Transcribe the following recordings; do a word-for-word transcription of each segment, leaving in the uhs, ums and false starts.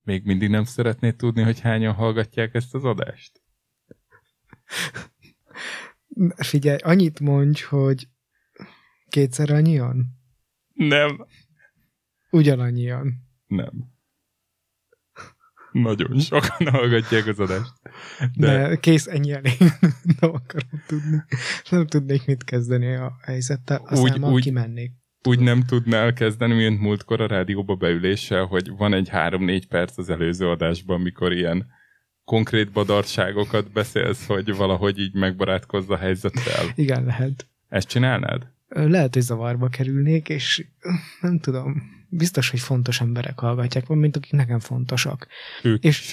Még mindig nem szeretnéd tudni, hogy hányan hallgatják ezt az adást? Figyelj, annyit mondj, hogy kétszer annyian? Nem. Ugyanannyian? Nem. Nagyon sokan hallgatják az adást. De, De kész, ennyi elég. Nem akarom tudni. Nem tudnék mit kezdeni a helyzettel, aztán már kimennék. Úgy nem tudnál kezdeni, mint múltkor a rádióba beüléssel, hogy van egy három-négy perc az előző adásban, mikor ilyen konkrét badarságokat beszélsz, hogy valahogy így megbarátkozz a helyzettel. Igen, lehet. Ezt csinálnád? Lehet, hogy zavarba kerülnék, és nem tudom, biztos, hogy fontos emberek hallgatják, mint akik nekem fontosak. Ők és,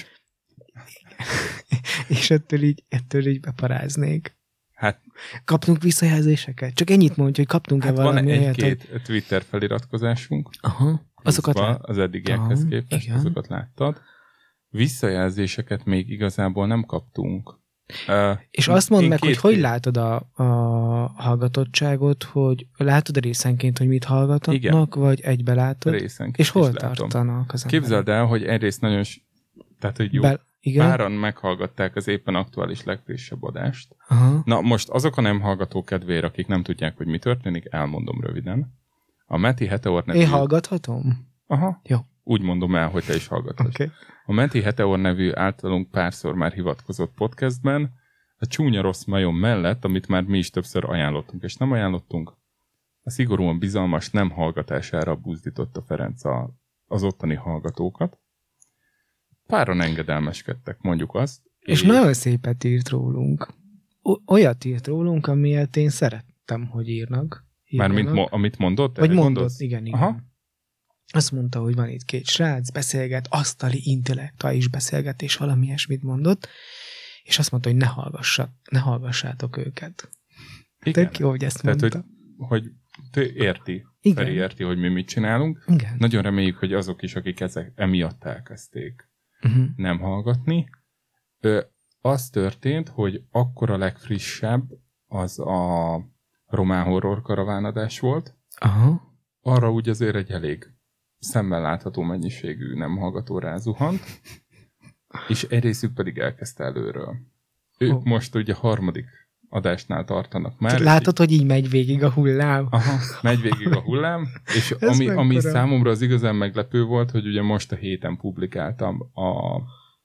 és ettől így, ettől így beparáznék. Hát, kaptunk visszajelzéseket? Csak ennyit mondj, hogy kaptunk-e hát valami van egy-két hogy... Twitter feliratkozásunk. Aha, azokat lát... Az eddigiekhez Aha, képest, igen. Azokat láttad. Visszajelzéseket még igazából nem kaptunk. Uh, és azt mondd meg, két, hogy hogy két... látod a, a hallgatottságot, hogy látod részenként, hogy mit hallgatnak, igen. vagy egybe látod? Részenként és hol tartanak az emberek? Képzeld el, hogy egyrészt nagyon, tehát hogy jó, Be... páran meghallgatták az éppen aktuális legfrissebb adást. Aha. Na most azok a nem hallgató kedvére, akik nem tudják, hogy mi történik, elmondom röviden. A Meti Heteor nevű... Én hallgathatom? Aha. Jó. Úgy mondom el, hogy te is hallgatod. Okay. A Meti Heteor nevű általunk párszor már hivatkozott podcastben a Csúnya Rossz Majom mellett, amit már mi is többször ajánlottunk, és nem ajánlottunk, a szigorúan bizalmas nem hallgatására buzdította Ferenc a, az ottani hallgatókat. Páran engedelmeskedtek, mondjuk azt. És, és nagyon szépet írt rólunk. O- olyat írt rólunk, amilyet én szerettem, hogy írnak. Mármint mo- amit mondott? Vagy mondott, igen, igen. Aha. Azt mondta, hogy van itt két srác, beszélget, asztali intellektuális beszélgetés, valami ilyesmit mondott, és azt mondta, hogy ne, hallgassa, ne hallgassátok őket. Tök jó, hogy ezt Tehát, mondta. hogy, hogy érti, igen. Feri érti, hogy mi mit csinálunk. Igen. Nagyon reméljük, hogy azok is, akik ezek emiatt elkezdték uh-huh. nem hallgatni. Ö, az történt, hogy akkor a legfrissebb az a román horror karavánadás volt. Aha. Arra úgy azért egy elég szemmel látható mennyiségű nem hallgató rázuhant, és egy részük pedig elkezdte előről. Ők oh. most ugye a harmadik adásnál tartanak már. Látod, így... hogy így megy végig a hullám? Aha, megy végig a hullám, és ami, ami számomra az igazán meglepő volt, hogy ugye most a héten publikáltam a,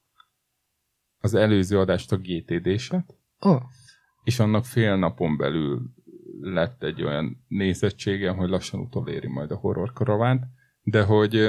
az előző adást a gé té dé-set, oh. és annak fél napon belül lett egy olyan nézettsége, hogy lassan utoléri majd a horror karavánt, de hogy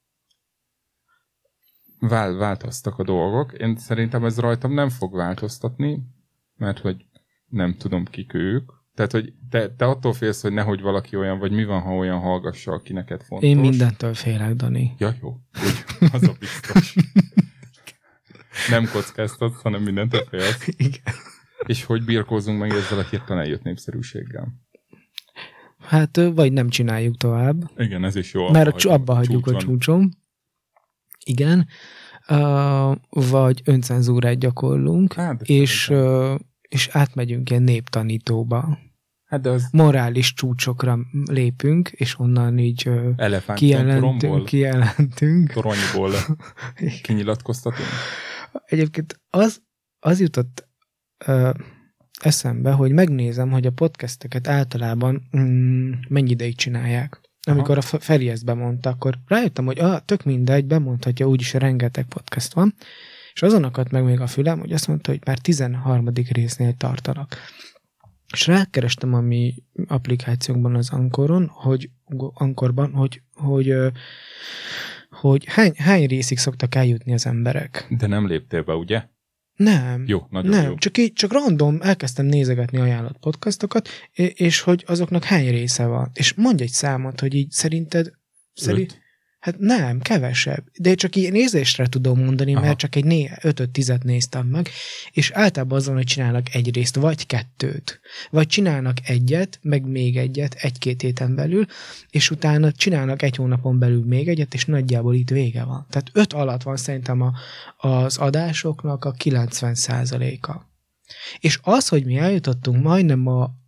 vál, változtak a dolgok. Én szerintem ez rajtam nem fog változtatni, mert hogy nem tudom, kik ők. Tehát, hogy te, te attól félsz, hogy nehogy valaki olyan, vagy mi van, ha olyan hallgassa, aki neked fontos. Én mindentől félek, Dani. Ja, jó. Úgy, az a biztos. Nem kockáztatsz, hanem mindentől félsz. Igen. És hogy birkózunk meg ezzel a hirtelen eljött népszerűséggel? Hát, vagy nem csináljuk tovább. Igen, ez is jó. Mert abba, abba hagyjuk a csúcson. Igen. Uh, vagy öncenzúrát gyakorlunk, hát, és, uh, és átmegyünk ilyen néptanítóba. Hát de az... Morális csúcsokra lépünk, és onnan így uh, kijelentünk. kijelentünk. Toronyból kinyilatkoztatunk. Egyébként az, az jutott uh, eszembe, hogy megnézem, hogy a podcasteket általában mm, mennyi ideig csinálják. Amikor Aha. a Feri ezt bemondta, akkor rájöttem, hogy ah, tök mindegy, bemondhatja, úgyis rengeteg podcast van, és azon akadt meg még a fülem, hogy azt mondta, hogy már tizenharmadik résznél tartanak. És rákerestem a mi applikációnkban az Anchoron, hogy Anchorban, hogy, hogy, hogy, hogy hány, hány részig szoktak eljutni az emberek. De nem léptél be, ugye? Nem. Jó, nagyon nem. jó. Csak így, csak random elkezdtem nézegetni ajánlott podcastokat, és hogy azoknak hány része van. És mondj egy számot, hogy így szerinted... Szerint, hát nem, kevesebb. De csak így nézésre tudom mondani, Aha. mert csak egy né- ötöt-tizet néztem meg, és általában azon, hogy csinálnak egy részt, vagy kettőt. Vagy csinálnak egyet, meg még egyet, egy-két héten belül, és utána csinálnak egy hónapon belül még egyet, és nagyjából itt vége van. Tehát öt alatt van szerintem a, az adásoknak a kilencven százaléka. És az, hogy mi eljutottunk majdnem a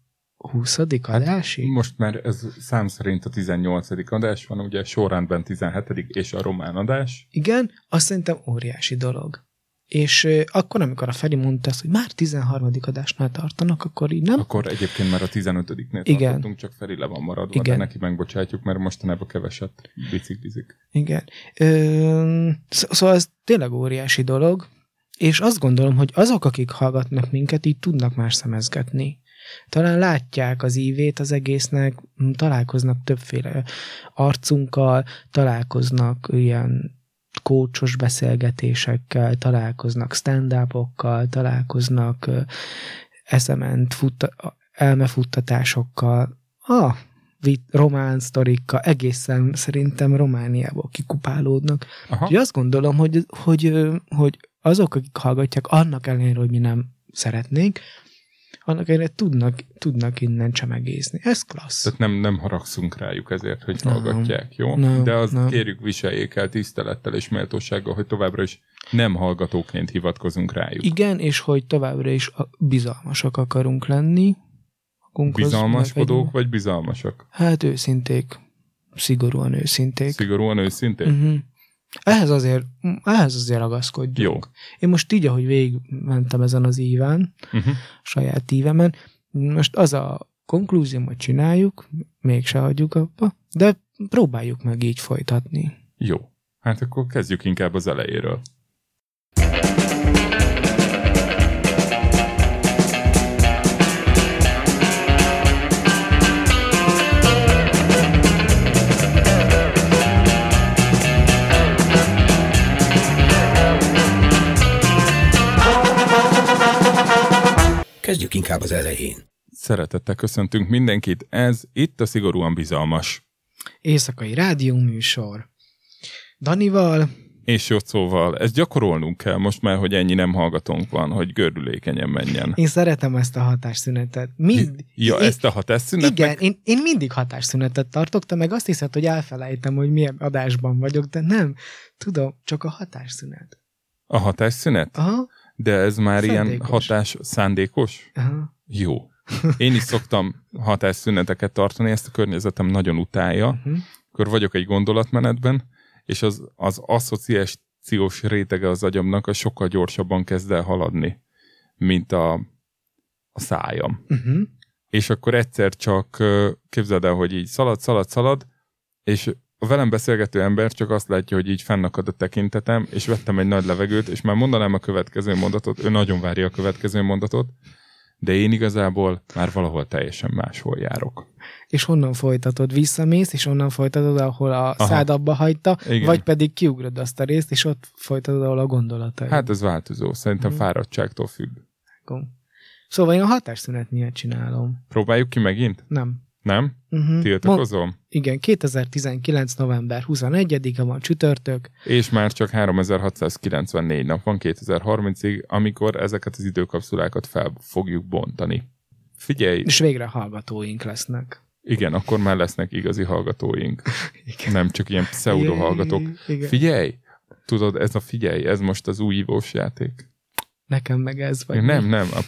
huszadik adásig? Hát most már ez szám szerint a tizennyolcadik adás van, ugye sorrendben tizenhetedik és a román adás. Igen, azt szerintem óriási dolog. És euh, akkor, amikor a Feri mondta ezt, hogy már tizenharmadik adásnál tartanak, akkor így nem... Akkor egyébként már a tizenötödiknél Igen. tartottunk, csak Feri le van maradva, Igen. de neki megbocsátjuk, mert mostanában keveset biciklizik. Igen. Ö, szóval ez tényleg óriási dolog, és azt gondolom, hogy azok, akik hallgatnak minket, így tudnak más szemezgetni. Talán látják az ívét az egésznek, találkoznak többféle arcunkkal, találkoznak ilyen kócsos beszélgetésekkel, találkoznak stand-upokkal, találkoznak uh, eszement futta- elmefuttatásokkal, ah, vit- román sztorikkal, egészen szerintem Romániából kikupálódnak. Úgyhogy azt gondolom, hogy, hogy, hogy azok, akik hallgatják, annak ellenére, hogy mi nem szeretnénk, annak ellenére tudnak, tudnak innen csemegészni. Ez klassz. Tehát nem, nem haragszunk rájuk ezért, hogy No. hallgatják, jó? No. De azt No. kérjük, viseljék el tisztelettel és méltósággal, hogy továbbra is nem hallgatóként hivatkozunk rájuk. Igen, és hogy továbbra is bizalmasak akarunk lenni. Bizalmaskodók vagy bizalmasak? Hát őszinték. Szigorúan őszinték. Szigorúan őszinték? Uh-huh. Ehhez azért, ehhez azért ragaszkodjunk. Jó. Én most így, ahogy végigmentem ezen az íven, Uh-huh. saját ívemen, most az a konklúzióm, hogy csináljuk, mégse hagyjuk abba, de próbáljuk meg így folytatni. Jó. Hát akkor kezdjük inkább az elejéről. Kezdjük inkább az elején. Szeretettel köszöntünk mindenkit, ez itt a Szigorúan Bizalmas. Éjszakai rádióműsor. Danival. És Jocóval. Ezt gyakorolnunk kell most már, hogy ennyi nem hallgatónk van, hogy gördülékenyen menjen. Én szeretem ezt a hatásszünetet. Mind... Ja, én... ezt a hatásszünetet? Igen, én, én mindig hatásszünetet tartok, te meg azt hiszed, hogy elfelejtem, hogy milyen adásban vagyok, de nem. Tudom, csak a hatásszünet. A hatásszünet? Aha. De ez már Szándékos. ilyen hatás szándékos? Aha. Jó. Én is szoktam hatásszüneteket tartani, ezt a környezetem nagyon utálja. Uh-huh. Akkor vagyok egy gondolatmenetben, és az, az asszociációs rétege az agyamnak az sokkal gyorsabban kezd el haladni, mint a, a szájam. Uh-huh. És akkor egyszer csak képzeld el, hogy így szalad, szalad, szalad, és a velem beszélgető ember csak azt látja, hogy így fennakad a tekintetem, és vettem egy nagy levegőt, és már mondanám a következő mondatot, ő nagyon várja a következő mondatot, de én igazából már valahol teljesen máshol járok. És honnan folytatod? Visszamész, és onnan folytatod, ahol a Aha. szád abba hagyta, Igen. vagy pedig kiugrod azt a részt, és ott folytatod, ahol a gondolataid. Hát ez változó, szerintem Mhm. fáradtságtól függ. Szóval én a hatásszünet miatt csinálom. Próbáljuk ki megint? Nem. Nem? Uh-huh. Tiltakozom? Igen, kétezer-tizenkilenc. november huszonegyedike van csütörtök. És már csak háromezer-hatszázkilencvennégy nap van kétezer-harmincig, amikor ezeket az időkapszulákat fel fogjuk bontani. Figyelj, És végre hallgatóink lesznek. igen, akkor már lesznek igazi hallgatóink. Igen. Nem csak ilyen pseudo hallgatók. Igen. Figyelj! Tudod, ez a figyelj, ez most az új ívós játék. Nekem meg ez vagy. Nem, mi? nem. A...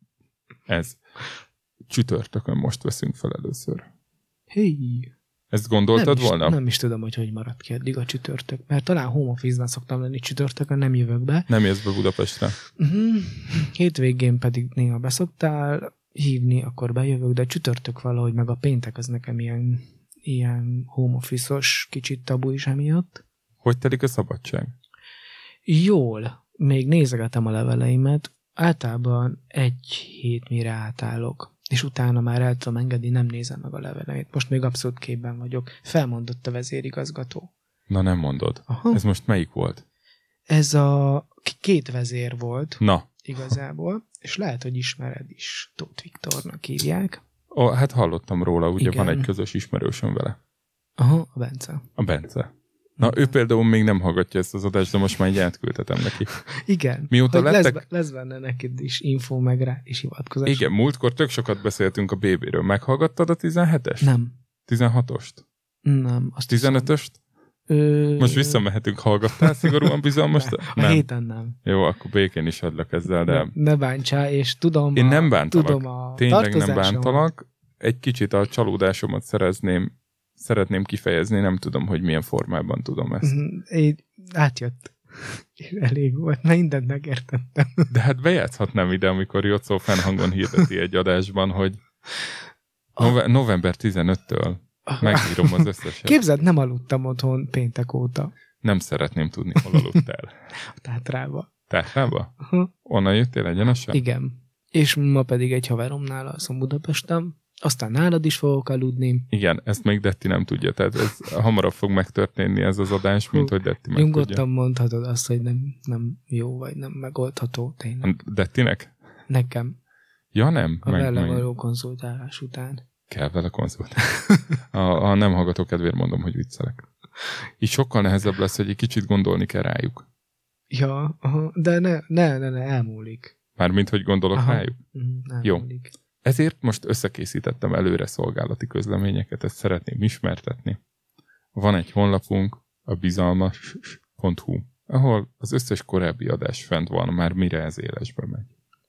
Ez. Csütörtökön most veszünk fel először. Hé. Ezt gondoltad nem volna? Is, nem is tudom, hogy hogy maradt ki eddig a csütörtök. Mert talán home office-ban szoktam lenni csütörtökön, nem jövök be. Nem jössz be Budapestre? Uh-huh. Hétvégén pedig néha beszoktál hívni, akkor bejövök, de csütörtök valahogy, meg a péntek az nekem ilyen, ilyen home office-os, kicsit tabu is emiatt. Hogy telik a szabadság? Jól. Még nézegetem a leveleimet. Általában egy hét mire átállok. És utána már el tudom engedni, nem nézem meg a leveleimet. Most még abszolút képben vagyok. Felmondott a vezérigazgató. Na nem mondod. Aha. Ez most melyik volt? Ez a k- két vezér volt Na, igazából, és lehet, hogy ismered is. Tóth Viktornak hívják. ó, hát hallottam róla, ugye Igen. van egy közös ismerősöm vele. Aha, a Bence. A Bence. Na, ő például még nem hallgatja ezt az adást, de most már így átküldhetem neki. Igen. Mióta hogy lettek- lesz, be- lesz benne neked is info meg rá, és hivatkozás. Igen, múltkor tök sokat beszéltünk a bé béről. Meghallgattad a tizenhetest? Nem. tizenhatost? Nem. Azt tizenötöst? Ö... Most visszamehetünk, hallgattál szigorúan bizalmas? A héten nem. Jó, akkor békén is adlak ezzel, de Ne, ne bántsál, és tudom én a, nem bántalak. tudom a Tényleg nem tartozásom. bántalak. egy kicsit a csalódásomat szerezném, szeretném kifejezni, nem tudom, hogy milyen formában tudom ezt. Én átjött. És elég volt, mindent megértettem. De hát bejátszhatnám ide, amikor Jocó fennhangon hirdeti egy adásban, hogy nove- november tizenötödikétől megírom az összeset. Képzeld, nem aludtam otthon péntek óta. Nem szeretném tudni, hol aludtál. A Tátrába. Tátrába? Uh-huh. Onnan jöttél egyenesen? Igen. És ma pedig egy haveromnál alszom Budapesten. Aztán nálad is fogok aludni. Igen, ezt még Detti nem tudja, tehát ez hamarabb fog megtörténni ez az adás, mint hogy Detti meg Nyugodtan tudja. mondhatod azt, hogy nem, nem jó, vagy nem megoldható tényleg. Dettinek? Nekem. Ja, nem. A meg, vele meg. való konzultálás után. Kell vele konzultálni. A, a nem hallgató kedvéért mondom, hogy viccelek. Így sokkal nehezebb lesz, hogy egy kicsit gondolni kell rájuk. Ja, aha, de ne, ne, ne, ne, elmúlik. Mármint, hogy gondolok Aha. rájuk. Mm, Jó. elmúlik. Ezért most összekészítettem előre szolgálati közleményeket, ezt szeretném ismertetni. Van egy honlapunk, a bizalmas pont hu, ahol az összes korábbi adás fent van, már mire ez élesbe megy.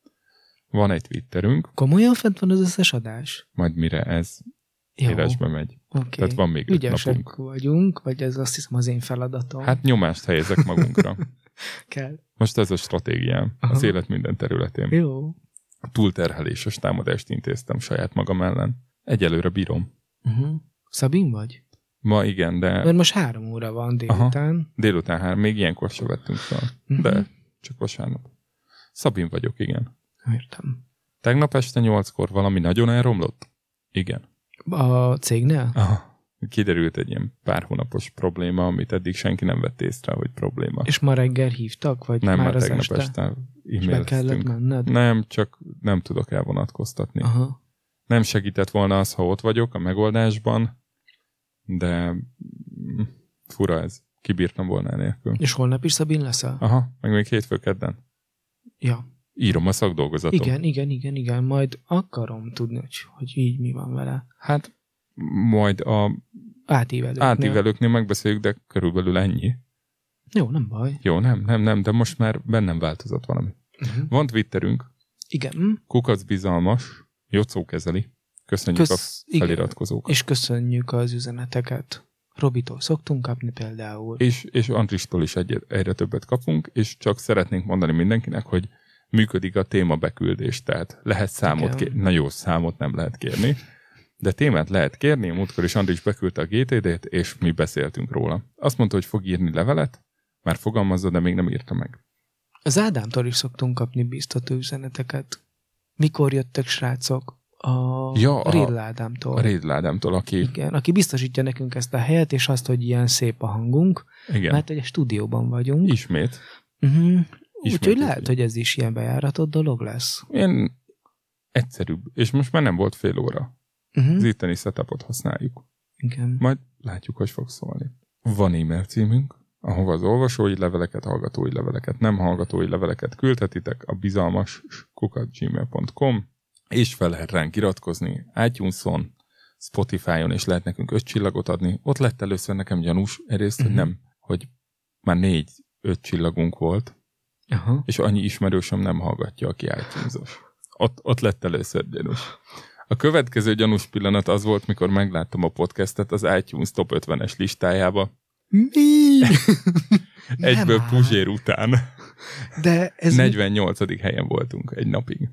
Van egy Twitterünk, Komolyan fent van az összes adás? majd mire ez Jó, élesbe megy. oké. Tehát van még öt Ügyesek napunk. vagyunk, vagy ez azt hiszem az én feladatom. Hát nyomást helyezek magunkra. kell. Most ez a stratégiám az Aha. élet minden területén. Jó. Túlterheléses támadást intéztem saját magam ellen. Egyelőre bírom. Uh-huh. Szabin vagy? Ma igen, de Mert most három óra van délután. délután három, még ilyenkor se vettünk fel. Uh-huh. De csak vasárnap. Szabin vagyok, igen. Értem. Tegnap este nyolckor valami nagyon elromlott? Igen. A cégnél? Aha. Kiderült egy ilyen pár hónapos probléma, amit eddig senki nem vett észre, hogy probléma. És ma reggel hívtak? Vagy nem, már már az tegnap este? este És be kellett e-maileztünk. menned? Nem, csak nem tudok elvonatkoztatni. Aha. Nem segített volna az, ha ott vagyok a megoldásban, de mm, fura ez. Kibírtam volna enélkül. És holnap is Szabin leszel? Aha, meg még hétfő kedden. Ja. Írom a szakdolgozatom. Igen, igen, igen, igen. Majd akarom tudni, hogy, hogy így mi van vele. Hát majd a Átívelőknél. átívelőknél megbeszéljük, de körülbelül ennyi. Jó, nem baj. Jó, nem, nem, nem, de most már bennem változott valami. Uh-huh. Van Twitterünk, Igen. kukacbizalmas, Jocó kezeli. Köszönjük Kösz- a feliratkozókat. És köszönjük az üzeneteket. Robitól szoktunk kapni például. És, és Andristól is egy, egyre többet kapunk, és csak szeretnénk mondani mindenkinek, hogy működik a téma beküldés, tehát lehet számot kérni. Na jó, számot nem lehet kérni, de témát lehet kérni. Múltkor is Andris beküldte a gé té dét, és mi beszéltünk róla. Azt mondta, hogy fog írni levelet, már fogalmazza, de még nem írta meg. Az Ádámtól is szoktunk kapni biztató üzeneteket. Mikor jöttek, srácok? A Ja, a- Rédl Ádámtól. A Rédl Ádámtól, aki... Igen, aki biztosítja nekünk ezt a helyet, és azt, hogy ilyen szép a hangunk, Igen. mert egy stúdióban vagyunk. Ismét. Uh-huh. Ismét Úgyhogy ez lehet, így. hogy ez is ilyen bejáratott dolog lesz. Én egyszerűbb, és most már nem volt fél óra. Uh-huh. Az itteni setupot használjuk. Igen. Majd látjuk, hogy fog szólni. Van e-mail címünk, ahova az olvasói leveleket, hallgatói leveleket, nem hallgatói leveleket küldhetitek, a bizalmas kukac gmail pont com, és fel lehet ránk iratkozni iTunes-on, Spotify-on, és lehet nekünk öt csillagot adni. Ott lett először nekem gyanús, egyrészt, hogy Mhm. nem, hogy már négy, öt csillagunk volt, Aha. és annyi ismerősöm nem hallgatja, aki iTunes-os. Ott, ott lett először gyanús. A következő gyanús pillanat az volt, mikor megláttam a podcastet az iTunes top ötvenes listájába. Mi? Egyből áll. Puzsér után. De ez negyvennyolcadik helyen voltunk egy napig.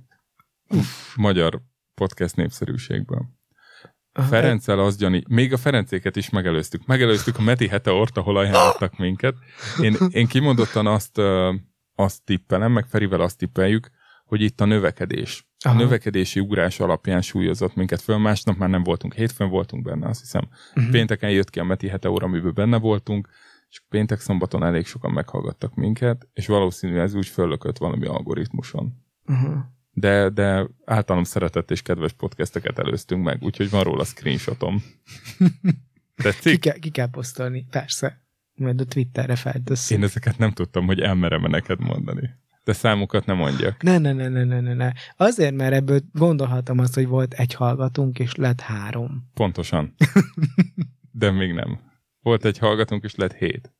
Magyar podcast népszerűségből. Aha, Ferenccel az gyani, még a Ferencéket is megelőztük. Megelőztük a Meti Heteort, ahol ajánlottak minket. Én, én kimondottan azt, ö, azt tippelem, meg Ferivel azt tippeljük, hogy itt a növekedés. A Aha. növekedési ugrás alapján súlyozott minket föl. Másnap már nem voltunk, hétfőn voltunk benne, azt hiszem. Uh-huh. Pénteken jött ki a Meti Heteor, amiből benne voltunk, és péntek-szombaton elég sokan meghallgattak minket, és valószínűleg ez úgy föllökött valami algoritmuson. Uh-huh. De, de általam szeretett és kedves podcasteket előztünk meg, úgyhogy van róla screenshotom. Ki, Tetszik? kell, ki kell posztolni, persze. Majd a Twitterre feltesszük. Én ezeket nem tudtam, hogy elmerem-e neked mondani. De számokat nem mondjak. Ne, ne, ne, ne, ne, ne, ne. Azért, mert ebből gondolhatom azt, hogy volt egy hallgatunk, és lett három. Pontosan. De még nem. Volt egy hallgatónk, és lett hét.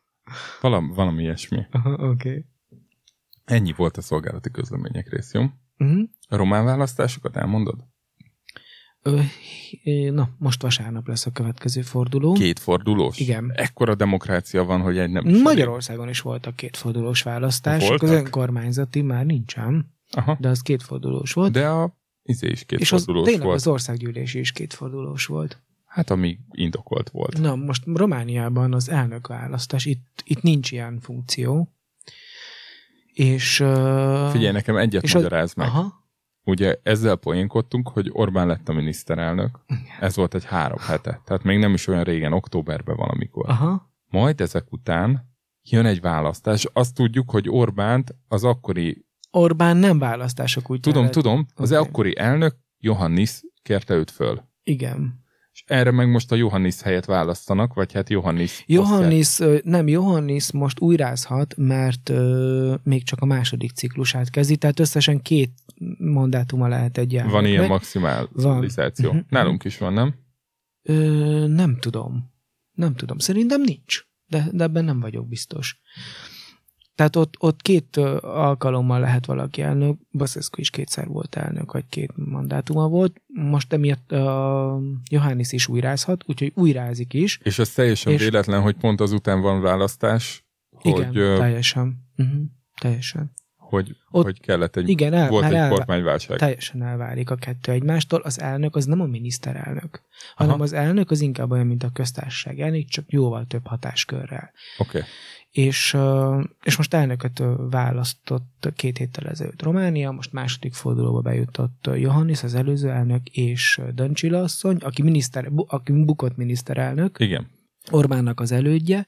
Valami, valami ilyesmi. Aha, oké. Okay. Ennyi volt a szolgálati közlemények rész, jó? Uh-huh. A román választásokat elmondod? Ö, na, most vasárnap lesz a következő forduló. Két fordulós? Igen. Ekkora demokrácia van, hogy egy nem is Magyarországon is voltak kétfordulós választások. Voltak? Az önkormányzati már nincsen, Aha. de az kétfordulós volt. De a izé is és az, kétfordulós tényleg volt. az országgyűlési is kétfordulós volt. Hát ami indokolt volt. Na, most Romániában az elnökválasztás, itt, itt nincs ilyen funkció. És... Uh, Figyelj, nekem egyet és magyarázd meg. Aha. Ugye ezzel poénkodtunk, hogy Orbán lett a miniszterelnök. Ez volt egy három hete. Tehát még nem is olyan régen, októberben valamikor. Aha. Majd ezek után jön egy választás. Azt tudjuk, hogy Orbánt az akkori... Orbán nem választások úgy. Tudom, kellett. tudom. Az Okay. akkori elnök, Johannis, kérte őt föl. Igen. És erre meg most a Johannis helyet választanak, vagy hát Johannis... Johannis, osztják. nem, Johannis most újrázhat, mert ö, még csak a második ciklusát kezdi, tehát összesen két mandátuma lehet egy elnöknek. Van ilyen maximalizáció. Van. Nálunk is van, nem? Ö, nem tudom. Nem tudom. Szerintem nincs. De, de ebben nem vagyok biztos. Tehát ott, ott két alkalommal lehet valaki elnök, Baszeszko is kétszer volt elnök, vagy két mandátuma volt, most emiatt uh, Johannis is újrázhat, úgyhogy újrázik is. És ez teljesen és... véletlen, hogy pont azután van választás, hogy... Igen, uh, teljesen. Uh-huh, teljesen. Hogy, ott, hogy kellett egy... igen, el, volt egy elvá... kormányválság. Teljesen elválik a kettő egymástól. Az elnök az nem a miniszterelnök, hanem Aha. az elnök az inkább olyan, mint a köztársaság elnök, csak jóval több hatáskörrel. Oké. Okay. És, és most elnököt választott két héttel ezelőtt Románia, most második fordulóba bejutott Johannis, az előző elnök, és Dăncilă asszony, aki, miniszter, aki bukott miniszterelnök, igen. Orbánnak az elődje,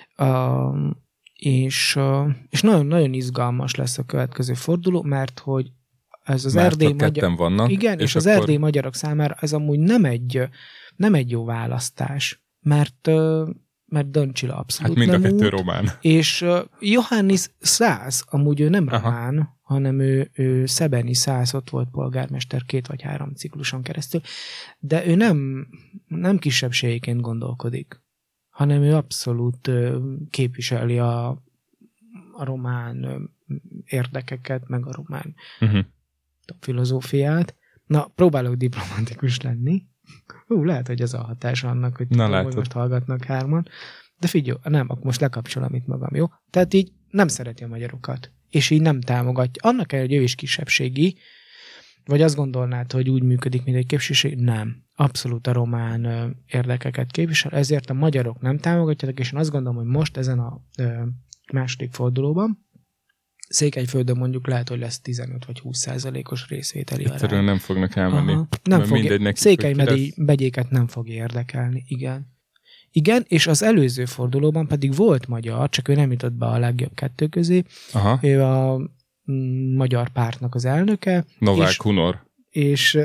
és, és nagyon, nagyon izgalmas lesz a következő forduló, mert hogy ez az erdély magyar... vannak. Igen, és, és az akkor... erdély magyarok számára ez amúgy nem egy, nem egy jó választás, mert mert Dăncilă abszolút hát mind nem a kettő út, román. És uh, Johannis Szász, amúgy ő nem Aha. román, hanem ő, ő Szebeni Szász, ott volt polgármester két vagy három cikluson keresztül, de ő nem, nem kisebbségként gondolkodik, hanem ő abszolút uh, képviseli a, a román uh, érdekeket, meg a román uh-huh. filozófiát. Na, próbálok diplomatikus lenni. Hú, lehet, hogy ez a hatás annak, hogy, tudom, hogy most hallgatnak hárman. De figyelj, nem, akkor most lekapcsolom itt magam, jó? Tehát így nem szereti a magyarokat. És így nem támogatja. Annak el, hogy ő is kisebbségi, vagy azt gondolnád, hogy úgy működik, mint egy kisebbség? Nem. Abszolút a román ö, érdekeket képvisel, ezért a magyarok nem támogatják, és én azt gondolom, hogy most ezen a ö, második fordulóban Székelyföldön mondjuk lehet, hogy lesz tizenöt vagy húsz százalékos részvételi arány. Egyszerűen nem fognak elmenni. Aha, nem fog, Székely lesz... megyéket nem fog érdekelni, igen. Igen, és az előző fordulóban pedig volt magyar, csak ő nem jutott be a legjobb kettő közé. Aha. Ő a m- magyar pártnak az elnöke. Novák és, Hunor. És,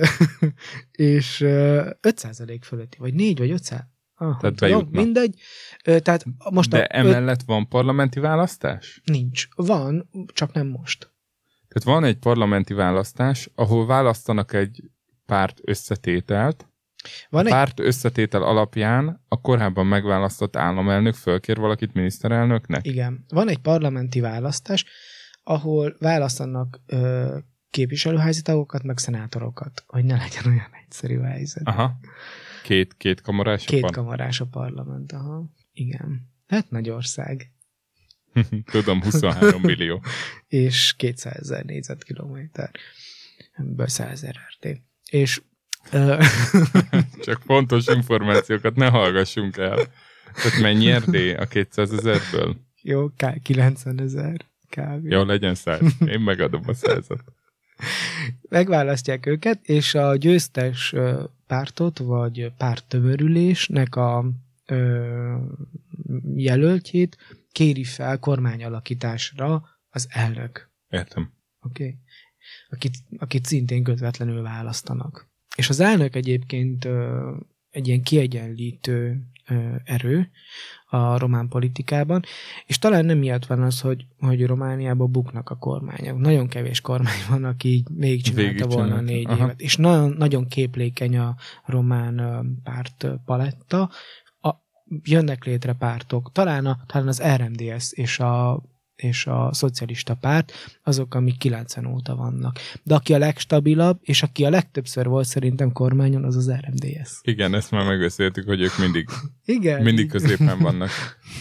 és öt százalék fölötti, vagy négy vagy öt százalék. Ah, Tehát tudom, mindegy. Tehát most De a emellett öt... van parlamenti választás? Nincs. Van, csak nem most. Tehát van egy parlamenti választás, ahol választanak egy párt összetételt. Van a egy... párt összetétel alapján a korábban megválasztott államelnök fölkér valakit miniszterelnöknek? Igen. Van egy parlamenti választás, ahol választanak ö, képviselőházi tagokat, meg szenátorokat, hogy ne legyen olyan egyszerű helyzet. Aha. Két, két kamarás Két a par... kamarás a parlament, aha. Igen. Hát nagy ország. Tudom, huszonhárom millió. És kétszázezer négyzetkilométer. Ebből százezer er té. És... Uh... Csak fontos információkat ne hallgassunk el. Tehát mennyi Erdély a kétszázezerből? Jó, kilencvenezer kb. Jó, legyen száz. Én megadom a százat. Megválasztják őket, és a győztes pártot, vagy párttömörülésnek a ö, jelöltjét kéri fel kormányalakításra az elnök. Értem. Oké. Okay. Akit, akit szintén közvetlenül választanak. És az elnök egyébként ö, egy ilyen kiegyenlítő ö, erő a román politikában, és talán nem miatt van az, hogy, hogy Romániában buknak a kormányok. Nagyon kevés kormány van, aki így még csinálta volna a négy Aha. évet. És nagyon, nagyon képlékeny a román párt paletta. A, jönnek létre pártok. Talán, a, talán az er em dé es és a, és a szocialista párt, azok, amik kilencven óta vannak. De aki a legstabilabb, és aki a legtöbbször volt szerintem kormányon, az az er em dé es. Igen, ezt már megbeszéltük, hogy ők mindig, Igen, mindig középen vannak.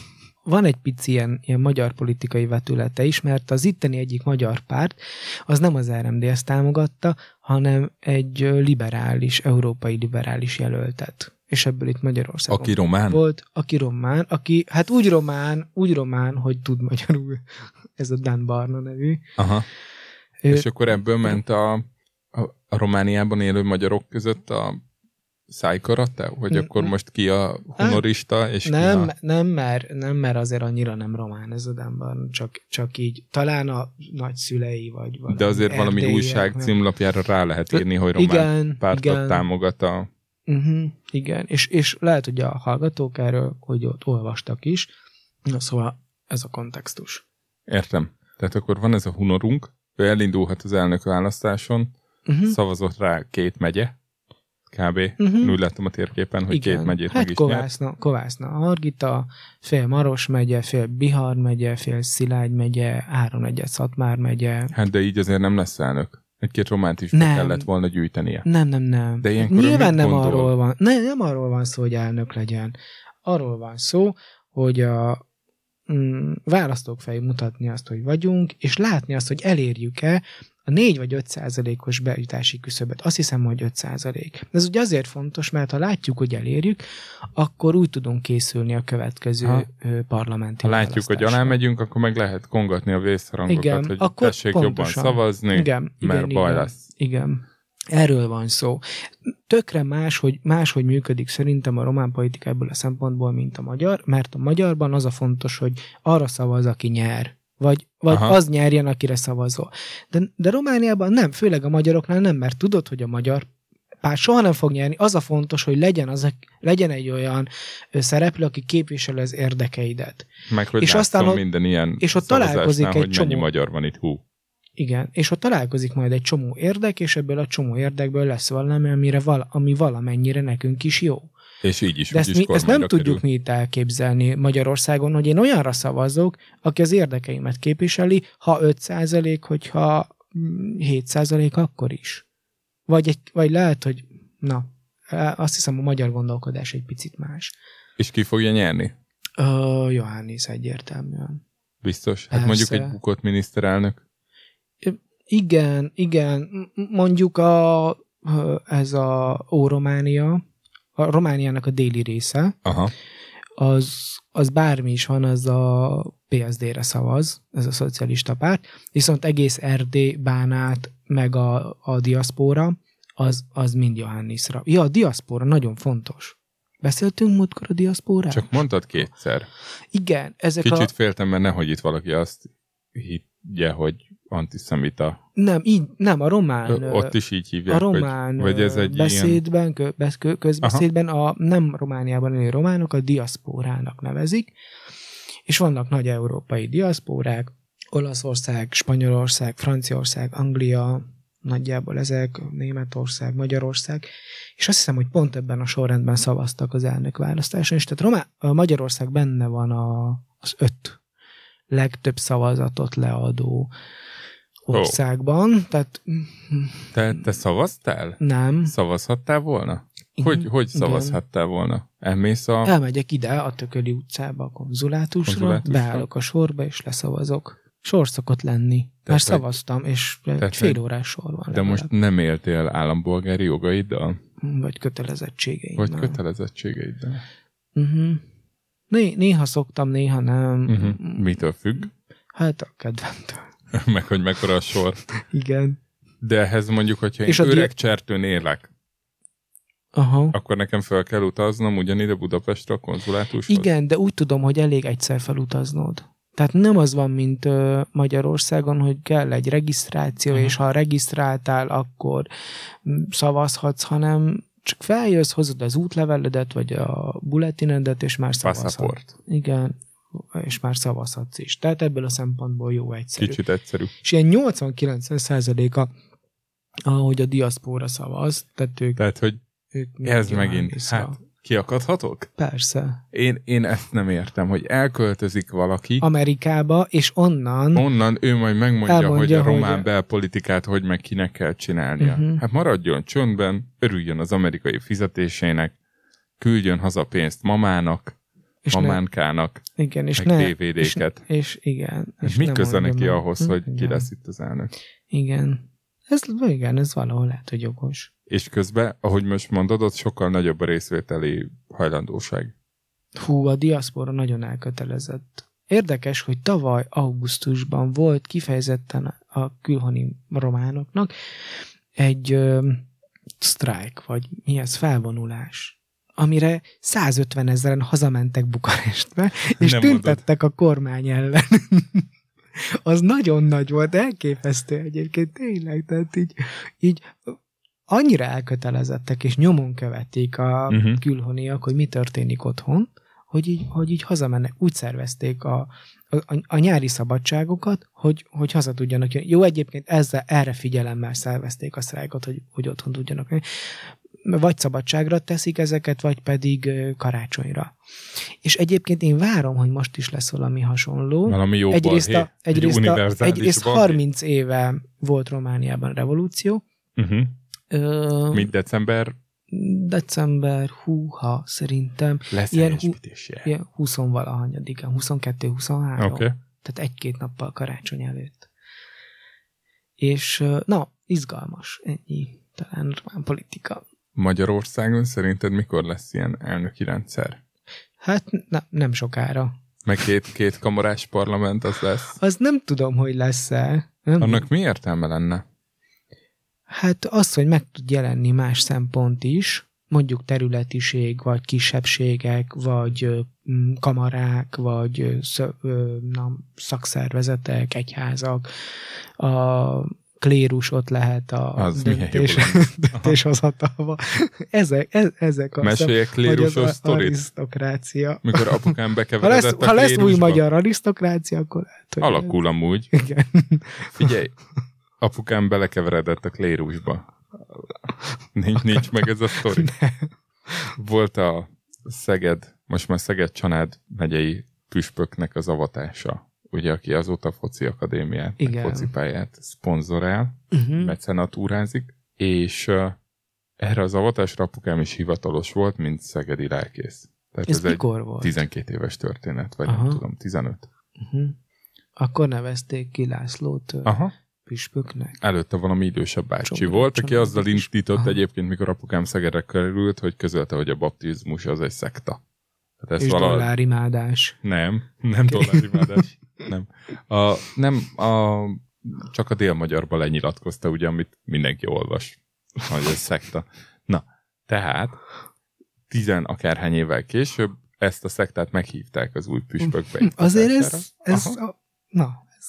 Van egy pici ilyen, ilyen magyar politikai vetülete is, mert az itteni egyik magyar párt, az nem az er em dé es támogatta, hanem egy liberális, európai liberális jelöltet. És ebből itt Magyarországon Aki román? volt. Aki román, aki hát úgy román, úgy román, hogy tud magyarul. Ez a Dan Barna nevű. Aha. Ő, És akkor ebből ment a, a, a Romániában élő magyarok között a szájkarate? Hogy akkor most ki a honorista, és nem, ki a... Nem, mert, nem, mert azért annyira nem román ez a Dan Barna, csak, csak így. Talán a nagyszülei, vagy valami. De azért valami újság nem. címlapjára rá lehet írni, hogy román igen, pártot igen. támogat a... Uh-huh, igen, és, és lehet, hogy a hallgatók erről, hogy ott olvastak is. Na, szóval ez a kontextus. Értem. Tehát akkor van ez a hunorunk, ő elindulhat az elnök választáson, uh-huh. szavazott rá két megye, kb. Uh-huh. Úgy láttam a térképen, hogy igen. két megyét hát meg is Kovászna, nyert. Kovászna Hargita, fél Maros megye, fél Bihar megye, fél Szilágy megye, három negyed Szatmár megye. Hát de így azért nem lesz elnök. Egy-két románt is nem. kellett volna gyűjtenie. Nem, nem, nem. De ilyenkor nyilván nem gondol? arról van, nem, nem arról van szó, hogy elnök legyen. Arról van szó, hogy a mm, választók felé mutatni azt, hogy vagyunk, és látni azt, hogy elérjük-e a négy vagy öt százalékos bejutási küszöböt. Azt hiszem, hogy öt százalék. Ez ugye azért fontos, mert ha látjuk, hogy elérjük, akkor úgy tudunk készülni a következő ha. parlamenti Ha látjuk, hogy alá megyünk, akkor meg lehet kongatni a vészharangokat, igen, hogy akkor tessék pontosan. jobban szavazni, igen, mert igen, baj igen, lesz. Igen. Erről van szó. Tökre más, hogy máshogy működik szerintem a román politika ebből a szempontból, mint a magyar, mert a magyarban az a fontos, hogy arra szavaz, aki nyer. Vagy, vagy az nyerjen, akire szavazol. De, de Romániában nem, főleg a magyaroknál nem, mert tudod, hogy a magyar párt soha nem fog nyerni. Az a fontos, hogy legyen, az, legyen egy olyan szereplő, aki képvisel az érdekeidet. Meg hogy és aztán ott, minden ilyen és ott találkozik egy hogy csomó... mennyi magyar van itt, hú. Igen, és ott találkozik majd egy csomó érdek, és ebből a csomó érdekből lesz valami, amire vala, ami valamennyire nekünk is jó. És így is, de ezt, is mi, ezt nem kerül. tudjuk mi itt elképzelni Magyarországon, hogy én olyanra szavazok, aki az érdekeimet képviseli, ha öt százalék, hogyha hét százalék, akkor is. Vagy, egy, vagy lehet, hogy na, azt hiszem a magyar gondolkodás egy picit más. És ki fogja nyerni? Uh, Johannis egyértelműen. Biztos? Hát Persze. Mondjuk egy bukott miniszterelnök? Igen, igen. Mondjuk a, ez a Ó-Románia, a Romániának a déli része, aha. Az, az bármi is van, az a pé es dé-re szavaz, ez a szocialista párt, viszont egész Erdély, Bánát, meg a, a diaszpóra, az, az mind Johannisra. Ja, a diaszpóra nagyon fontos. Beszéltünk múltkor a diaszpóráról? Csak mondtad kétszer. Igen. Ezek Kicsit a... féltem, mert nehogy itt valaki azt higgye, hogy antiszemita. Nem, így, nem, a román... Ott is így hívják, a román hogy, vagy ez egy beszédben, ilyen... közbeszédben aha. A nem Romániában élő románok a diaszpórának nevezik, és vannak nagy európai diaszpórák, Olaszország, Spanyolország, Franciaország, Anglia, nagyjából ezek, Németország, Magyarország, és azt hiszem, hogy pont ebben a sorrendben szavaztak az elnökválasztáson, és tehát Romá- Magyarország benne van a, az öt legtöbb szavazatot leadó országban. Oh. Tehát, te, te szavaztál? Nem. Szavazhattál volna? Hogy, hogy szavazhattál volna? Elmész a... Elmegyek ide a Tököli utcába a konzulátusra, konzulátusra, beállok a sorba, és leszavazok. Sor szokott lenni. Már szavaztam, és fél órás sor van. De legalább. Most nem éltél állampolgári jogaiddal? Vagy kötelezettségeiddel. Vagy kötelezettségeiddel. Uh-huh. Né- néha szoktam, néha nem. Uh-huh. Mitől függ? Hát a kedvemtől. Meg hogy mekkora a sor. Igen. De ehhez mondjuk, hogyha én öreg di- csertőn élek, aha. akkor nekem fel kell utaznom ugyanide Budapestre a konzulátushoz? Igen, de úgy tudom, hogy elég egyszer felutaznod. Tehát nem az van, mint uh, Magyarországon, hogy kell egy regisztráció, aha. és ha regisztráltál, akkor szavazhatsz, hanem csak feljössz, hozod az útleveledet, vagy a bulletinedet, és már szavazhatsz. Passzaport. Igen, és már szavazhatsz is. Tehát ebből a szempontból jó egyszerű. Kicsit egyszerű. És ilyen nyolcvan-kilencven százaléka, ahogy a diaszpóra szavaz, tehát ők... Tehát, hogy ők ez megint, hát Kiakadhatok? Persze. Én, én ezt nem értem, hogy elköltözik valaki. Amerikába, és onnan... Onnan ő majd megmondja, elmondja, hogy a román hogy... belpolitikát hogy meg kinek kell csinálnia. Uh-huh. Hát maradjon csöndben, örüljön az amerikai fizetésének, küldjön haza pénzt mamának, és mamánkának, ne... igen, és meg ne... dé vé dé-ket. És, és igen. És mi köze neki ahhoz, hogy igen. ki lesz itt az elnök? Igen. Ez, igen, ez valahol lehet, hogy jogos. És közben, ahogy most mondod, ott sokkal nagyobb a részvételi hajlandóság. Hú, a diaszpora nagyon elkötelezett. Érdekes, hogy tavaly augusztusban volt kifejezetten a külhoni románoknak egy ö, sztrájk, vagy mi ez, felvonulás, amire százötven ezeren hazamentek Bukarestbe, és nem tüntettek mondod. A kormány ellen. Az nagyon nagy volt, elképesztő egyébként, tényleg, tehát így, így annyira elkötelezettek, és nyomon követték a uh-huh. külhoniak, hogy mi történik otthon, hogy így, hogy így hazamennek. Úgy szervezték a, a, a nyári szabadságokat, hogy, hogy haza tudjanak jönni. Jó, egyébként ezzel, erre figyelemmel szervezték a sztrájkot, hogy, hogy otthon tudjanak jönni. Vagy szabadságra teszik ezeket, vagy pedig karácsonyra. És egyébként én várom, hogy most is lesz valami hasonló. Valami jó egyrészt balhé, a, egyrészt, egy a, egyrészt harminc éve volt Romániában revolúció. Uh-huh. Ö, Mint december? December, húha, szerintem. Lesz ilyen, hú, ilyen húsz-valahanyadikán, huszonkettő-huszonhárom. Okay. Tehát egy-két nappal karácsony előtt. És na, izgalmas, ennyi. Talán román politika. Magyarországon szerinted mikor lesz ilyen elnöki rendszer? Hát na, nem sokára. Meg két, két kamarás parlament az lesz? Az nem tudom, hogy lesz-e. Nem? Annak mi értelme lenne? Hát az, hogy meg tud jelenni más szempont is, mondjuk területiség, vagy kisebbségek, vagy mm, kamarák, vagy szö, ö, na, szakszervezetek, egyházak, a klérus ott lehet a döntés, döntéshozatalba. Ezek, e, ezek a Mesélj klérusos sztorit. Arisztokrácia. Mikor apukám bekeveredett ha lesz, a ha lesz klérusba. új magyar arisztokrácia, akkor lehet, hogy alakul ez... amúgy. Igen. Figyelj, apukám belekeveredett a klérusba. Nincs, nincs meg ez a sztori. Volt a Szeged, most már Szeged-Csanád megyei püspöknek az avatása. Ugye, aki azóta a foci akadémiát, focipályát szponzorál, uh-huh. mecenatúrázik, és uh, erre az avatásra apukám is hivatalos volt, mint szegedi lelkész. Tehát ez, ez mikor egy volt? tizenkét éves történet, vagy aha. nem tudom, tizenöt. Uh-huh. Akkor nevezték ki Lászlót aha. püspöknek. Előtte valami idősebb bácsi Csomó, volt, csomó, aki azzal indított aha. egyébként, mikor apukám Szegedre került, hogy közölte, hogy a baptizmus az egy szekta. Tehát és vala... dollárimádás. Nem, nem okay. dollárimádás. Nem. A, nem a, csak a délmagyarban lenyilatkozta, ugye, amit mindenki olvas, hogy ez szekta. Na, tehát tizen akárhány évvel később ezt a szektát meghívták az új püspökbe. Azért ez, ez a, na, ez...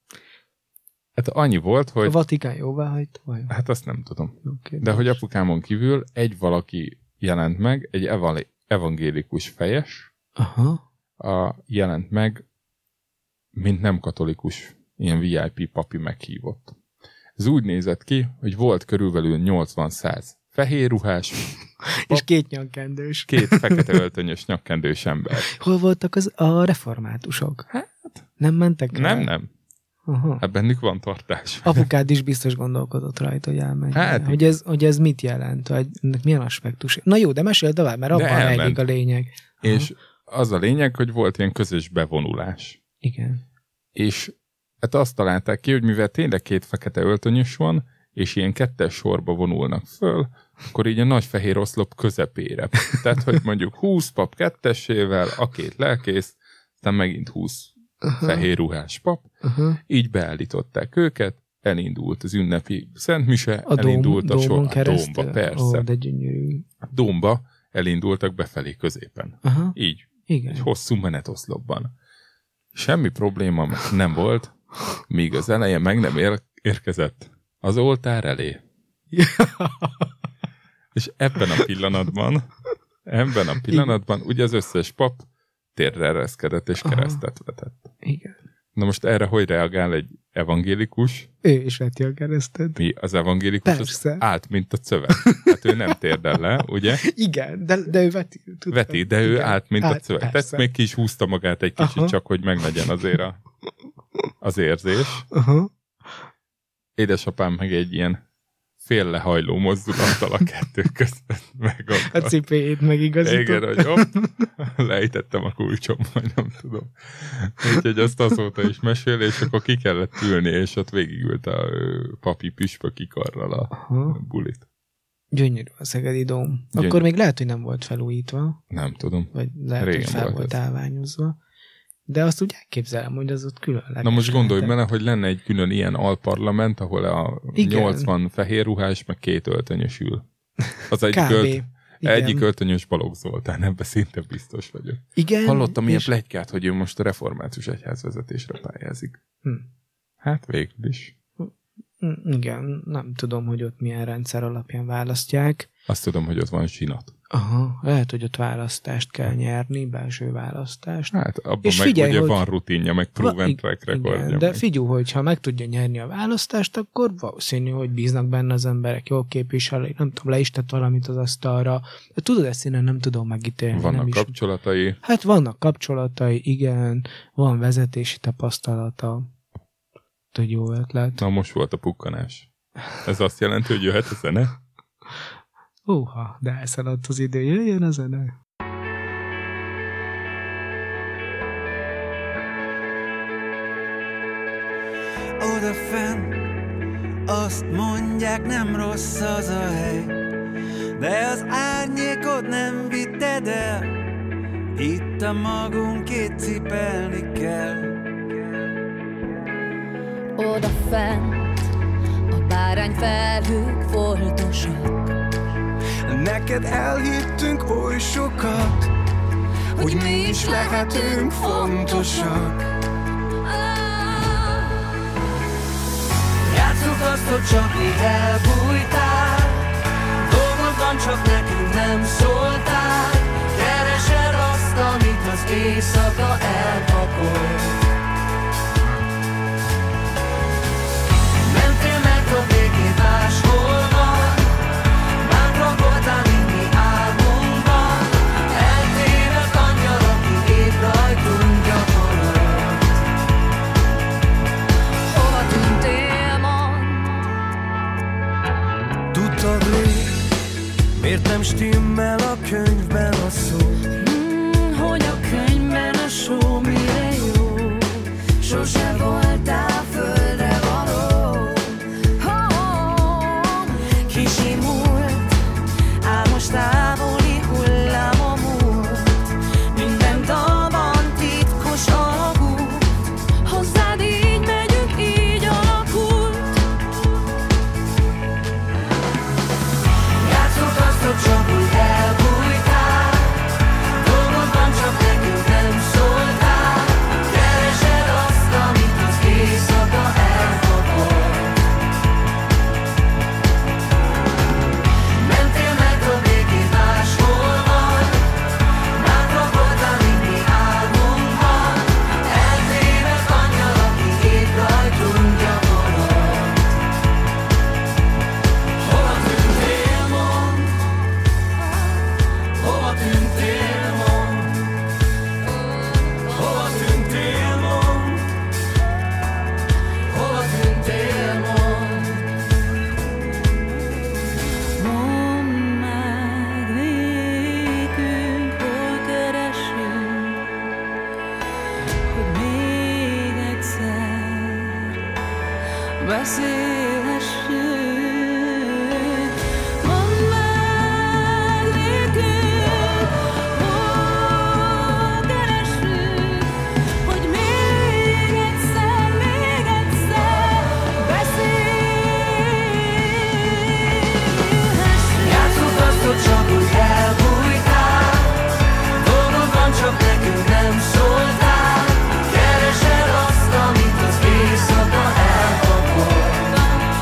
Hát annyi volt, hogy... A Vatikán jóvá hagyta, vagy? Hát azt nem tudom. Okay, de hogy apukámon kívül egy valaki jelent meg, egy evali, evangélikus fejes, aha. A, jelent meg, mint nem katolikus, ilyen vé i pé papi meghívott. Ez úgy nézett ki, hogy volt körülbelül nyolcvan-száz fehér ruhás, és két nyakkendős. Két fekete öltönyös nyakkendős ember. Hol voltak az, a reformátusok? Hát, nem mentek el? Nem, nem. Aha. Hát bennük van tartás. Apukád is biztos gondolkodott rajta, hogy elmegy. Hát, hogy, ez, hogy ez mit jelent, vagy milyen aspektus. Na jó, de mesél tovább, mert abban elég a lényeg. Aha. És az a lényeg, hogy volt ilyen közös bevonulás. Igen. És hát azt találták ki, hogy mivel tényleg két fekete öltönyös van, és ilyen kettes sorba vonulnak föl, akkor így a nagy fehér oszlop közepére. Tehát, hogy mondjuk húsz pap kettesével, a két lelkész, aztán megint húsz uh-huh. fehér ruhás pap, uh-huh. így beállították őket, elindult az ünnepi szentmise, a elindult dóm, a sor a domba, persze. Ó, de gyönyörű. A domba elindultak befelé középen. Uh-huh. Így. Igen. Egy hosszú menetoszlopban. Semmi probléma nem volt, míg az elején meg nem ér- érkezett az oltár elé. És ebben a pillanatban, ebben a pillanatban ugye az összes pap térre ereszkedett és keresztet vetett. Igen. Na most erre hogy reagál egy evangélikus. Ő is veti a keresztet. Mi? Az evangélikus Persze. az állt, mint a szövet. Hát ő nem térdel le, ugye? Igen, de, de ő veti. Tudtam. Veti, de ő Igen. állt, mint Állt, a szövet. persze. Tehát még ki is húzta magát egy kicsit, Aha. csak hogy meglegyen azért a, az érzés. Aha. Édesapám meg egy ilyen féllehajló mozdulattal a kettő között megakar. A cipéjét megigazított. Igen, hogy hopp, lejtettem a kulcsom, vagy nem tudom. Úgyhogy azt azóta is mesél, és akkor ki kellett ülni, és ott végigült a ö, papi püspöki karral a Aha. bulit. Gyönyörű a Szegedi Dóm. Gyönyörű. Akkor még lehet, hogy nem volt felújítva, Nem tudom. vagy lehet, Régen hogy fel volt volt ez. állványozva. De azt úgy elképzelem, hogy az ott különleges. Na most gondolj lehetett. bele, hogy lenne egy külön ilyen alparlament, ahol a Igen. nyolcvan fehér ruhás, meg két öltönyös ül. Az egyik, Kb. ölt, Igen. egyik öltönyös Balogh Zoltán, ebben szinte biztos vagyok. Igen. Hallottam ilyen és- pletykát, hogy ő most a református egyházvezetésre pályázik. Hm. Hát végül is. Hm, Igen, nem tudom, hogy ott milyen rendszer alapján választják. Azt tudom, hogy ott van zsinat. Aha, lehet, hogy ott választást kell nyerni, belső választást. Hát abban És meg figyelj, ugye hogy- van rutinja, meg proven Va- track igen, rekordja. de meg. figyelj, hogy ha meg tudja nyerni a választást, akkor valószínű, hogy bíznak benne az emberek, jól képviseli, nem tudom, le is tett valamit az asztalra. De tudod, ezt én nem tudom megítélni. Vannak nem is. kapcsolatai. Hát vannak kapcsolatai, igen, van vezetési tapasztalata. Hogy jó ötlet. Na most volt a pukkanás. Ez azt jelenti, hogy jöhet a zene? Húha, de elszaladt az idő, jöjjön a zene. Odafenn azt mondják, nem rossz az a hely, de az árnyékot nem vitted el, itt a magunkét cipelni kell. Odafent a bárányfelhők foltosak, Neked elhittünk oly sokat, hogy mi is lehetünk fontosak. Játsszuk azt, hogy csak így elbújtál, dolgod van, csak nekünk nem szóltál. Keresed azt, amit az éjszaka elpakolt. Mentél meg a végén máshol van, bátran voltál, mint mi álmunkban. Eltévedt angyal, aki épp rajtunk gyakorolt. hova tűntél, mondd? Tudtad rég, miért nem stimmel a könyvben a szó? Hmm, hogy a könyvben a só mire jó? Sose voltál földre való. Oh, kisimult, álmos távoli hullám a múlt. Minden dalban titkos alagút, hozzád így megyünk, így alakult. Játsszuk azt, hogy csak úgy elbújtál, dolgod van, csak nekünk nem szóltál. Keresed azt, amit az éjszaka elpakolt. Mentél meg a végén máshol van, bátran voltál, mint mi álmunkban. Eltévedt angyal, aki épp rajtunk gyakorolt. Hova tűntél, mondd? Hova tűntél, mondd? Hova tűntél, mondd? Hova tűntél, mondd? Mondd meg végünk, hol keresünk, hogy még egyszer beszélhessünk. Mondd meg végünk, hol keresünk, hogy még egyszer, még egyszer beszélhessünk. Játsszuk azt, hogy csak úgy elbújtál, dolgod van, csak nekünk nem szóltál. Keresed azt, amit az éjszaka elpakolt.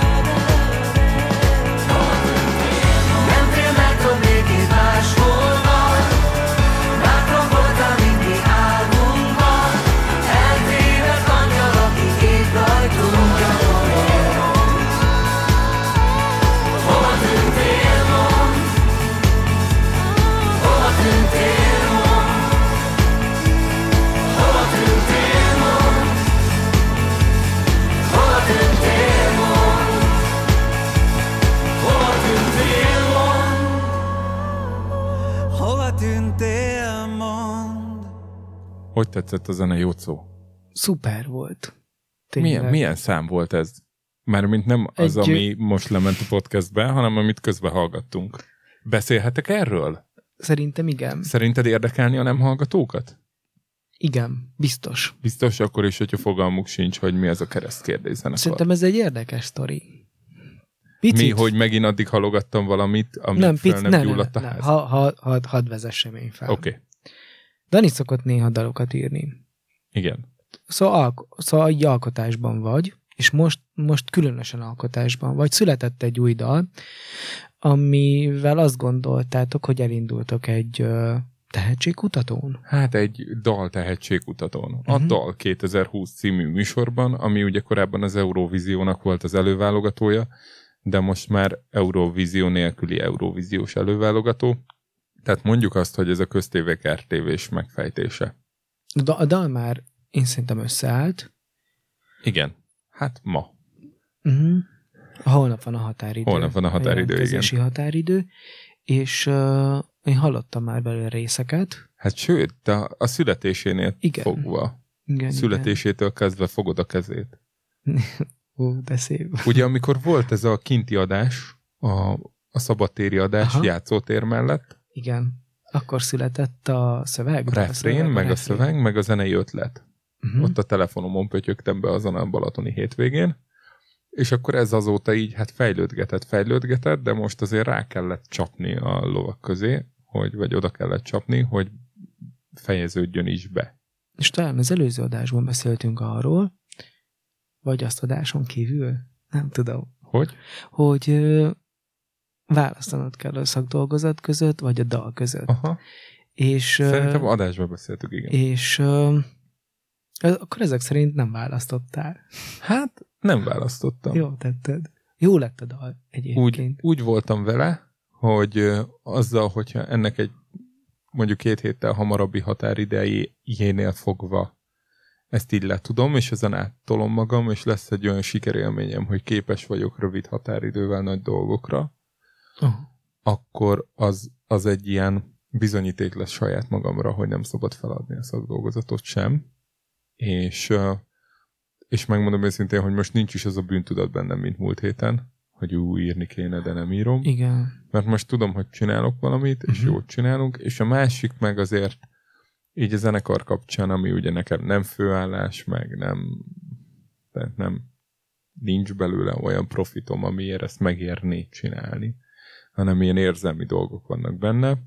Hogy tetszett a zene, Jocó? Szuper volt. Tényleg. Milyen, milyen szám volt ez? Mármint nem az, Egy- ami most lement a podcastbe, hanem amit közben hallgattunk. Beszélhetek erről? Szerintem igen. Szerinted érdekelni a nem hallgatókat? Igen, biztos. Biztos akkor is, hogyha fogalmuk sincs, hogy mi az a keresztkérdés zenekar. Szerintem ez egy érdekes sztori. Mi, Picit. hogy megint addig halogattam valamit, amit nem, fel pic, nem ne, ne, gyulladt ne, a ne. ház? Ha, ha, ha, hadd vezessem én fel. Oké, okay. Dani szokott néha dalokat írni. igen. Szóval, alk- szóval egy alkotásban vagy, és most, most különösen alkotásban vagy. Született egy új dal, amivel azt gondoltátok, hogy elindultok egy ö, tehetségkutatón. Hát egy dal tehetségkutatón. A Mhm. Dal kétezer-húsz című műsorban, ami ugye korábban az Eurovíziónak volt az előválogatója, de most már Eurovízió nélküli Eurovíziós előválogató. Tehát mondjuk azt, hogy ez a köztévek er té vés megfejtése. A, da- a dal már én szerintem összeállt. Igen. Hát ma. Uh-huh. Holnap van a határidő. Holnap van a határidő, igen. jelentkezési határidő, és uh, én hallottam már belőle részeket. Hát sőt, de a születésénél Igen. fogva. Igen, Születésétől kezdve fogod a kezét. igen. Ú, de szép. Ugye amikor volt ez a kinti adás, a, a szabadtéri adás Aha. játszótér mellett, Igen. Akkor született a szöveg? a refrén, meg a refrén. szöveg, meg a zenei ötlet. Uh-huh. Ott a telefonomon pötyögtem be azon a balatoni hétvégén, és akkor ez azóta így hát fejlődgetett, fejlődgetett, de most azért rá kellett csapni a lovak közé, hogy, vagy oda kellett csapni, hogy fejeződjön is be. És talán az előző adásban beszéltünk arról, vagy azt adáson kívül, nem tudom, Hogy? hogy ö, választanod kell a szakdolgozat között, vagy a dal között. Aha. És, ö, Szerintem adásban beszéltük, igen. és ö, akkor ezek szerint nem választottál. Hát nem választottam. Jó tetted. Jó lett a dal egyébként. Úgy, úgy voltam vele, hogy ö, azzal, hogyha ennek egy mondjuk két héttel hamarabbi határidejénél fogva ezt így letudom, és ezen áttolom magam, és lesz egy olyan sikerélményem, hogy képes vagyok rövid határidővel nagy dolgokra, Oh. akkor az, az egy ilyen bizonyíték lesz saját magamra, hogy nem szabad feladni a szakdolgozatot sem. És, ö, és megmondom őszintén, hogy most nincs is az a bűntudat bennem, mint múlt héten, hogy ú, írni kéne, de nem írom. Igen. Mert most tudom, hogy csinálok valamit, és Mhm. jót csinálunk, és a másik meg azért így a zenekar kapcsán, ami ugye nekem nem főállás, meg nem, tehát nem nincs belőle olyan profitom, amiért ezt megérné csinálni, hanem ilyen érzelmi dolgok vannak benne.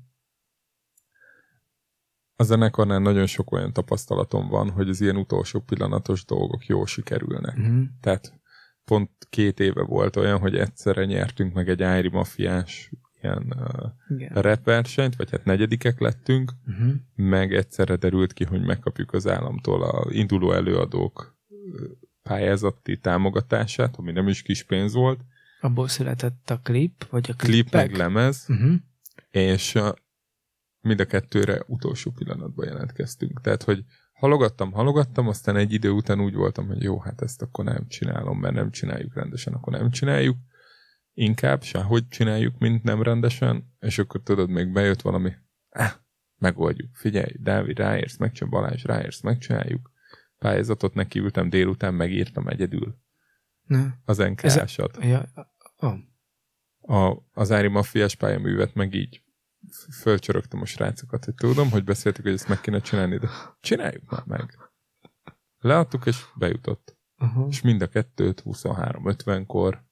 A zenekarnál nagyon sok olyan tapasztalatom van, hogy az ilyen utolsó pillanatos dolgok jól sikerülnek. Uh-huh. Tehát pont két éve volt olyan, hogy egyszerre nyertünk meg egy Ári Mafiás ilyen uh, Igen. rap versenyt, vagy hát negyedikek lettünk, Uh-huh. meg egyszerre derült ki, hogy megkapjuk az államtól a induló előadók ö, pályázati támogatását, ami nem is kis pénz volt, Abból született a klip, vagy a klip klippek. meg lemez, Uh-huh. és uh, mind a kettőre utolsó pillanatban jelentkeztünk. Tehát, hogy halogattam, halogattam, aztán egy idő után úgy voltam, hogy jó, hát ezt akkor nem csinálom, mert nem csináljuk rendesen, akkor nem csináljuk. Inkább sehogy csináljuk, mint nem rendesen, és akkor tudod, még bejött valami, ah, megoldjuk, figyelj, Dávid, ráérsz, megcsináljuk, Balázs, ráérsz, megcsináljuk. Pályázatot nekiültem, délután megírtam egyedül Ne. az en ká ásat. Ja, oh. A, az Ári Mafiás pályaművet meg így f- fölcsörögtem a srácokat, hogy tudom, hogy beszéltük, hogy ezt meg kéne csinálni, de csináljuk már meg. Leadtuk, és bejutott. Uh-huh. És mind a kettőt huszonhárom ötvenkor.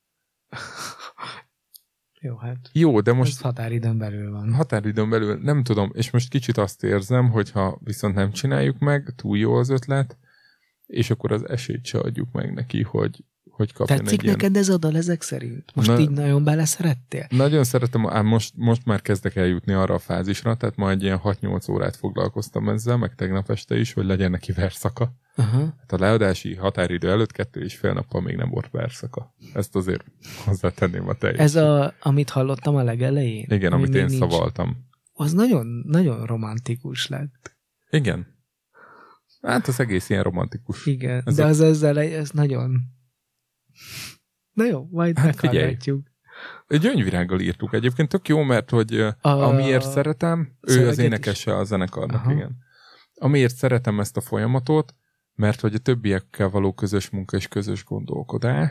Jó, hát Jó, de most most határidőn belül van. határidőn belül nem tudom, és most kicsit azt érzem, hogy ha viszont nem csináljuk meg, túl jó az ötlet, és akkor az esélyt se adjuk meg neki, hogy, hogy kapjon Tetszik egy ilyen... neked ez a dal ezek szerint? Most Na- így nagyon beleszerettél? Nagyon szeretem, ám most, most már kezdek eljutni arra a fázisra, tehát ma egy ilyen hat-nyolc órát foglalkoztam ezzel, meg tegnap este is, hogy legyen neki verszaka. Aha. Hát a leadási határidő előtt kettő és fél nappal még nem volt verszaka. Ezt azért hozzátenném a teljes. Ez a, amit hallottam a legelején? Igen, ami amit még én nincs. szavaltam. Az nagyon, nagyon romantikus lett. Igen. Hát az egész ilyen romantikus. Igen, Ez de a- az ezzel ez nagyon... Na jó, majd Hát meghallgatjuk. Gyöngyvirággal írtuk egyébként, tök jó, mert hogy A- a... amiért szeretem, ő az szöveget énekese a zenekarnak, Aha. igen. Amiért szeretem ezt a folyamatot, mert hogy a többiekkel való közös munka és közös gondolkodás,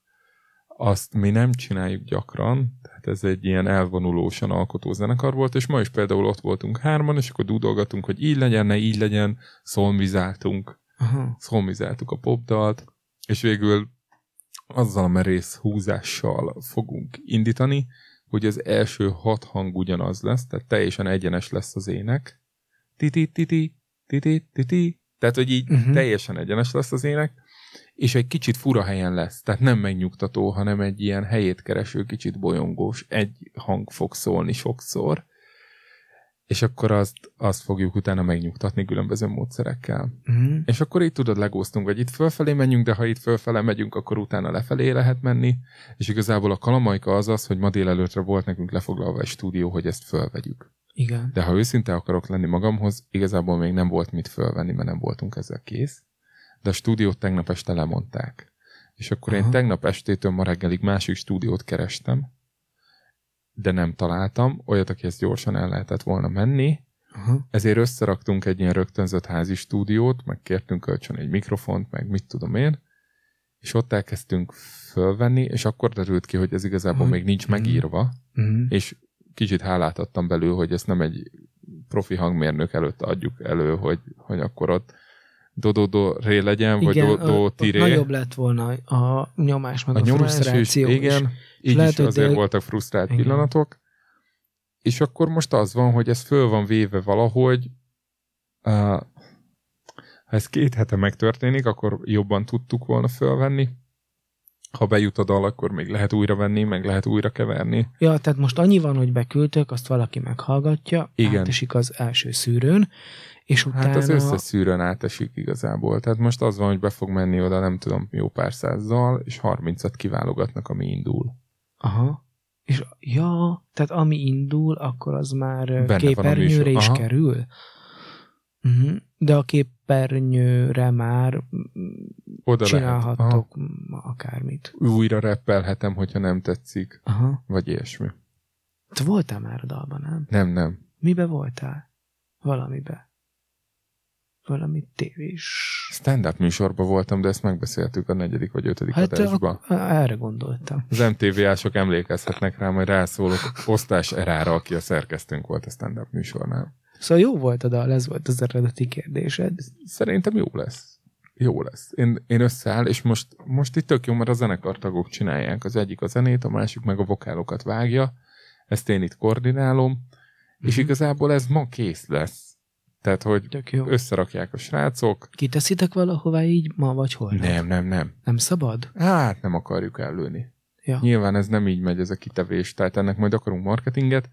azt mi nem csináljuk gyakran, tehát ez egy ilyen elvonulósan alkotó zenekar volt, és ma is például ott voltunk hárman, és akkor dúdolgatunk, hogy így legyen, ne így legyen, szolmizáltunk, Aha. szolmizáltuk a popdalt, és végül azzal a merész húzással fogunk indítani, hogy az első hat hang ugyanaz lesz, tehát teljesen egyenes lesz az ének. Titi-titi, titi-titi, tehát, hogy így uh-huh. teljesen egyenes lesz az ének, és egy kicsit fura helyen lesz, tehát nem megnyugtató, hanem egy ilyen helyét kereső, kicsit bolyongós, egy hang fog szólni sokszor, és akkor azt, azt fogjuk utána megnyugtatni különböző módszerekkel. Uh-huh. És akkor így tudod, legóztunk, hogy itt fölfelé menjünk, de ha itt fölfele megyünk, akkor utána lefelé lehet menni, és igazából a kalamajka az az, hogy ma délelőtre volt nekünk lefoglalva egy stúdió, hogy ezt fölvegyük. Igen. De ha őszinte akarok lenni magamhoz, igazából még nem volt mit fölvenni, mert nem voltunk ezzel kész. De a stúdiót tegnap este lemondták. És akkor Aha. én tegnap estétől ma reggelig másik stúdiót kerestem, de nem találtam, olyat, akihez gyorsan el lehetett volna menni, Aha. ezért összeraktunk egy ilyen rögtönzött házi stúdiót, meg kértünk kölcsön egy mikrofont, meg mit tudom én, és ott elkezdtünk fölvenni, és akkor derült ki, hogy ez igazából Hogy- még nincs Mhm. megírva, Uh-huh. és kicsit hálát adtam belül, hogy ezt nem egy profi hangmérnök előtt adjuk elő, hogy, hogy akkor ott do-do-do ré legyen, vagy Igen, do-do-ti ott ré. nagyobb lett volna a nyomás, meg a, A a nyomás is, frusztráció igen, így lehet, is hogy azért dél- voltak frusztrált Igen. pillanatok. És akkor most az van, hogy ez föl van véve valahogy, uh, ha ez két hete megtörténik, akkor jobban tudtuk volna fölvenni. Ha bejut a dal, akkor még lehet újra venni, meg lehet újra keverni. Ja, tehát most annyi van, hogy beküldtök, azt valaki meghallgatja, Igen. átesik az első szűrőn, és utána... Hát az összes szűrőn átesik igazából. Tehát most az van, hogy be fog menni oda, nem tudom, jó pár százzal, és harmincat kiválogatnak, ami indul. Aha. És ja, tehát ami indul, akkor az már ö, van a képernyőre műsor. is Aha. kerül. Uh-huh. De a képernyőre már Oda csinálhattok lehet. akármit. Aha. Újra rappelhetem, hogyha nem tetszik. Aha. Vagy ilyesmi. Te voltál már a dalban, nem? Nem, nem. Mibe voltál? Valamibe. Valami tévés. Stand-up műsorban voltam, de ezt megbeszéltük a negyedik vagy ötödik Hát adásban. ak- erre gondoltam. Az em té vé-ások emlékezhetnek rá, majd rászólok Osztás Erára, aki a szerkesztőnk volt a stand-up műsornál. Szóval jó volt a dal, ez volt az eredeti kérdésed. Szerintem jó lesz. Jó lesz. Én, én összeáll, és most, most itt tök jó, mert a zenekartagok csinálják. Az egyik a zenét, a másik meg a vokálokat vágja. Ezt én itt koordinálom. Mm-hmm. És igazából ez ma kész lesz. Tehát, hogy Tök jó. összerakják a srácok. Kiteszitek valahová így ma, vagy holnap? Nem, nem, nem. Nem szabad? Hát nem akarjuk ellőni. Ja. Nyilván ez nem így megy, ez a kitevés, tehát ennek majd akarunk marketinget.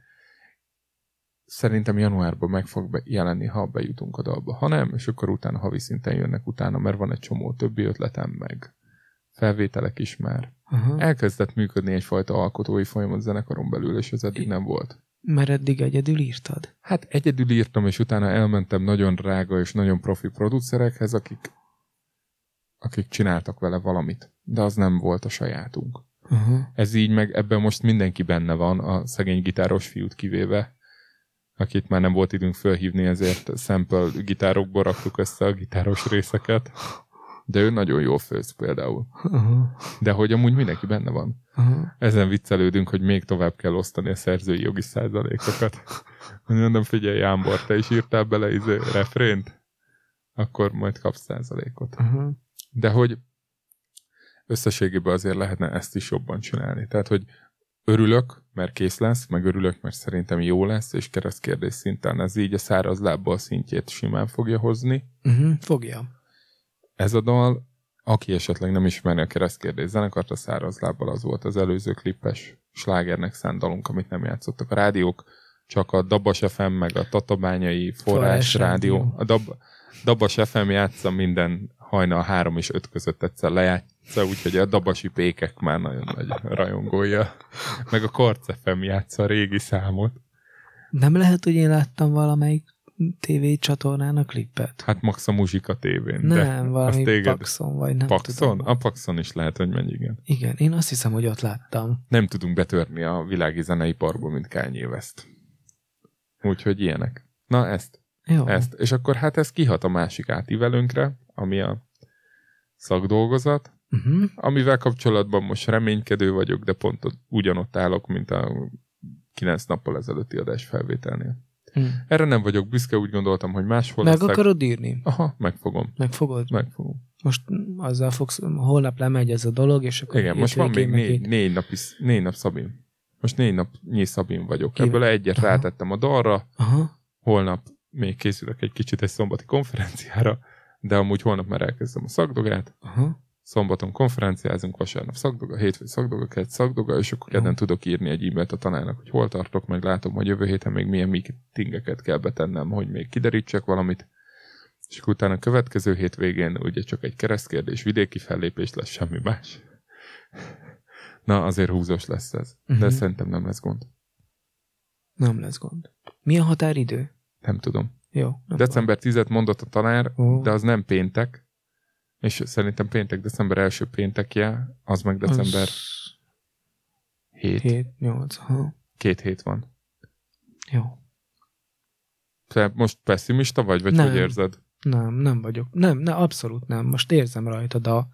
Szerintem januárban meg fog be- jelenni, ha bejutunk a dalba. Ha nem, és akkor utána havi szinten jönnek utána, mert van egy csomó többi ötletem, meg felvételek is már. Aha. Elkezdett működni egyfajta alkotói folyamat zenekaron belül, és ez eddig nem volt. Mert eddig egyedül írtad? Hát egyedül írtam, és utána elmentem nagyon drága és nagyon profi producerekhez, akik, akik csináltak vele valamit. De az nem volt a sajátunk. Aha. Ez így meg ebben most mindenki benne van, a szegény gitáros fiút kivéve, akit már nem volt időnk fölhívni, ezért sample gitárokból raktuk össze a gitáros részeket. De ő nagyon jól főz például. Aha. De hogy amúgy mindenki benne van. Aha. Ezen viccelődünk, hogy még tovább kell osztani a szerzői jogi százalékokat. Mondom, figyelj, Jámbor, te is írtál bele izé, refrént? Akkor majd kapsz százalékot. Aha. De hogy összességében azért lehetne ezt is jobban csinálni. Tehát, hogy örülök, mert kész lesz, meg örülök, mert szerintem jó lesz, és keresztkérdés szinten ez így a száraz lábbal szintjét simán fogja hozni. Uh-huh. Fogja. Ez a dal, aki esetleg nem ismeri a keresztkérdés zenekart, a száraz lábbal az volt az előző klippes slágernek szánt dalunk, amit nem játszottak a rádiók, csak a Dabas ef em meg a Tatabányai Forrás, Forrás Rádió. Rádió. A Dab, Dabas ef em játsza minden hajnal három és öt között egyszer lejátsza, úgyhogy a dabasi pékek már nagyon nagy rajongója. Meg a Korc ef em játsza a régi számot. Nem lehet, hogy én láttam valamelyik tévé csatornán a klippet? Hát max a Muzsika tévén. Nem, de valami téged... Paxon, vagy nem Paxon? tudom. A Paxon is lehet, hogy megy, igen. Igen, én azt hiszem, hogy ott láttam. Nem tudunk betörni a világi zeneiparba, mint Kanye West. Úgyhogy ilyenek. Na ezt. Jó. ezt. És akkor hát ez kihat a másik átívelőnkre, ami a szakdolgozat, Uh-huh. amivel kapcsolatban most reménykedő vagyok, de pont ott, ugyanott állok, mint a kilenc nappal ezelőtti adás felvételnél. Hmm. Erre nem vagyok büszke, úgy gondoltam, hogy máshol Meg leszek. akarod írni? Aha, megfogom. Megfogod? Megfogom. Most azzal fogsz, holnap lemegy ez a dolog, és akkor... Igen, most van még hétvégén négy, meg négy, nap, is, négy nap Szabin. Most négy nap nyi Szabin vagyok. Ki- Ebből egyet Aha. rátettem a dalra, Aha. holnap még készülök egy kicsit egy szombati konferenciára, de amúgy holnap már elkezdem a szakdogát. Aha. Szombaton konferenciázunk, vasárnap szakdoga, hétfőn szakdoga, kedd szakdoga, és akkor kedden tudok írni egy e-mailt a tanárnak, hogy hol tartok, meg látom, hogy jövő héten még milyen meetingeket kell betennem, hogy még kiderítsek valamit. És akkor utána a következő hétvégén ugye csak egy keresztkérdés, vidéki fellépés lesz, semmi más. Na, azért húzós lesz ez. De Uh-huh. szerintem nem lesz gond. Nem lesz gond. Mi a határidő? Nem tudom. Jó. nem december tizedike mondott a tanár, Ó. de az nem péntek, és szerintem péntek, december első péntekje, az meg baj. december Az hét. hét, nyolc, ha. Két hét van. Jó. Te most pessimista vagy, vagy Nem. hogy érzed? Nem, nem vagyok. Nem, nem, abszolút nem. Most érzem rajtad a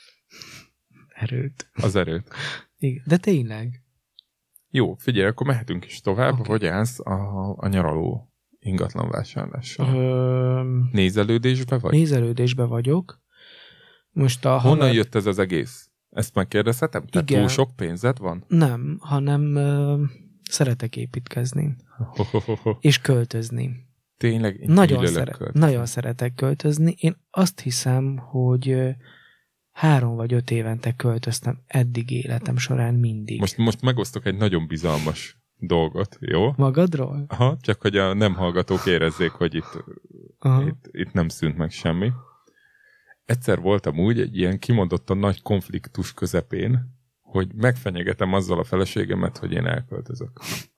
erőt. Az erőt. Igen. De tényleg. Jó, figyelj, akkor mehetünk is tovább, Oké. okay. Hogy állsz a, a nyaraló ingatlan vásárlással. Ö, Nézelődésbe vagy? nézelődésbe vagyok. Most a Honnan haver- jött ez az egész? Ezt megkérdezhetem? Tehát Igen. túl sok pénzed van? Nem, hanem ö, szeretek építkezni. És költözni. Tényleg? én Nagyon, gyűlölök szeret, költözni. nagyon szeretek költözni. Én azt hiszem, hogy ö, három vagy öt évente költöztem eddig életem során mindig. Most, most megosztok egy nagyon bizalmas dolgot, jó? Magadról? Aha, csak hogy a nem hallgatók érezzék, hogy itt, Aha. itt, itt nem szűnt meg semmi. Egyszer voltam úgy egy ilyen kimondottan nagy konfliktus közepén, hogy megfenyegetem azzal a feleségemet, hogy én elköltözök.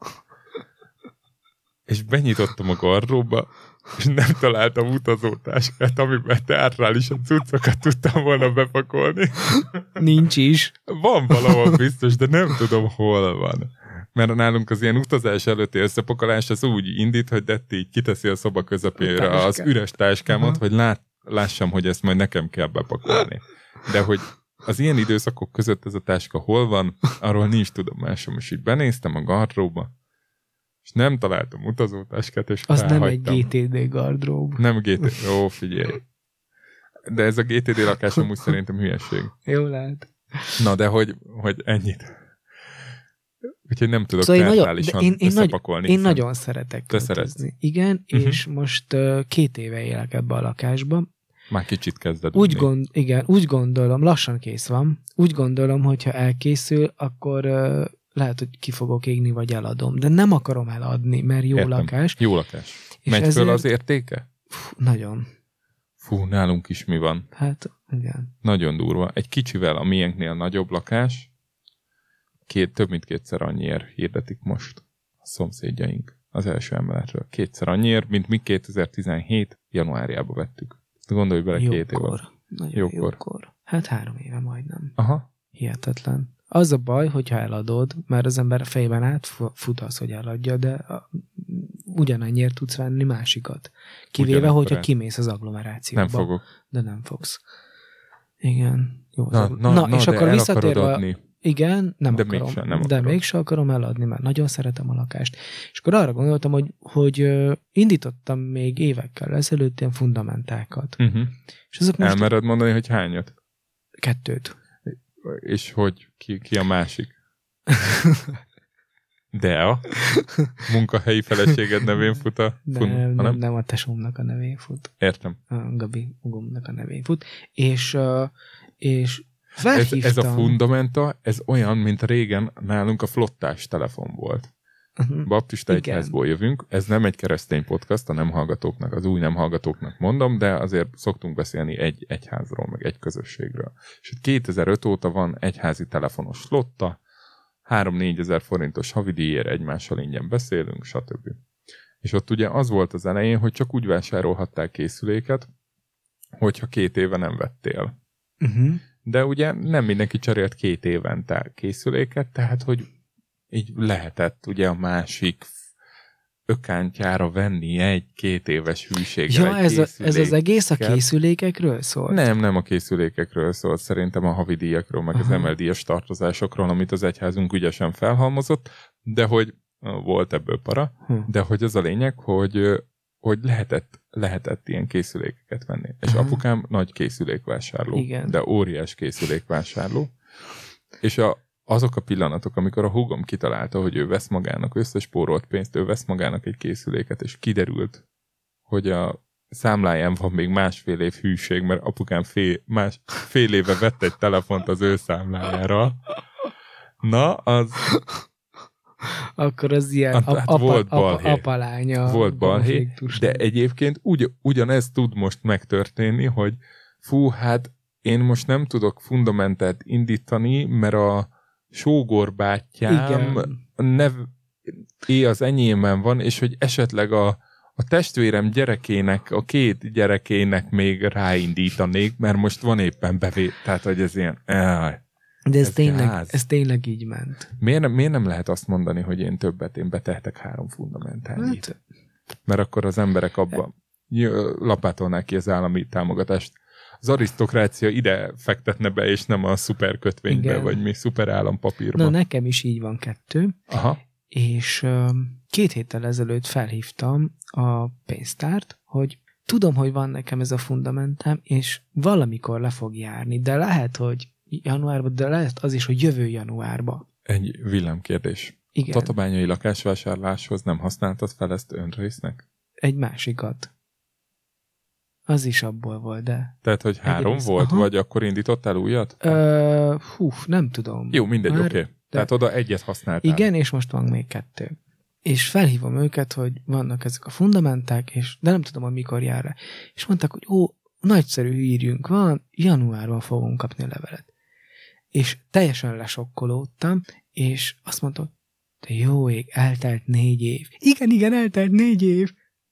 És benyitottam a gardróba, és nem találtam utazótáskát, amiben teátrálisan cuccokat tudtam volna bepakolni. Nincs is. Van valahol biztos, de nem tudom, hol van. Mert nálunk az ilyen utazás előtti összepakolás az úgy indít, hogy Detti így kiteszi a szoba közepére A az táskát. üres táskámat, Aha. hogy lát, lássam, hogy ezt majd nekem kell bepakolni. De hogy az ilyen időszakok között ez a táska hol van, arról nincs tudomásom. És így benéztem a gardróba, és nem találtam utazótáskát, és Az nem egy felhagytam. gé té dé gardrób. Nem gé té dé. Ó, figyelj. De ez a gé té dé lakás amúgy szerintem hülyeség. Jó lehet. Na, de hogy, hogy ennyit. Úgyhogy nem tudok Szóval én, nagyon, de teátrálisan én, én, nagy, összepakolni. én hiszen- nagyon szeretek Te költözni. Igen, Mhm. és most uh, két éve élek ebbe a lakásba. Már kicsit kezded Úgy, unni. gond, igen, úgy gondolom, lassan kész van, úgy gondolom, hogyha elkészül, akkor uh, lehet, hogy ki fogok égni, vagy eladom. De nem akarom eladni, mert jó Értem. lakás. Jó lakás. És Megy föl ezért- az értéke? Fú, nagyon. Fú, nálunk is mi van. Hát, igen. Nagyon durva. Egy kicsivel a miénknél nagyobb lakás, két, több mint kétszer annyiért hirdetik most a szomszédjaink az első emeletről. Kétszer annyiért, mint mi kétezer-tizenhét januárjában vettük. Gondolj bele, két év Jókor. alatt. Nagyon Jókor. jókor. Hát három éve majdnem. Aha. Hihetetlen. Az a baj, hogyha eladod, mert az ember fejben átfut az, hogy eladja, de a, ugyanannyiért tudsz venni másikat. Kivéve, Ugyanakkor hogyha el. kimész az agglomerációba. Nem fogok. De nem fogsz. Igen. Jó, az Na, agglo- na, na, na és de akkor el visszatérve... akarod a- adni. Igen, nem De akarom. mégsem nem de akarod. mégsem akarom eladni, mert nagyon szeretem a lakást. És akkor arra gondoltam, hogy, hogy ö, indítottam még évekkel ezelőtt ilyen fundamentákat. Uh-huh. És azok most Elmered mondani, hogy hányat? kettőt. És hogy ki, ki a másik? De a munkahelyi feleséged nevén fut a... De fun- nem, hanem? nem a tesómnak a nevén fut. Értem. A Gabi ugomnak a nevén fut. És, uh, és Ez, felhívtam... ez a fundamenta, ez olyan, mint régen nálunk a flottás telefon volt. Uh-huh. Baptista Igen. egyházból jövünk, ez nem egy keresztény podcast, a nem hallgatóknak, az új nem hallgatóknak mondom, de azért szoktunk beszélni egy egyházról, meg egy közösségről. És itt kétezer-öt óta van egyházi telefonos flotta, három-négyezer forintos havidíjért egymással ingyen beszélünk, stb. És ott ugye az volt az elején, hogy csak úgy vásárolhattál készüléket, hogyha két éve nem vettél. Uh-huh. De ugye nem mindenki cserélt két évente készüléket, tehát hogy így lehetett ugye a másik ökántjára venni egy-két éves hűséggel Ja, egy ez, a, ez az egész a készüléket. készülékekről szól? Nem, nem a készülékekről szólt, szerintem a havidíjakról, meg Aha. az emeldíjas tartozásokról, amit az egyházunk ügyesen felhalmozott, de hogy volt ebből para, hm. de hogy az a lényeg, hogy, hogy lehetett, lehetett ilyen készülékeket venni. És Aha. apukám nagy készülékvásárló, Igen. de óriás készülékvásárló. És a, azok a pillanatok, amikor a húgom kitalálta, hogy ő vesz magának összespórolt pénzt, ő vesz magának egy készüléket, és kiderült, hogy a számláján van még másfél év hűség, mert apukám fél, más, fél éve vett egy telefont az ő számlájára. Na, az... Akkor az ilyen hát, apa, hát apa, volt apa, apalánya. Volt balhé, de egyébként ugy, ugyanez tud most megtörténni, hogy fú, hát én most nem tudok fundamentet indítani, mert a sógorbátyám nev, é az enyémben van, és hogy esetleg a, a testvérem gyerekének, a két gyerekének még ráindítanék, mert most van éppen bevét, tehát hogy ez ilyen... Áj, de ez, ez, tényleg, ez tényleg így ment. Miért nem, miért nem lehet azt mondani, hogy én többet, én betehetek három fundamentálnyit? Hát, mert akkor az emberek abban lapátolnák ki az állami támogatást. Az arisztokrácia ide fektetne be, és nem a szuper kötvénybe, igen. vagy mi szuper állampapírba. Na, nekem is így van kettő. Aha. És uh, két héttel ezelőtt felhívtam a pénztárt, hogy tudom, hogy van nekem ez a fundamentám, és valamikor le fog járni, de lehet, hogy januárban, de lehet az is, hogy jövő januárban. Egy villámkérdés. Igen. Tatabányai lakásvásárláshoz nem használtad fel ezt önrésznek? Egy másikat. Az is abból volt, de... Tehát, hogy három rész, volt, aha. vagy akkor indítottál újat? Ö, hú, nem tudom. Jó, mindegy, oké. Okay. De... Tehát oda egyet használtál. Igen, és most van még kettő. És felhívom őket, hogy vannak ezek a fundamenták, és de nem tudom, hogy mikor jár rá. És mondták, hogy ó, nagyszerű hírjünk van, januárban fogunk kapni a levelet. És teljesen lesokkolódtam, és azt mondtam, de jó ég, eltelt négy év. Igen, igen, eltelt négy év.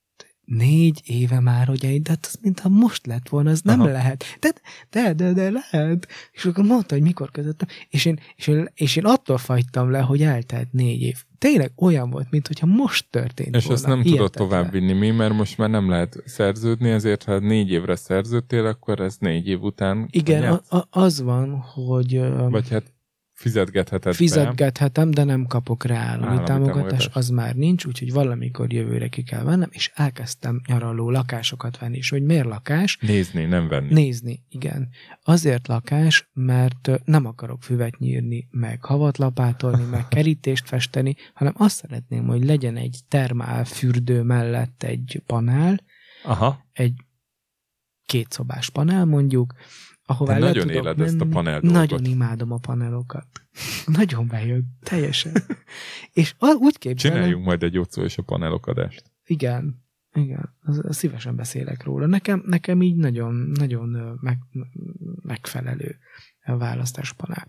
Négy éve már, ugye, de hát az mintha most lett volna, az nem Aha. lehet. De, de, de, de lehet. És akkor mondta, hogy mikor közöttem, és én, és, én, és én attól fagytam le, hogy eltelt négy év. Tényleg olyan volt, mintha most történt és volna. És ezt nem tudod továbbvinni mi, mert most már nem lehet szerződni, ezért ha négy évre szerződtél, akkor ez négy év után... Igen, a, a, az van, hogy... Vagy hát fizetgetheted Fizetgethetem, de nem kapok rá állami, állami támogatás, támogatás. Az már nincs, úgyhogy valamikor jövőre ki kell vennem, és elkezdtem nyaraló lakásokat venni. És hogy miért lakás? Nézni, nem venni. Nézni, igen. Azért lakás, mert nem akarok füvet nyírni, meg havat lapátolni, meg kerítést festeni, hanem azt szeretném, hogy legyen egy termál fürdő mellett egy panel, Aha. egy kétszobás panel mondjuk, ahová nagyon le tudok éled menni. ezt a panel dolgot. Nagyon imádom a panelokat. Nagyon bejön, teljesen. És úgy képzelem... Csináljunk majd egy Jocó és a panelok adást. Igen, igen. Az, az szívesen beszélek róla. Nekem, nekem így nagyon, nagyon meg, megfelelő a választás panel.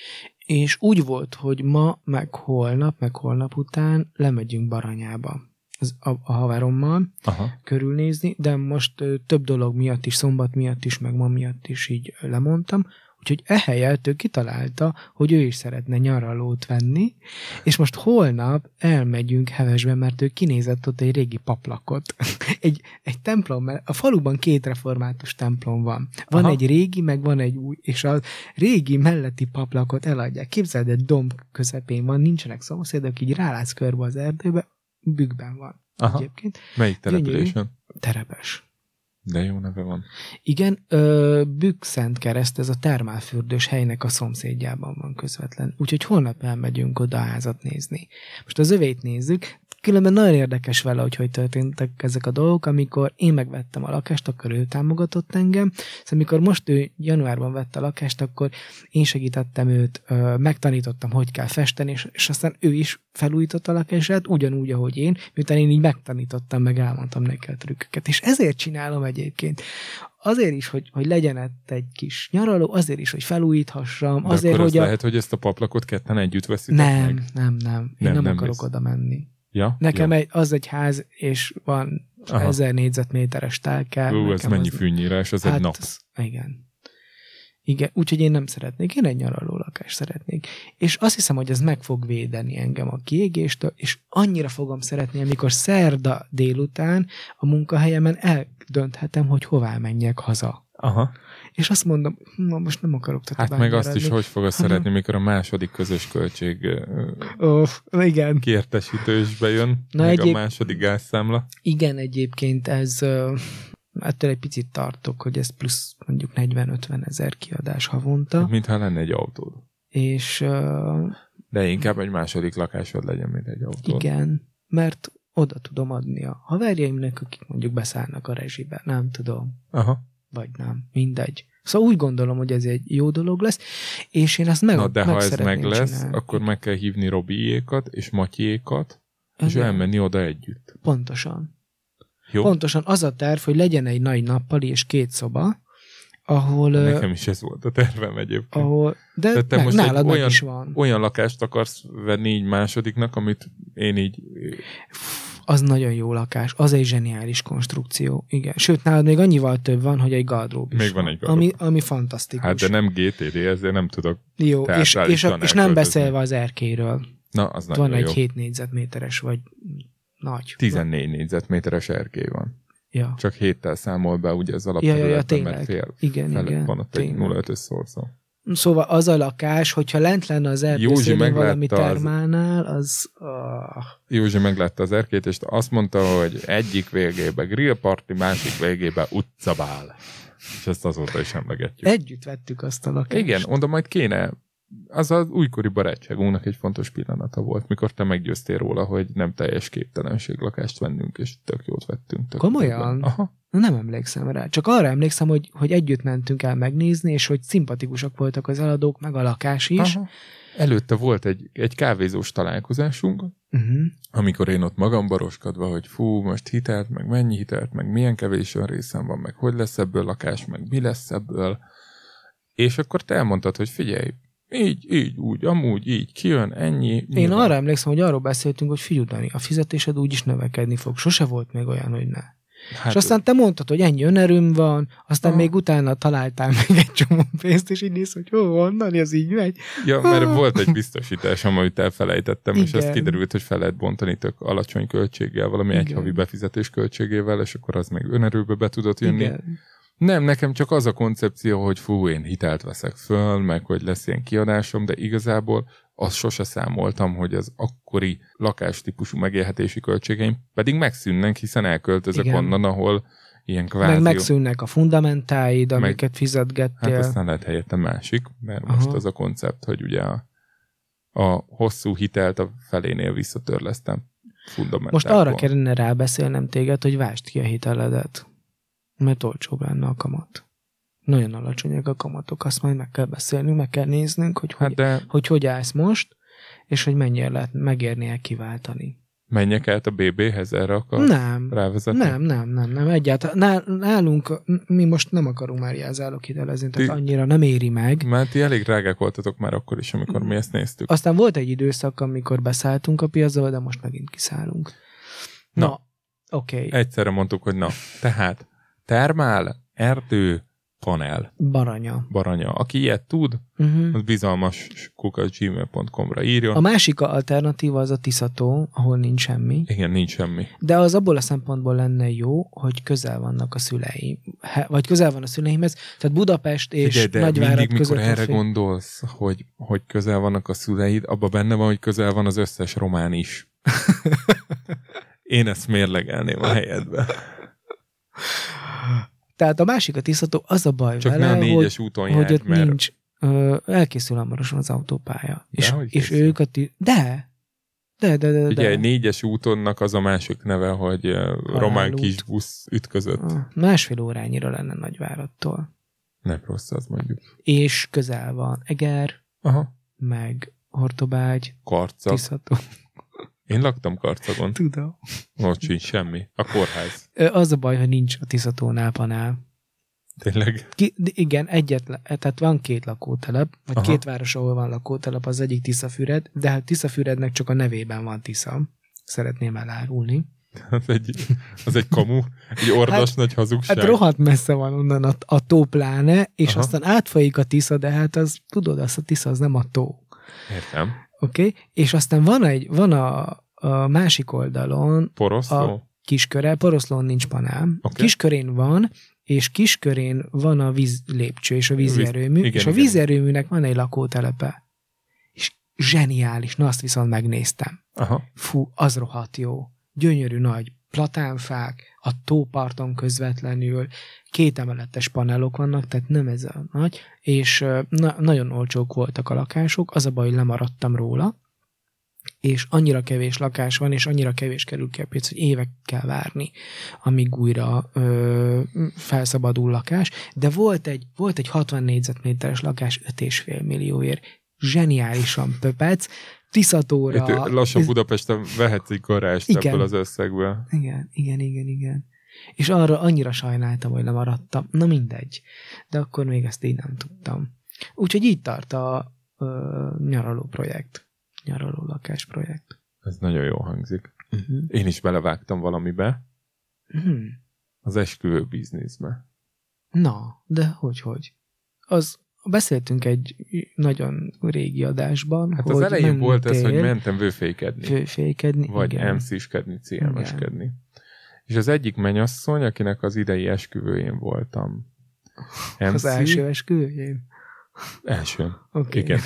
És úgy volt, hogy ma, meg holnap, meg holnap után lemegyünk Baranyába. Az, a, a haverommal Aha. körülnézni, de most ö, több dolog miatt is, szombat miatt is, meg ma miatt is így lemondtam, úgyhogy ehelyett ő kitalálta, hogy ő is szeretne nyaralót venni, és most holnap elmegyünk Hevesbe, mert ő kinézett ott egy régi paplakot. egy, egy templom, mert a faluban két református templom van. Van Aha. egy régi, meg van egy új, és a régi melletti paplakot eladják. Képzeld, egy domb közepén van, nincsenek szomszédok, így rálátsz körbe az erdőbe, Bükkben van. Aha. Egyébként. Melyik településen? Terepes. De jó neve van. Igen, Bükk-Szentkereszt, ez a termálfürdős helynek a szomszédjában van közvetlen. Úgyhogy holnap elmegyünk oda házat nézni. Most az övét nézzük, különben nagyon érdekes vele, hogy hogy történtek ezek a dolgok, amikor én megvettem a lakást, akkor ő támogatott engem, szóval amikor most ő januárban vette a lakást, akkor én segítettem őt, megtanítottam, hogy kell festeni, és, és aztán ő is felújította a lakását, ugyanúgy, ahogy én, miután én így megtanítottam, meg elmondtam neki a trükköket. És ezért csinálom egyébként. Azért is, hogy, hogy legyen itt egy kis nyaraló, azért is, hogy felújíthassam. De azért, akkor hogy az a... lehet, hogy ezt a paplakot ketten együtt veszitek nem, meg? Nem, nem, Én nem, nem, nem akarok visz. oda menni. Ja? Nekem ja. egy, az egy ház, és van ezer négyzetméteres tálkál. Ú, ez mennyi az... fűnyírás, az hát, egy nap. Igen. Igen, úgyhogy én nem szeretnék, én egy nyaraló lakást szeretnék. És azt hiszem, hogy ez meg fog védeni engem a kiégéstől, és annyira fogom szeretni, amikor szerda délután a munkahelyemen eldönthetem, hogy hová menjek haza. Aha. És azt mondom, ma most nem akarok Hát tatabány meg azt maradni. is, hogy fogod szeretni, mikor a második közös költség Ó, igen. kiértesítősbe jön, Na meg egyéb- a második gázszámla. Igen, egyébként ez ö, ettől egy picit tartok, hogy ez plusz mondjuk negyven-ötven ezer kiadás havonta, Mintha lenne egy autód. és ö, De inkább egy második lakásod legyen, mint egy autód. igen, mert oda tudom adni a haverjaimnek, akik mondjuk beszállnak a rezsibe, nem tudom, Aha. vagy nem, mindegy. Szóval úgy gondolom, hogy ez egy jó dolog lesz, és én ezt meg, Na, de meg ha ez szeretném meg lesz, csinálni. akkor meg kell hívni Robiékat és Matyékat, és Igen. elmenni oda együtt. Pontosan. Jó? Pontosan az a terv, hogy legyen egy nagy nappali és két szoba, ahol... ö, Nekem is ez volt a tervem egyébként. ahol de De te ne, most egy nálad meg olyan- is van. Olyan lakást akarsz venni így másodiknak, amit én így... Az nagyon jó lakás, az egy zseniális konstrukció. Igen. Sőt, nálad még annyival több van, hogy egy gardrób is Még van egy gardrób. Ami, ami fantasztikus. Hát de nem gé té dé, ezért nem tudok. Jó, és, és, teátrálisan és nem elköltözni. beszélve az erkéről. Na, az Van nagyon egy jó. hét négyzetméteres, vagy nagy. tizennégy négyzetméteres erkély van. Ja. Csak héttel számol be ugye az Ja, ja, ja, alapterületen, tényleg. mert fél Igen, felett igen. van ott egy tényleg. nulla ötös szorzó. Szóval az a lakás, hogyha lent lenne az Józsi erdőszélén meglátta valami az- termálnál, az... Ah, Józsi meglátta az erkét, és azt mondta, hogy egyik végébe grillparti, másik végébe utcabál. És ezt azóta is emlegetjük. együtt vettük azt a lakást. Igen, mondom, majd kéne. Az az újkori barátságunknak egy fontos pillanata volt, mikor te meggyőztél róla, hogy nem teljes képtelenség lakást vennünk, és tök jót vettünk. Tök Komolyan? jót. Aha. Nem emlékszem rá. Csak arra emlékszem, hogy, hogy együtt mentünk el megnézni, és hogy szimpatikusak voltak az eladók, meg a lakás is. Aha. Előtte volt egy, egy kávézós találkozásunk, Uh-huh. amikor én ott magam baroskadva, hogy fú, most hitelt, meg mennyi hitelt, meg milyen kevés részem van, meg hogy lesz ebből lakás, meg mi lesz ebből. És akkor te elmondtad, hogy figyelj, így, így, úgy, amúgy, így, kijön, ennyi. Én nyilván. arra emlékszem, hogy arról beszéltünk, hogy figyelj, Dani, a fizetésed úgyis növekedni fog. Sose volt még olyan, hogy ne. Hát, És aztán te mondtad, hogy ennyi önerőm van, aztán Aha. még utána találtál még egy csomó pénzt, és így néz, hogy hol van, Dani, az így megy. ja, mert volt egy biztosításom, amit elfelejtettem, és Igen. ezt kiderült, hogy fel lehet bontani tök alacsony költséggel, valami egy Igen. havi befizetés költségével, és akkor az még önerőbe be tudott jönni. Igen. Nem, nekem csak az a koncepció, hogy fú, én hitelt veszek föl, meg hogy lesz ilyen kiadásom, de igazából azt sose számoltam, hogy az akkori lakástípusú megélhetési költségeim pedig megszűnnek, hiszen elköltözök Igen. onnan, ahol ilyen kvázi... Meg megszűnnek a fundamentáid, Meg- amiket fizetgettél. Hát aztán lehet helyette másik, mert Aha. most az a koncept, hogy ugye a, a hosszú hitelt a felénél visszatörlesztem fundamentálból. Most arra kellene rábeszélnem téged, hogy vásd ki a hiteledet. Mert olcsóbb lenne a kamat. Nagyon alacsonyak a kamatok, azt majd meg kell beszélnünk, meg kell néznünk, hogy Hát hogy, de hogy, hogy állsz most, és hogy mennyire lehet megérnie kiváltani. menjek át a bé béhez, erre akar Nem, rávezetni? nem, nem, nem, nem, egyáltalán. Nál- Nálunk, mi most nem akarunk már jelzálók hitelezni, tehát Ti- annyira nem éri meg. Mert ti elég drágák voltatok már akkor is, amikor mi ezt néztük. Aztán volt egy időszak, amikor beszálltunk a piacba, de most megint kiszállunk. Na. Na oké. Okay. Egyszerre mondtuk, hogy na, tehát termál, erdő, panel, Baranya. baranya. Aki ilyet tud, Uh-huh. az bizalmas kukac gmail pont com-ra írjon. A másik alternatíva az a Tiszató, ahol nincs semmi. Igen, nincs semmi. De az abból a szempontból lenne jó, hogy közel vannak a szüleim. He, vagy közel van a szüleimhez. Tehát Budapest és Figyelj, de Nagyvárad mindig, között. mikor a erre fél- gondolsz, hogy, hogy közel vannak a szüleid, abban benne van, hogy közel van az összes román is. Én ezt mérlegelném a helyedbe. Tehát a másik a Tiszató, az a baj Csak vele, ne a hogy, négyes úton hogy járj, ott mert nincs, ö, elkészül hamarosan az autópálya. És, hogy és készül? ők a ti- De! De, de, de, de. ugye egy négyes útonnak az a másik neve, hogy uh, román Halálút. kis busz ütközött. Ah, Másfél órányira lenne Nagyváradtól. Nem rossz az mondjuk. És közel van Eger, Aha. meg Hortobágy, Karcag. Tiszató. Én laktam Karcagon. Tudom. Ott sincs semmi. A kórház. Ö, Az a baj, hogy nincs a Tiszatónál panel. Tényleg. Ki, de igen, egyetlen, tehát van két lakótelep, vagy Aha. két város, ahol van lakótelep, az egyik Tiszafüred, de hát Tiszafürednek csak a nevében van Tisza. Szeretném elárulni. Az egy, az egy kamu, egy ordas Hát- nagy hazugság. Hát rohadt messze van onnan a, a tó pláne, és Aha. aztán átfolyik a Tisza, de hát az, tudod, az a Tisza az nem a tó. Értem. Oké? Okay? És aztán van, egy, van a, a másik oldalon Poroszló? a Kisköre, Poroszlón nincs panám. Oké. Kiskörén van, és Kiskörén van a víz lépcső és a vízi Víz- erőmű, igen, és a igen. vízi erőműnek van egy lakótelepe. És zseniális, na azt viszont megnéztem. Aha. Fú, az rohadt jó. Gyönyörű nagy platánfák, a tóparton közvetlenül, két emeletes panelok vannak, tehát nem ez a nagy, és ö, na, nagyon olcsók voltak a lakások, az a baj, hogy lemaradtam róla, és annyira kevés lakás van, és annyira kevés kerül ki a piac, hogy évek kell várni, amíg újra ö, felszabadul lakás, de volt egy, volt egy hatvan négyzetméteres lakás öt és fél millióért, zseniálisan pöpec, Tiszatóra. Itt lassan Budapesten vehetsz egy garást Igen. ebből az összegből. Igen, igen, igen, igen. És arra annyira sajnáltam, hogy lemaradtam. Na mindegy. De akkor még ezt így nem tudtam. Úgyhogy így tart a ö, nyaraló projekt. Nyaraló lakás projekt. Ez nagyon jó hangzik. Uh-huh. Én is belevágtam valamibe, Uh-huh. az esküvő bizniszbe. Na, de hogy, hogy? Az, beszéltünk egy nagyon régi adásban, Hát hogy az elején volt ez, hogy mentél mentem vőfékedni. főfékedni. Vagy igen. em cé-skedni, cé em es-kedni. És az egyik mennyasszony, akinek az idei esküvőjén voltam. em cé, Az első esküvőjén? Első. Okay. Igen.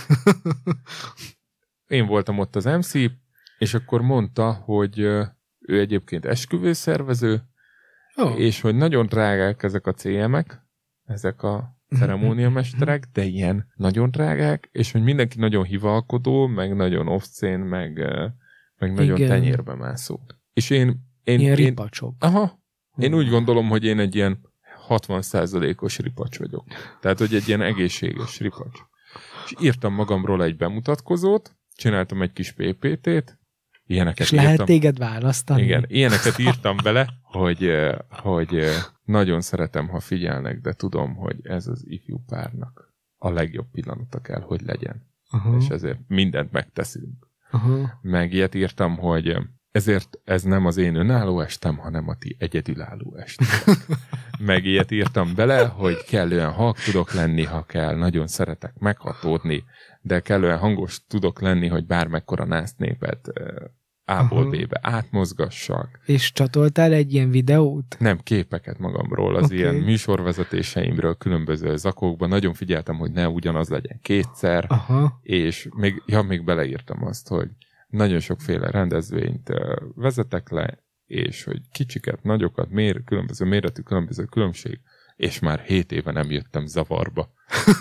Én voltam ott az em cé, és akkor mondta, hogy ö, ő egyébként esküvőszervező, Oh. és hogy nagyon drágák ezek a cé emek, ezek a ceremóniamesterek, de ilyen nagyon drágák, és hogy mindenki nagyon hivalkodó, meg nagyon obszcén, meg, ö, meg nagyon Igen. tenyérbe mászó. És én... én, Ilyen én ripacsok. aha, én úgy gondolom, hogy én egy ilyen hatvan százalékos ripacs vagyok. Tehát, hogy egy ilyen egészséges ripacs. És írtam magamról egy bemutatkozót, csináltam egy kis pé pé té-t, ilyeneket És lehet írtam. téged választani? Igen, ilyeneket írtam bele, hogy, eh, hogy eh, nagyon szeretem, ha figyelnek, de tudom, hogy ez az ifjú párnak a legjobb pillanata kell, hogy legyen. Aha, És ezért mindent megteszünk. aha. Meg ilyet írtam, hogy eh, ezért ez nem az én önálló estem, hanem a ti egyedülálló estetek. Meg ilyet írtam bele, hogy kellően halk tudok lenni, ha kell, nagyon szeretek meghatódni, de kellően hangos tudok lenni, hogy bármekkora násznépet eh, A-ból Aha. B-be átmozgassak. És csatoltál egy ilyen videót? Nem, képeket magamról, az Oké. ilyen műsorvezetéseimről különböző zakókban. Nagyon figyeltem, hogy ne ugyanaz legyen kétszer, Aha. és még, ja, még beleírtam azt, hogy nagyon sokféle rendezvényt ö, vezetek le, és hogy kicsiket, nagyokat, mér, különböző méretű, különböző különbség, és már hét éve nem jöttem zavarba.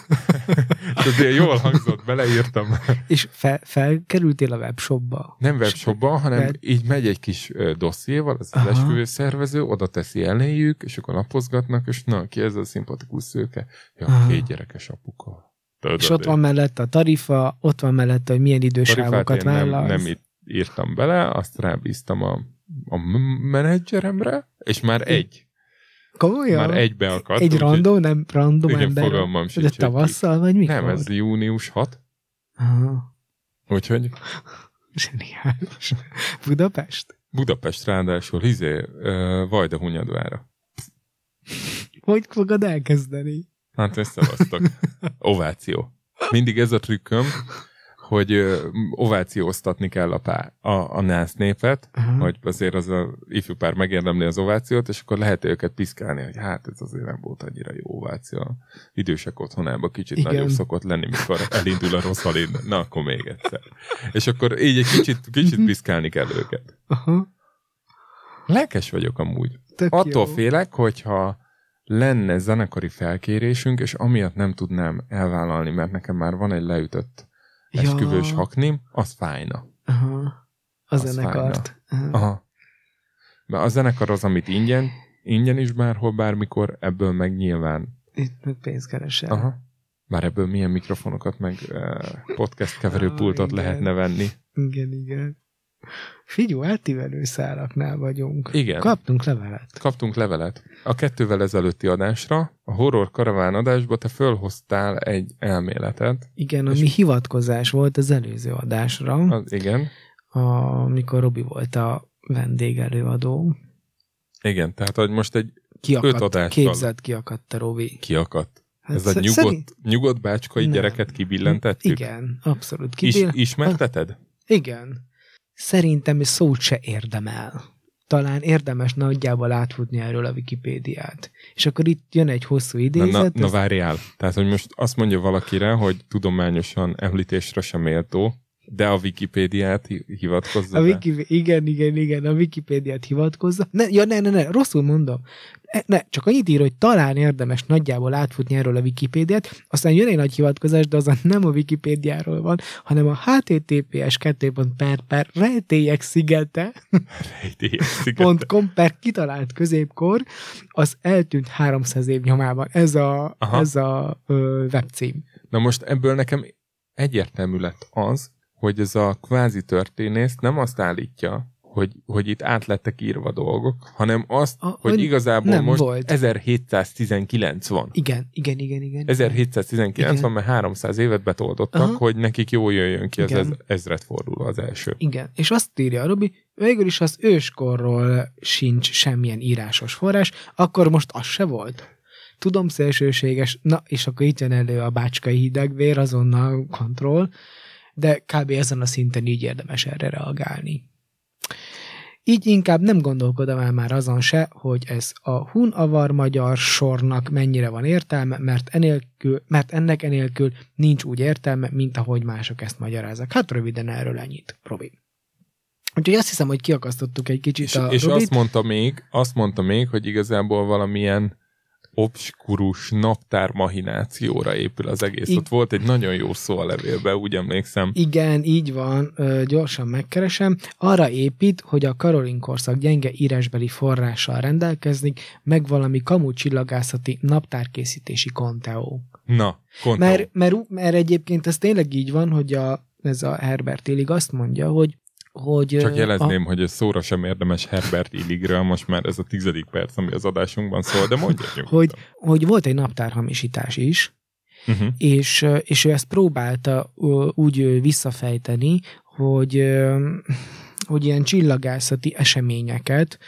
Ez ilyen jól hangzott, beleírtam. És fel, felkerültél a webshopba? Nem webshopban, hanem Web- így megy egy kis ö, dossziéval, az az Aha. esküvő szervező, oda teszi eléjük, és akkor lapozgatnak, és na, ki ez a szimpatikus szőke? Ja, Aha. két gyerekes apuka. Tudod, És ott van mellett a tarifa, ott van mellett, hogy milyen idősávokat tarifát én nem, vállalsz. nem itt írtam bele, azt rábíztam a, a m- menedzseremre, és már egy. Komolyan? Már egy beakadt. Egy úgyhogy- random, nem random Igen, ember? fogalmam De sincs, hogy tavasszal, vagy mikor? Nem, ez június hat. Aha. Úgyhogy Zseniális. Budapest? Budapest ráadásul, izé, uh, Vajdahunyadvára. Hogy fogod elkezdeni? Hát összevasztok. Ováció. Mindig ez a trükköm, hogy ö, ovációztatni kell a, pár, a, a nász népet, Aha. hogy azért az a ifjú pár megérdemli az ovációt, és akkor lehet őket piszkálni, hogy hát ez azért nem volt annyira jó ováció. A idősek otthonában kicsit Igen. nagyobb szokott lenni, mikor elindul a rossz halin. Na, akkor még egyszer. És akkor így egy kicsit, kicsit piszkálni kell őket. Aha. Lelkes vagyok amúgy. Tök Attól jó. félek, hogyha lenne zenekari felkérésünk, és amiatt nem tudnám elvállalni, mert nekem már van egy leütött esküvős Ja. haknim, az fájna. Aha. A Az zenekart. Aha. Aha. Mert a zenekar az, amit ingyen, ingyen is bárhol, bármikor, ebből meg nyilván. Itt meg pénzt keresel. Aha. Bár ebből milyen mikrofonokat, meg uh, podcast keverőpultot Ah, igen. lehetne venni. Igen, igen. Figyú, átívelő száraknál vagyunk. Igen. Kaptunk levelet. Kaptunk levelet. A kettővel ezelőtti adásra, a Horror Karaván adásba te fölhoztál egy elméletet. Igen, És- ami hivatkozás volt az előző adásra, Az, igen. amikor Robi volt a vendégelőadó. Igen, tehát hogy most egy öt Kiakadt, adással képzeld, kiakadt a Robi. kiakadt. Hát Ez a sz- nyugodt, szerint- nyugodt bácskai Nem. gyereket kibillentettük? Igen, abszolút. Is, Kibil... ismerteted? Igen. Szerintem szót se érdemel. Talán érdemes nagyjából átfutni erről a Wikipédiát. És akkor itt jön egy hosszú Na, idézet. na, na az- várjál. Tehát, hogy most azt mondja valakire, hogy tudományosan említésre sem méltó, de a Wikipédiát hi- hivatkozza A be. Wiki... Igen, igen, igen, a Wikipédiát hivatkozza. Ne, ja, ne, ne, ne, rosszul mondom. Ne, ne, csak annyit ír, hogy talán érdemes nagyjából átfutni erről a Wikipédiát, aztán jön egy nagy hivatkozás, de azon nem a Wikipédiáról van, hanem a há té té pé es kettő pont per per rejtélyek szigete Rejtélyek szigete. pont com per kitalált középkor az eltűnt háromszáz év nyomában. Ez a, Aha. ez a ö, webcím. Na most ebből nekem egyértelmű lett az, hogy ez a kvázi történész nem azt állítja, hogy, hogy itt át lettek írva dolgok, hanem azt, A- hogy hogy igazából nem most volt. ezerhétszáztizenkilenc van. Igen, igen, igen, igen. ezerhétszáztizenkilenc Igen. van, mert háromszáz évet betoldottak, Aha. hogy nekik jól jöjjön ki az Igen. ez, ezredforduló az első. Igen, és azt írja a Robi, végül is az őskorról sincs semmilyen írásos forrás, akkor most az se volt. Tudom, szélsőséges, na, és akkor itt jön elő a bácskai hidegvér, azonnal kontroll, de kb. Ezen a szinten így érdemes erre reagálni. Így inkább nem gondolkodom el már azon se, hogy ez a hun-avar magyar sornak mennyire van értelme, mert, enélkül, mert ennek enélkül nincs úgy értelme, mint ahogy mások ezt magyarázzák. Hát röviden erről ennyit, Robi. Úgyhogy azt hiszem, hogy kiakasztottuk egy kicsit És, a és Robit. azt mondta még, azt mondta még, hogy igazából valamilyen obskurus naptár mahinációra épül az egész. I- Ott volt egy nagyon jó szó a levélben, úgy emlékszem. Igen, így van, ö, gyorsan megkeresem. Arra épít, hogy a Karolin korszak gyenge írásbeli forrással rendelkezik, meg valami kamu csillagászati naptárkészítési konteó. Na, kontó. Mert, mert, mert egyébként ez tényleg így van, hogy a, ez a Herbert Illig azt mondja, hogy hogy Csak ö, jelezném, hogy ez szóra sem érdemes Herbert Illigről, most már ez a tizedik perc, ami az adásunkban szól, de mondjuk nyugodtan. hogy, hogy volt egy naptárhamisítás is, Uh-huh. és, ö, és ő ezt próbálta ö, úgy ö, visszafejteni, hogy, ö, hogy ilyen csillagászati eseményeket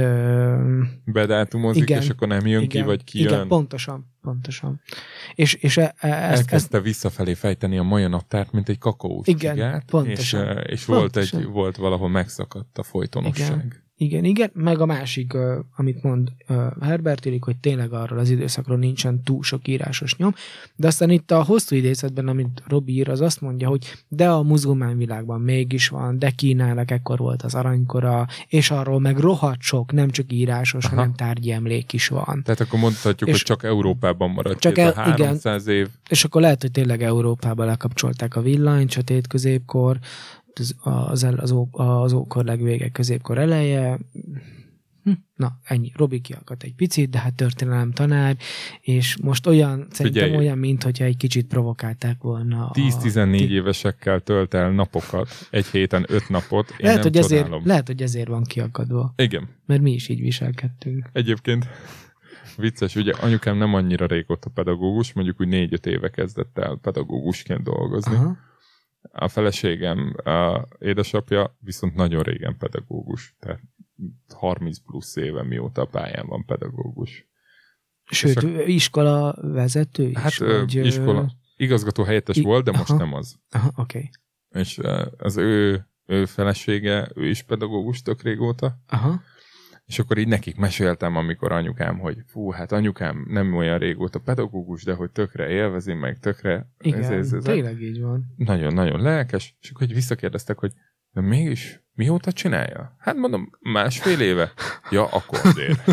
ö, Bedátumozik, igen, és akkor nem jön igen, ki, vagy ki igen, jön. pontosan, pontosan. És, és e, e, ezt, ezt Elkezdte visszafelé fejteni a maja naptárt, mint egy kakaós Igen, cigát, pontosan. és, eh, és volt, egy, Pontosan. volt valahol megszakadt a folytonosság. Igen. Igen, igen, meg a másik, ö, amit mond ö, Herbert Illig, hogy tényleg arról az időszakról nincsen túl sok írásos nyom, de aztán itt a hosszú idézetben, amit Robi ír, az azt mondja, hogy de a muzulmán világban mégis van, de Kínának ekkor volt az aranykora, és arról meg rohadt sok, nem csak írásos, Aha. hanem tárgyi emlék is van. Tehát akkor mondhatjuk, És- hogy csak Európában maradt Csak csak ez el- a igen. háromszáz év. És akkor lehet, hogy tényleg Európában lekapcsolták a villanyt, sötét középkor, az, az, el- az, ó, az ókor legvége, középkor eleje. Hm, na, ennyi. Robi kiakadt egy picit, de hát történelem tanár, és most olyan, szerintem Figyelj. olyan, mint hogyha egy kicsit provokálták volna. a- tíz-tizennégy ti- évesekkel tölt el napokat, egy héten öt napot, én Lehet, nem hogy ezért, csodálom. lehet, hogy ezért van kiakadva, Igen. mert mi is így viselkedtünk. Egyébként vicces, ugye anyukám nem annyira régóta pedagógus, mondjuk úgy négy-öt éve kezdett el pedagógusként dolgozni. Aha. A feleségem, a édesapja viszont nagyon régen pedagógus, tehát harminc plusz éve mióta a pályán van pedagógus. Sőt, És iskola vezető is? Hát ö, vagy, ö, iskola, igazgató helyettes I- volt, de most aha. nem az. Aha, oké. Okay. És ö, az ő, ő felesége, ő is pedagógus tök régóta, Aha. és akkor így nekik meséltem, amikor anyukám, hogy fú, hát anyukám nem olyan régóta pedagógus, de hogy tökre élvezi, meg tökre... Igen, tényleg így van. Nagyon-nagyon lelkes, és akkor így visszakérdeztek, hogy de mégis mióta csinálja? Hát mondom, másfél éve. Ja, akkor azért.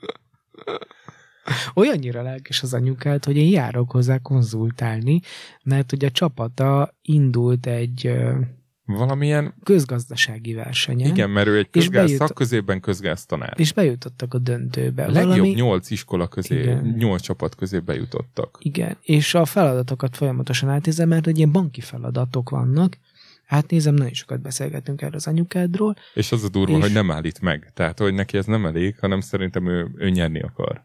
Olyannyira lelkes az anyukád, hogy én járok hozzá konzultálni, mert ugye a csapata indult egy ö, Valamilyen, közgazdasági versenyen, igen, mert ő egy És közgáz, bejut- szakközében közgáztanár. és bejutottak a döntőbe. A legjobb Valami, nyolc iskola közé, Igen. nyolc csapat közé bejutottak. igen, és a feladatokat folyamatosan átnézem, mert ugye ilyen banki feladatok vannak, átnézem, nagyon sokat beszélgetünk erről az anyukádról, És az a durva, És- hogy nem állít meg. Tehát, hogy neki ez nem elég, hanem szerintem ő, ő nyerni akar.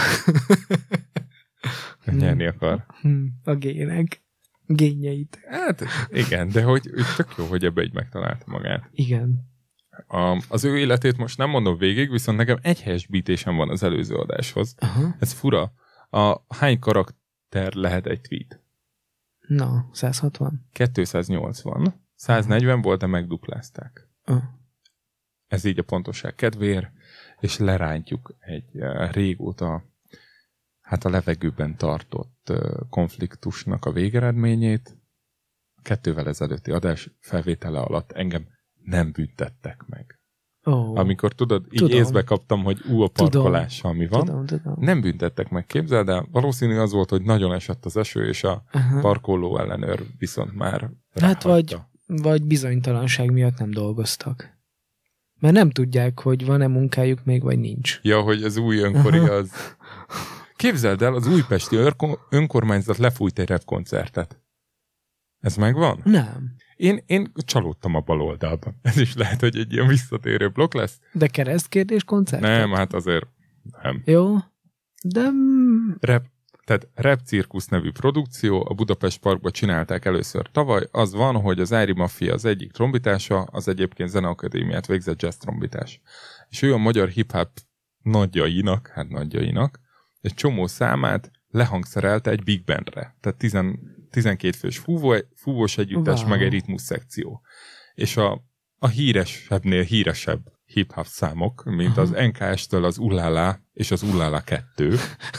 Ő nyerni akar. hm, a gének, génjeit. Hát igen, de hogy hogy tök jó, hogy ebbe így megtalálta magát. Igen. A, az ő életét most nem mondom végig, viszont nekem egy helyesbítésem van az előző adáshoz. Aha. Ez fura. A hány karakter lehet egy tweet? Na, száz hatvan. kétszáznyolcvan. száznegyven volt, de megduplázták. Uh. Ez így a pontosság kedvéért, és lerántjuk egy uh, régóta hát a levegőben tartott uh, konfliktusnak a végeredményét. Kettővel ezelőtti adás felvétele alatt engem nem büntettek meg. Oh. Amikor tudod, így Tudom. észbe kaptam, hogy ú, a parkolással mi van. Tudom, tudom. Nem büntettek meg, képzeld el. Valószínű az volt, hogy nagyon esett az eső, és a Aha. parkoló ellenőr viszont már Hát ráhagyta. vagy, vagy bizonytalanság miatt nem dolgoztak. Mert nem tudják, hogy van-e munkájuk még, vagy nincs. Ja, hogy az új önkori Aha. az... Képzeld el, az újpesti örko- önkormányzat lefújt egy rapkoncertet. Ez megvan? Nem. Én, én csalódtam a bal oldalban. Ez is lehet, hogy egy ilyen visszatérő blokk lesz. De keresztkérdés koncert? Nem, hát azért nem. Jó, de... mm, Rap, tehát Rap Cirkusz nevű produkció, a Budapest Parkban csinálták először tavaly. Az van, hogy az Ári Mafia az egyik trombitása, az egyébként Zeneakadémiát végzett jazz trombitás. És ő a magyar hip-hop nagyjainak, hát nagyjainak, egy csomó számát lehangszerelte egy big bandre. Tehát tizen, tizenkét fős fúvó, fúvós együttes, Wow. meg egy ritmus szekció. És a, a híresebbnél híresebb hip-hop számok, mint az en ká es-től az Ullala és az Ullala kettő.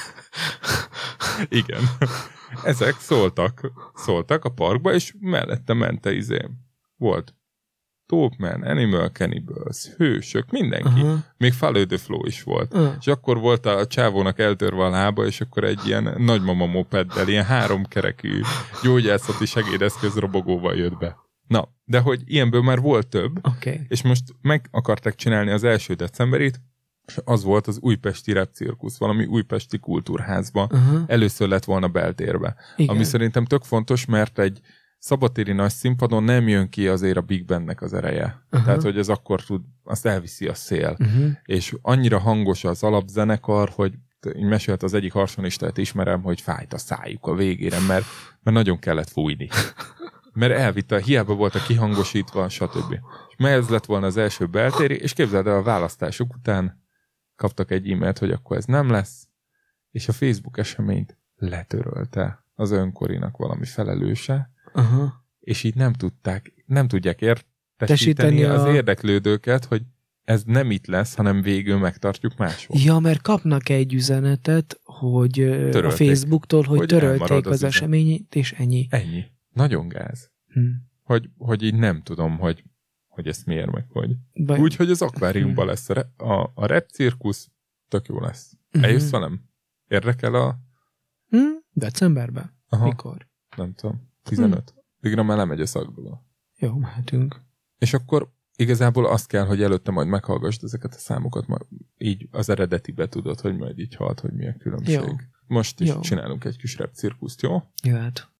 Igen. Ezek szóltak, szóltak a parkba, és mellette mente izé. Volt Dope Man, Animal Cannibals, Hősök, mindenki. Aha. Még Follow the Flow is volt. Ah. És akkor volt a csávónak eltörve a lába, és akkor egy ilyen nagymama mopeddel, ilyen háromkerekű gyógyászati segédeszköz robogóval jött be. Na, de hogy ilyenből már volt több, Oké. Okay. és most meg akarták csinálni az első decemberit, és az volt az újpesti Rap Cirkusz, valami újpesti kultúrházba. Aha. Először lett volna beltérbe. Igen. Ami szerintem tök fontos, mert egy szabadtéri nagy színpadon nem jön ki azért a Big Bandnek az ereje. Aha. Tehát, hogy ez akkor tud, azt elviszi a szél. Uh-huh. És annyira hangos az alapzenekar, hogy így mesélt az egyik harsonistát ismerem, hogy fájt a szájuk a végére, mert, mert nagyon kellett fújni. Mert elvitte, hiába volt a kihangosítva, stb. És mert ez lett volna az első beltéri, és képzeld el, a választások után kaptak egy e-mailt, hogy akkor ez nem lesz, és a Facebook eseményt letörölte az önkorinak valami felelőse, Aha. és így nem tudták, nem tudják értesíteni Tesíteni az a- érdeklődőket, hogy ez nem itt lesz, hanem végül megtartjuk máshol. Ja, mert kapnak egy üzenetet, hogy ö, a Törölték. Facebooktól, hogy, Hogy törölték elmarad az, az üzenet. eseményét, és ennyi. Ennyi. Nagyon gáz. Hm. Hogy, hogy így nem tudom, hogy, hogy ezt miért meg hogy. Baj- Úgyhogy az akváriumban lesz a, re- a, a Rap Cirkusz, tök jó lesz. Mhm. Eljössz velem? Érdekel a... Hm? Decemberben? Aha, Mikor? nem tudom, tizenöt. Addigra már lemegy a szakdula. Jó, mehetünk. És akkor igazából azt kell, hogy előtte majd meghallgassd ezeket a számokat, majd így az eredetibe tudod, hogy majd így halt, hogy mi a különbség. Jó. Most is Jó. csinálunk egy kis Rap Cirkuszt, jó? Jöhet.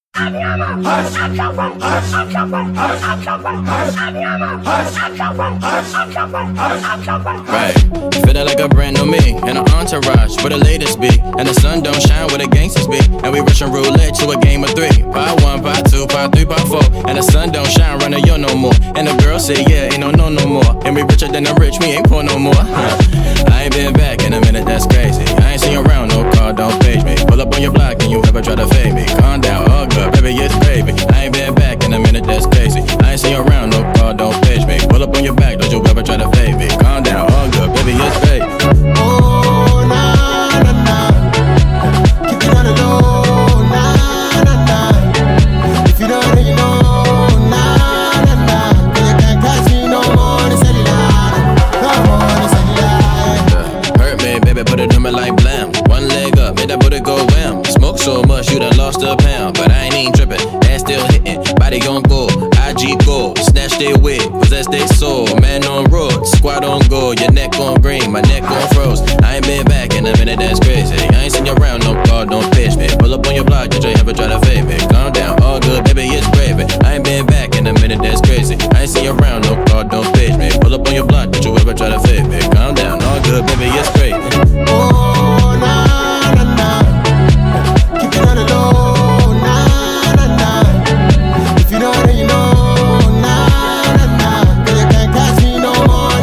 Right. Feeling like a brand new me in an entourage where the latest be. And the sun don't shine where the gangsters be. And we rushing roulette to a game of three. Pot one, pot two, pot three, pot four. And the sun don't shine running yo no more. And the girls say, yeah, ain't no no no more. And we richer than the rich, we ain't poor no more. Huh. I ain't been back in a minute, that's crazy. I ain't seen you around, no car, don't page me. Pull up on your block and you ever try to fade me. Calm down, all good, baby, it's gravy. I ain't been back in a minute, that's crazy. I ain't seen you around, no car, don't page me. Pull up on your back, don't you ever try to fade me. Calm down, all good, baby, it's gravy. Oh, na, na, na. Keep it on the low, na, na, na. If you don't already know, na, na, na. Then you can't catch me no more, it's a lie. No more, it's a lie. Hurt me, baby, put it on me like blam. One leg up, made that booty go wham. Smoke so much, you done lost a pound. But I ain't even tripping, ass still hitting. Body gon' go, I G go. Snatch they wig, possess they soul. Man on road, squad on go. Your neck on green, my neck on froze. I ain't been back in a minute, that's crazy. I ain't seen you around, no call, don't pitch me. Pull up on your block, did you ever try to fade me? Calm down, all good, baby, it's gravy. I ain't been back in a minute, that's crazy. I ain't seen you around, no call, don't pitch me. Pull up on your block, did you ever try to fade me? Calm down, all good, baby, it's crazy. Oh, na, na, na. Keep it on the low, na, na, na. If you don't already know, na, na, na. Then you can't catch me no more,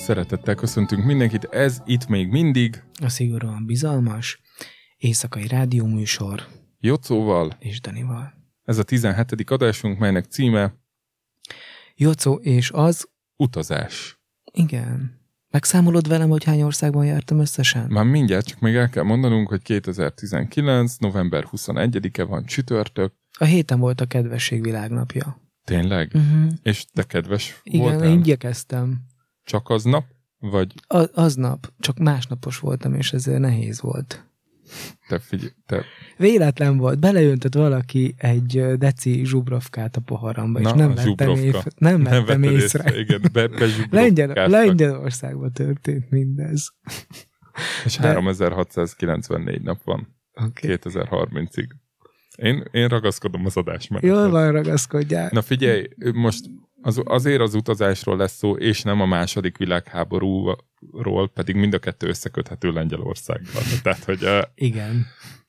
Szeretettel köszöntünk mindenkit, ez itt még mindig A szigorúan bizalmas éjszakai rádióműsor Jocóval, és Danival. ez a tizenhetedik adásunk, melynek címe Jocó, és az... Utazás. Igen. Megszámolod velem, hogy hány országban jártam összesen? Már mindjárt, csak még el kell mondanunk, hogy kétezer-tizenkilenc. november huszonegyedike van, csütörtök. A héten volt a kedvesség világnapja. Tényleg? Uh-huh. És te kedves Igen, voltál? én igyekeztem. Csak aznap? Vagy A, aznap, csak másnapos voltam, és ezért nehéz volt. te figyelj, te... Véletlen volt, beleöntött valaki egy ö, deci zsubrovkát a poharamba, és Na, nem a vettem, zsubrovka. észre, nem Nem vettem vetted észre. észre. Igen, be, Lengyel, bezsubrovkáztak. Lengyelországban történt mindez. És de- háromezer-hatszázkilencvennégy nap van Okay. kétezer-harmincig. Én, én ragaszkodom az adásmenetre. Jól van, ragaszkodjál. Na figyelj, most az, azért az utazásról lesz szó, és nem a második világháborúról, pedig mind a kettő összeköthető Lengyelországban. Tehát, hogy uh, Igen.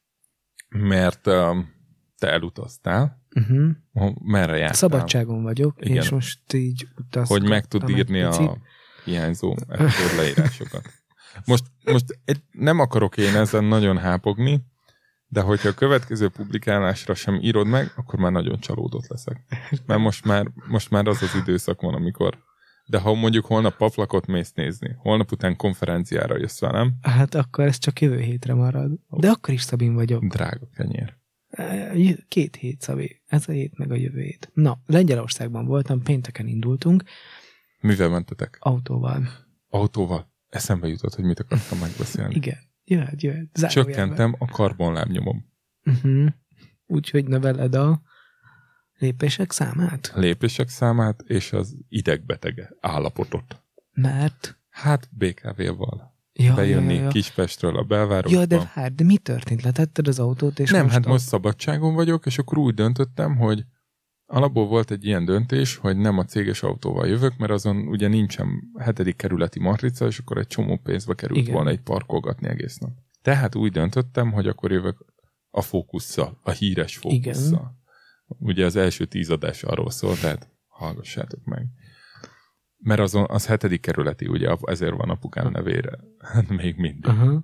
mert uh, te elutaztál, Uh-huh. oh, merre jártál? Szabadságon vagyok, Igen. és most így utazkodtam. Hogy meg tud egy írni picit. a hiányzó epizód leírásokat. Most, most egy, nem akarok én ezen nagyon hápogni, de hogyha a következő publikálásra sem írod meg, akkor már nagyon csalódott leszek. Mert most már, most már az az időszak van, amikor... De ha mondjuk holnap paplakot mész nézni, holnap után konferenciára jössz velem, Hát akkor ez csak jövő hétre marad. De akkor is Szabin vagyok. drága kenyér. Jö- Két hét, Szabi. Ez a hét, meg a jövő hét. Na, Lengyelországban voltam, pénteken indultunk, Mivel mentetek? autóval. Autóval. Eszembe jutott, hogy mit akartam megbeszélni. Igen. Jöhet, jöhet. Zárójelben. Csökkentem a karbonlábnyomom. Uh-huh. Úgyhogy növeled a lépések számát? Lépések számát és az idegbetege állapotot. Mert... Hát bé ká vé-val. Ja, Bejönni ja, ja. Kispestről a belvárosba. Ja, de hát, de mi történt? Letetted az autót, és Nem, most hát a... most szabadságon vagyok, és akkor úgy döntöttem, hogy alapból volt egy ilyen döntés, hogy nem a céges autóval jövök, mert azon ugye nincsen hetedik kerületi matrica, és akkor egy csomó pénzbe került Igen. volna egy parkolgatni egész nap. Tehát úgy döntöttem, hogy akkor jövök a Fókusszal, a híres Fókusszal. Igen. Ugye az első tíz adás arról szól, tehát hallgassátok meg. Mert azon, az hetedik kerületi, ugye ezért van apukám nevére. Még mindig. Aha.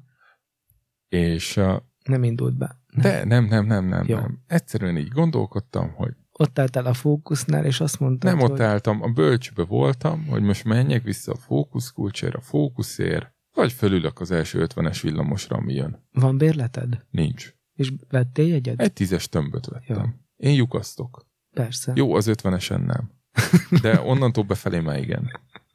És uh, Nem indult be. de nem, nem, nem, nem, Jó. nem. Egyszerűen így gondolkodtam, hogy Ott álltál a fókusznál, és azt mondtad, nem ott hogy... álltam, a bölcsbe voltam, hogy most menjek vissza a fókuszkulcsért, a fókuszért, vagy fölülök az első ötvenes villamosra, ami jön. Van bérleted? Nincs. És vettél jegyet? Egy tízes tömböt vettem. Jó. Én lyukasztok. Persze. Jó, az ötvenesen nem. De onnantól befelé már igen.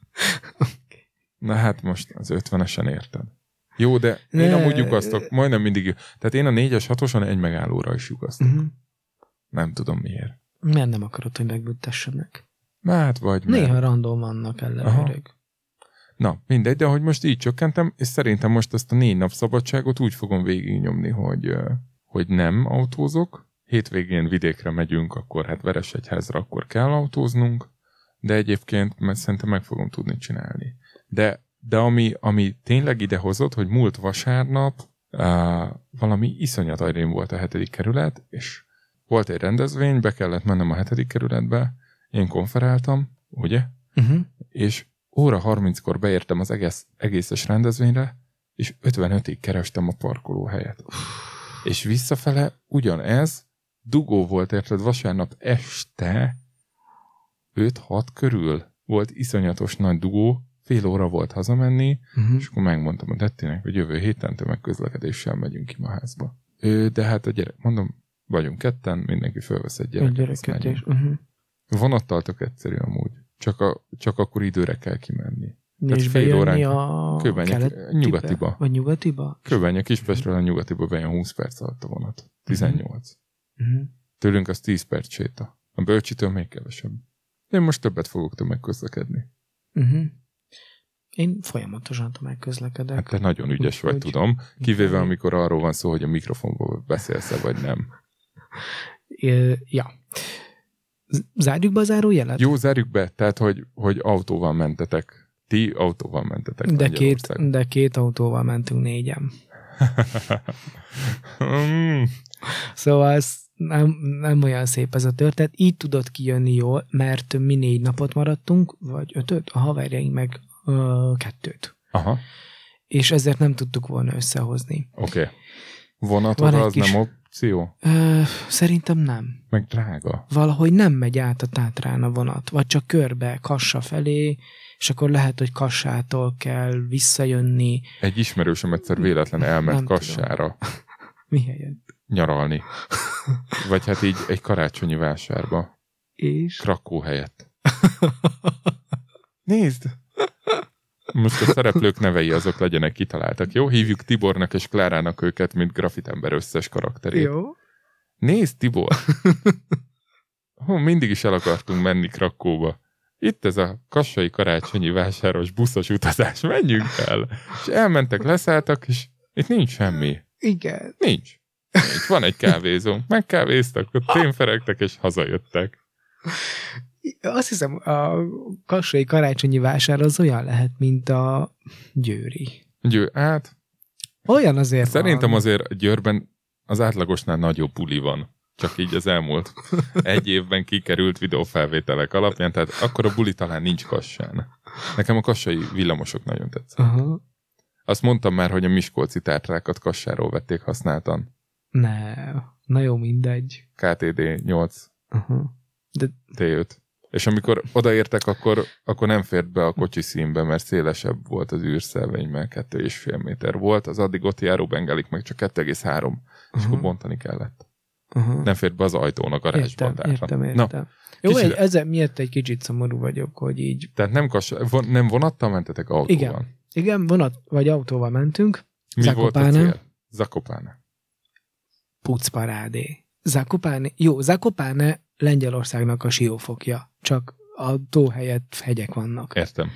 Na hát most az ötvenesen érted. Jó, de én Ne. amúgy lyukasztok, majdnem mindig. Tehát én a négyes, hatoson egy megállóra is lyukasztok. Uh-huh. Nem tudom miért. Miért nem akarod, hogy megbüntessenek? Hát vagy mert. Néha random vannak Aha. ellenőrök. Na, mindegy, de hogy most így csökkentem, és szerintem most ezt a négy nap szabadságot úgy fogom végignyomni, hogy, ö, hogy nem autózok. Hétvégén vidékre megyünk, akkor hát Veresegyházra, akkor kell autóznunk, de egyébként mert szerintem meg fogom tudni csinálni. De, de ami, ami tényleg ide hozott, hogy múlt vasárnap uh, valami iszonyat ajrén volt a hetedik kerület, és volt egy rendezvény, be kellett mennem a hetedik kerületbe, én konferáltam, ugye? Uh-huh. És óra harminckor beértem az egész, egészes rendezvényre, és ötvenötig kerestem a parkolóhelyet. És visszafele ugyanez, dugó volt, érted, vasárnap este öt-hat körül volt iszonyatos nagy dugó, fél óra volt hazamenni, Uh-huh. és akkor megmondtam a Dettinek, hogy jövő héten tömegközlekedéssel megyünk ki ma házba. Ő, de hát a gyerek, mondom, vagyunk ketten, mindenki fölvesz egy Egy gyereket. azt gyereket megyünk. és... Uh-huh. Vonattal tök egyszerű amúgy. Csak, a, csak akkor időre kell kimenni. Tehát És fél bejönni órán a Kőbánya- keletibe? nyugatiba. Vagy nyugatiba? Kőbánya Kispestről a nyugatiba bejön húsz perc alatt a vonat. tizennyolc. Uh-huh. Tőlünk az tíz perc séta. A Bölcsitől még kevesebb. Én most többet fogok tömegközlekedni. Uh-huh. Én folyamatosan tömegközlekedek. Hát te nagyon ügyes vagy, Úgyhogy- tudom. Kivéve amikor arról van szó, hogy a mikrofonból beszélsz vagy nem. Ö, ja. Z- Zárjuk be a zárójelet? Jó, zárjuk be. Tehát, hogy, hogy autóval mentetek. Ti autóval mentetek. De két, Lengyelországba. de két autóval mentünk négyen. Mm. Szóval ez nem, nem olyan szép ez a történet. Így tudott kijönni jól, mert mi négy napot maradtunk, vagy ötöt, a haverjaink meg ö, kettőt. Aha, És ezért nem tudtuk volna összehozni. oké. Okay. Vonatot Van egy az kis- nem opció? Ö, szerintem nem. Meg drága. Valahogy nem megy át a Tátrán a vonat, vagy csak körbe, Kassa felé, és akkor lehet, hogy Kassától kell visszajönni. Egy ismerősöm egyszer véletlen elment Nem Kassára Mi helyett? nyaralni. Vagy hát így egy karácsonyi vásárba. És? Krakó helyett. Nézd! Most a szereplők nevei azok legyenek kitaláltak, jó? Hívjuk Tibornak és Klárának őket, mint grafitember összes karakterét. Jó. Nézd, Tibor! Hú, mindig is el akartunk menni Krakóba. Itt ez a kassai karácsonyi vásáros buszos utazás, menjünk el! És elmentek, leszálltak, és itt nincs semmi. Igen. Nincs. Nincs. Van egy kávézó. Megkávéztak, ott témferegtek, és hazajöttek. Azt hiszem, a kassai karácsonyi vásár az olyan lehet, mint a győri. Győ, hát Olyan azért szerintem van. azért Győrben az átlagosnál nagyobb buli van. Csak így az elmúlt egy évben kikerült videófelvételek alapján, tehát akkor a buli talán nincs Kassán. Nekem a kassai villamosok nagyon tetszik. Aha. Azt mondtam már, hogy a miskolci tátrákat Kassáról vették használtan. Ne, na jó, mindegy. ká té dé nyolc Aha. De té öt. És amikor odaértek, akkor, akkor nem fért be a kocsi színbe, mert szélesebb volt az űrszelvény, mert kettő és fél méter volt, az addig ott járó bengelik meg csak kettő egész három, és akkor bontani kellett. aha. Nem fért be az ajtón a garázsban. Értem, értem, Na, értem. Jó, kicsit- egy, ezzel miatt egy kicsit szomorú vagyok, hogy így... tehát nem, kassa, von, nem vonattal mentetek, autóval? Igen. Igen, vonat vagy autóval mentünk. Mi volt a Zakopane. cél? Zakopane. Pucparádé. Zakopane, jó, Zakopane Lengyelországnak a siófokja, csak a tó helyett hegyek vannak. Értem.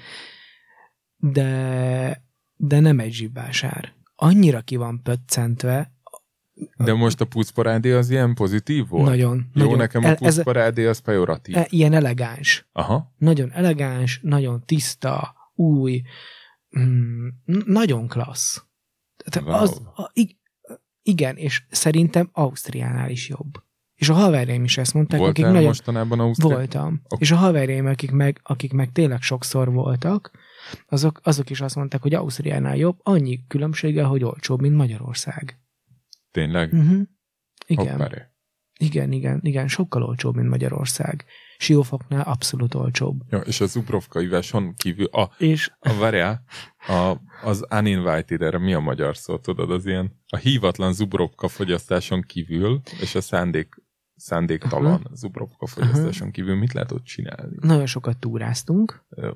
De, de nem egy zsibbásár. Annyira ki van pöccentve, De most a pucparádé az ilyen pozitív volt? nagyon. Jó, nagyon, nekem a el- ez, pucparádé az pejoratív. e, ilyen elegáns. Aha. Nagyon elegáns, nagyon tiszta, új, mm, n- nagyon klassz. Tehát Wow. az, a, ig- igen, és szerintem Ausztriánál is jobb. És a haverjaim is ezt mondták, Voltál akik nagyon... mostanában Ausztriában? Voltam. Ok. És a haverjaim, akik meg, akik meg tényleg sokszor voltak, azok, azok is azt mondták, hogy Ausztriánál jobb, annyi különbséggel, hogy olcsóbb, mint Magyarország. Tényleg? Uh-huh. Igen. Hoppáré. igen, igen, igen, sokkal olcsóbb, mint Magyarország. Siófoknál abszolút olcsóbb. Ja, és a Zubrovka iváson kívül, a, És a várjál, a, az uninvited, erre mi a magyar szó, tudod, az ilyen, a hívatlan Zubrovka fogyasztáson kívül, és a szándék, szándéktalan uh-huh. Zubrovka fogyasztáson kívül mit lehet ott csinálni? nagyon sokat túráztunk, Ö,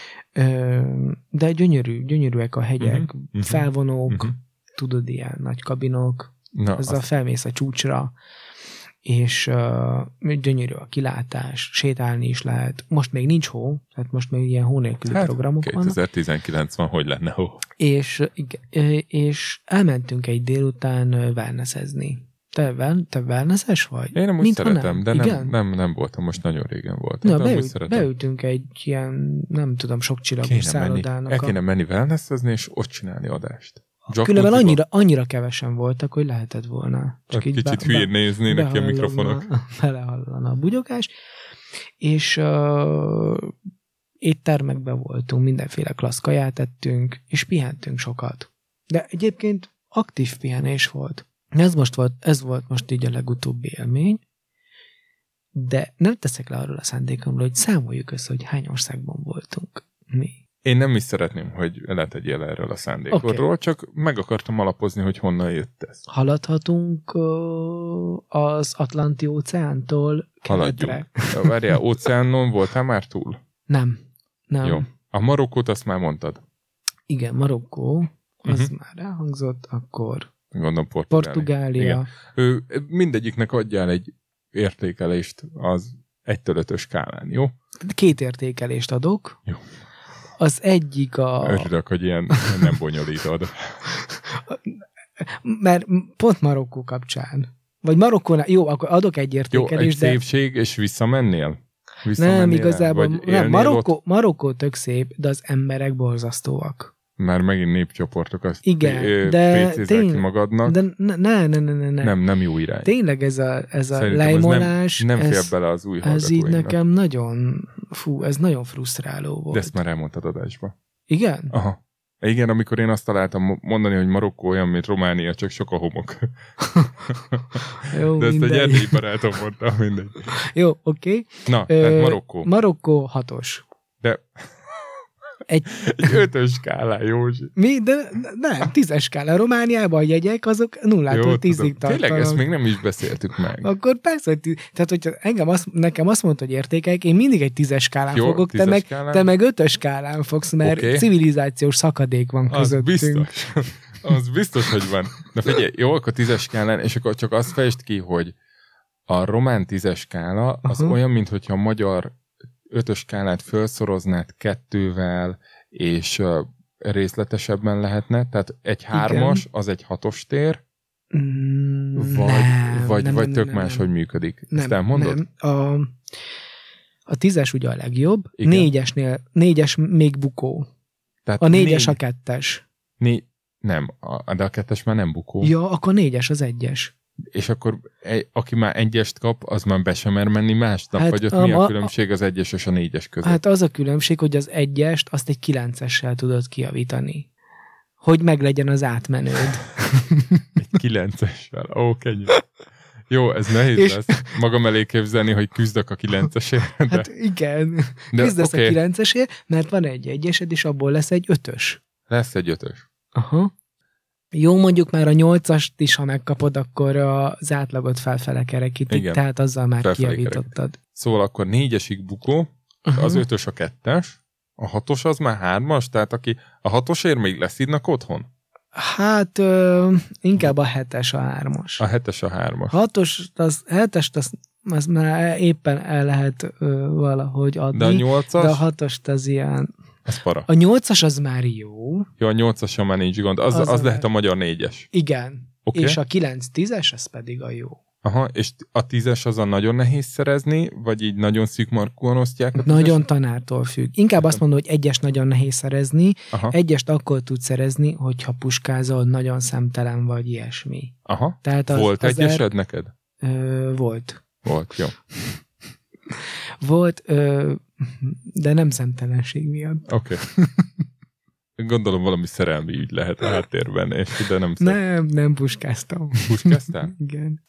Ö, de gyönyörű, gyönyörűek a hegyek, Mhm, mhm, felvonók, mhm. tudod, ilyen nagy kabinok, Na, azzal azt, felmész a csúcsra, és uh, gyönyörű a kilátás, sétálni is lehet. Most még nincs hó, tehát most még ilyen hó nélküli hát programok vannak. kétezer-tizenkilenc van, hogy lenne hó. És, igen, ö, és elmentünk egy délután ö, wellnessezni. Te, well, te wellnesses vagy? Én amúgy Mintha szeretem, nem. de Igen? nem, nem, nem voltam, most nagyon régen voltam. Na, de amúgy beült, szeretem. beültünk egy ilyen, nem tudom, sok csillagos Kéne menni, szállodának. el a- kéne menni wellnessezni, és ott csinálni adást. Különben Jacuzziba. annyira, annyira kevesen voltak, hogy lehetett volna. Csak kicsit hülyén néznének ki a behallana- mikrofonok. Belehallana a bugyogás. És uh, éttermekben voltunk, mindenféle klassz kaját ettünk, és pihentünk sokat. De egyébként aktív pihenés volt. Ez most volt, ez volt most így a legutóbbi élmény, de nem teszek le arról a szándékomról, hogy számoljuk össze, hogy hány országban voltunk mi. Én nem is szeretném, hogy letegyél erről a szándékodról, Oké. csak meg akartam alapozni, hogy honnan jött ez. Haladhatunk uh, az Atlanti óceántól keletre. Haladjunk. Várjál, óceánon voltál már túl? Nem. Nem. Jó. A Marokkót azt már mondtad. Igen, Marokkó, az Mhm. már elhangzott, akkor Gondolom Portugália. Portugália. Igen. Ő, mindegyiknek adjál egy értékelést az egytől ötös skálán, jó? Két értékelést adok. Jó. Az egyik a... Örülök, hogy ilyen nem bonyolítod. Mert pont Marokkó kapcsán. Vagy Marokkónál... Jó, akkor adok egy Jó, egy értékelést, de... szépség, és visszamennél? Nem, Visszamennél el? igazából... Vagy Nem, élnél Marokkó, ott? Marokkó tök szép, de az emberek borzasztóak. Már megint népcsoportok, azt Igen, ö, de pécézel ki tény- magadnak. De ne, ne, ne, ne, ne. ne. Nem, nem jó irány. Tényleg ez a, ez a Szerintem ez lejmolás, nem, nem fér ez, bele az új ez így hallgatóinknak. nekem nagyon... Fú, ez nagyon frusztráló volt. De ezt már elmondtad adásba. Igen? Aha. Igen, amikor én azt találtam mondani, hogy Marokkó olyan, mint Románia, csak sok a homok. Jó, De ezt egy mindegy. erdélyi barátom mondta, mindegy. Jó, oké. Okay. Na, tehát Marokkó. Marokkó hatos. De Egy, egy ötös skálán, Józsi. mi? De nem, tízes skála. Romániában a jegyek azok nullától Jó, tízig tudom. Tényleg tartanak. ezt még nem is beszéltük meg. Akkor persze, hogy tíz... tehát hogyha engem azt, nekem azt mondta, hogy értékeljek, én mindig egy tízes skálán Jó, fogok, te tízes meg, skálán. te meg ötös skálán fogsz, mert Oké. okay. civilizációs szakadék van Az közöttünk. biztos. Az biztos, hogy van. Na figyelj, jó, akkor tízes skálán, és akkor csak azt fejtsd ki, hogy a román tízes skála az Aha. olyan, mintha a magyar ötös skálát felszoroznád kettővel, és uh, részletesebben lehetne, tehát egy hármas, az egy hatos tér, Mm, vagy, nem, vagy, nem, vagy nem, tök nem, máshogy nem. működik. Nem, Ezt elmondod? nem. A, a tízes ugye a legjobb, Igen. négyesnél, négyes még bukó. Tehát A négyes négy, a kettes. Né, nem, a, de a kettes már nem bukó. Ja, akkor négyes az egyes. És akkor egy, aki már egyest kap, az már be sem mer menni másnap, Hát vagy ott a- mi a a- különbség az egyes és a négyes között? Hát az a különbség, hogy az egyest azt egy kilencessel tudod kijavítani. Hogy meglegyen az átmenőd. Egy kilencessel. Ó, kenyű. Jó, ez nehéz És- lesz. Magam elé képzelni, hogy küzdök a kilencesért. De, Hát igen. de Küzdesz oké, a kilencesért, mert van egy egyesed, és abból lesz egy ötös. lesz egy ötös. Aha. Jó, mondjuk már a nyolcast is, ha megkapod, akkor az átlagot felfele kerekítik, Igen. tehát azzal már Felfelé kijavítottad. Szóval akkor négyesig bukó, Aha. az ötös a kettes, a hatos az már hármas, tehát aki a hatosért még leszidnak otthon? Hát ö, inkább a hetes a hármas. A hetes a hármas. Hatos, az, hetest, az, az már éppen el lehet ö, valahogy adni. De a nyolcas, de a hatost az ilyen... az para. A nyolcas az már jó. Jó, a nyolcason már nincs gond. Az, Az az, a- lehet a magyar négyes. Igen. Oké. És a kilenc tízes, az pedig a jó. Aha, és a tízes az a nagyon nehéz szerezni, vagy így nagyon szűk markúan osztják a tízes? Nagyon tanártól függ. Inkább azt mondom, hogy egyes nagyon nehéz szerezni, Aha, egyest akkor tudsz szerezni, hogyha puskázol, nagyon szemtelen vagy ilyesmi. aha. Tehát az, Volt az egyesed er- neked? Ö, volt. Volt, jó. Volt, ö, de nem szemtelenség miatt. Oké. Okay. Gondolom valami szerelmi ügy lehet a háttérben, és de nem szem. Nem, nem puskáztam. Puskáztál? Igen.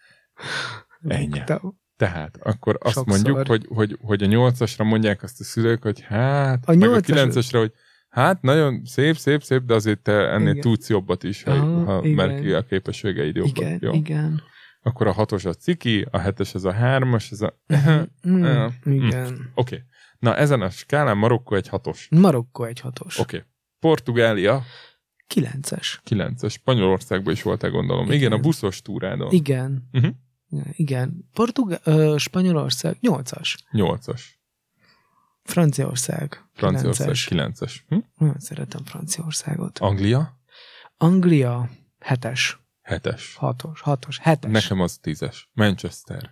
Ennyi. Rúgtam. Tehát akkor azt Sokszor. mondjuk, hogy, hogy, hogy a nyolcasra mondják azt a szülők, hogy hát, A a meg a nyolcas- kilencesre, hogy hát nagyon szép, szép, szép, de azért te ennél Igen. tudsz jobbat is, ha, Aha, ha igen. mert ki a képességeid jobban. Igen, Jó? igen. Akkor a hatos a ciki, a hetes az a hármas, ez a... Mm, Ja. igen. Oké. Okay. Na, ezen a skálán Marokkó egy hatos. Marokkó egy hatos. Oké. Okay. Portugália Kilences. kilences. Spanyolországban is voltál, gondolom. Igen, Igen. Igen a buszos túrádon. Igen. Uh-huh. Igen. Portugál, ö, Spanyolország nyolcas. nyolcas. Franciaország Franciaország kilences. kilences. Hm? Nagyon szeretem Franciaországot. Anglia Anglia hetes. hetes. Hatos. Hatos. Hetes. Nekem az tízes. Manchester.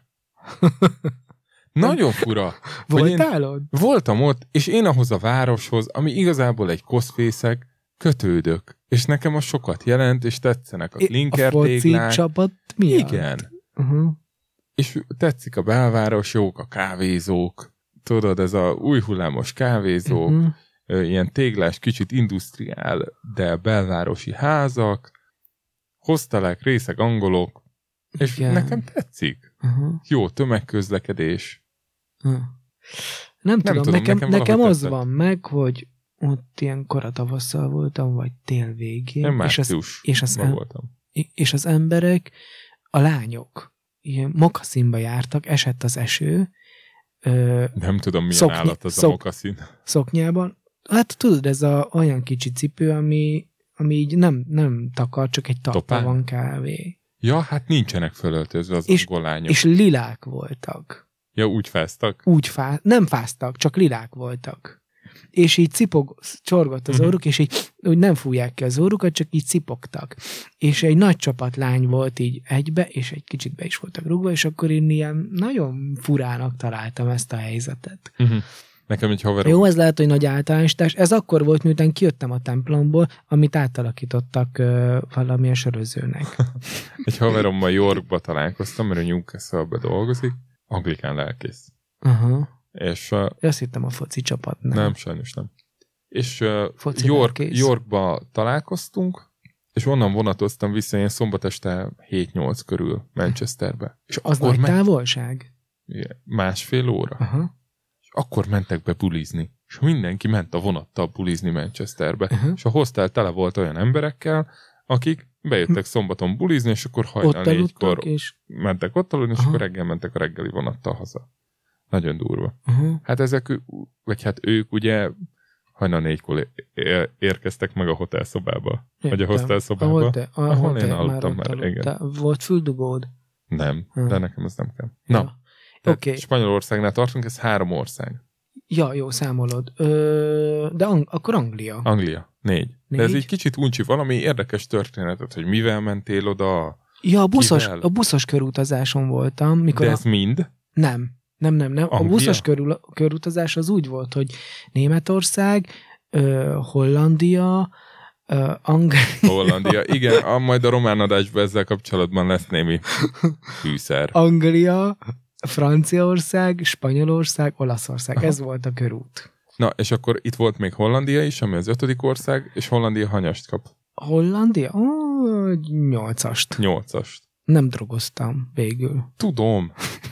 Nagyon fura. hogy én Voltál ott? voltam ott, és én ahhoz a városhoz, ami igazából egy koszfészek, kötődök. És nekem az sokat jelent, és tetszenek a A foci klinkertéglák. csapat miatt? Igen. Uh-huh. És tetszik a belváros, jók a kávézók. Tudod, ez a új hullámos kávézók, Uh-huh. ö, ilyen téglás, kicsit industriál, de belvárosi házak, hostelek, részeg angolok, és Igen. nekem tetszik. Uh-huh. Jó tömegközlekedés. Uh. Nem, tudom, tudom, nekem, nekem nekem valahogy az tetszett. van meg, hogy ott ilyen koratavasszal voltam, vagy tél végén, Én és az, március és az em- voltam. és az emberek, a lányok, ilyen mokaszínba jártak, esett az eső, ö, Nem tudom, milyen Szokny- állat az szok- a mokaszín. szoknyában. Hát tudod, ez a olyan kicsi cipő, ami, ami így nem, nem takar, csak egy tappa Topán? van kávé. Ja, hát nincsenek fölöltözve az És- angol lányok. És lilák voltak. Ja, úgy fáztak. Úgy fá... Nem fáztak, csak lilák voltak. És így cipog, csorgott az Mhm. orruk, és így úgy nem fújják ki az orrukat, csak így cipogtak. És egy nagy csapat lány volt így egybe, és egy kicsit be is voltak rúgva, és akkor én ilyen nagyon furának találtam ezt a helyzetet. Uh-huh. Nekem egy haverom. Jó, ez lehet, hogy nagy általánosítás. Ez akkor volt, miután kijöttem a templomból, amit átalakítottak ö, valamilyen sörözőnek. Egy haverommal Yorkba találkoztam, mert ő Newcastle-be dolgozik. Anglikán lelkész. Aha. És uh, Azt hittem a foci csapatnál. nem, sajnos nem. és uh, Foci York, lelkész. Yorkba találkoztunk, és onnan vonatoztam vissza ilyen szombat este hét-nyolc körül Manchesterbe. És Az akkor nagy men- távolság? másfél óra. Aha. És akkor mentek be bulizni. És mindenki ment a vonattal bulizni Manchesterbe. Aha. És a hostel tele volt olyan emberekkel, akik bejöttek szombaton bulizni, és akkor hajnal Ott négykor aludtak, és... mentek ott aludni, és Aha. akkor reggel mentek a reggeli vonattal haza. Nagyon durva. Aha. Hát ezek, vagy hát ők ugye hajnal négykor é- érkeztek meg a hotelszobába. Vagy a Értem. hostelszobába. Ahol te, ahol ahol te én aludtam ott már, igen. aludtál. Volt füldugód? Nem, Ha. de nekem ez nem kell. Ja. Na, tehát Oké. Spanyolországnál tartunk, ez három ország. Ja, jó, számolod. Ö, de ang- akkor Anglia. Anglia, négy. De ez Négy? egy kicsit uncsi, valami érdekes történetet, hogy mivel mentél oda, Ja, a buszos, Kivel? a buszos körutazáson voltam, mikor de a... ez mind. Nem, nem, nem, nem. Anglia? A buszos körül, körutazás az úgy volt, hogy Németország, ö, Hollandia, ö, Anglia... Hollandia. Igen, a, majd a román adásban ezzel kapcsolatban lesz némi fűszer. Anglia, Franciaország, Spanyolország, Olaszország. Aha. Ez volt a körút. Na, és akkor itt volt még Hollandia is, ami az ötödik ország, és Hollandia hanyast kap. Hollandia? Ó, nyolcast. Nyolcast. Nem drogoztam végül. Tudom.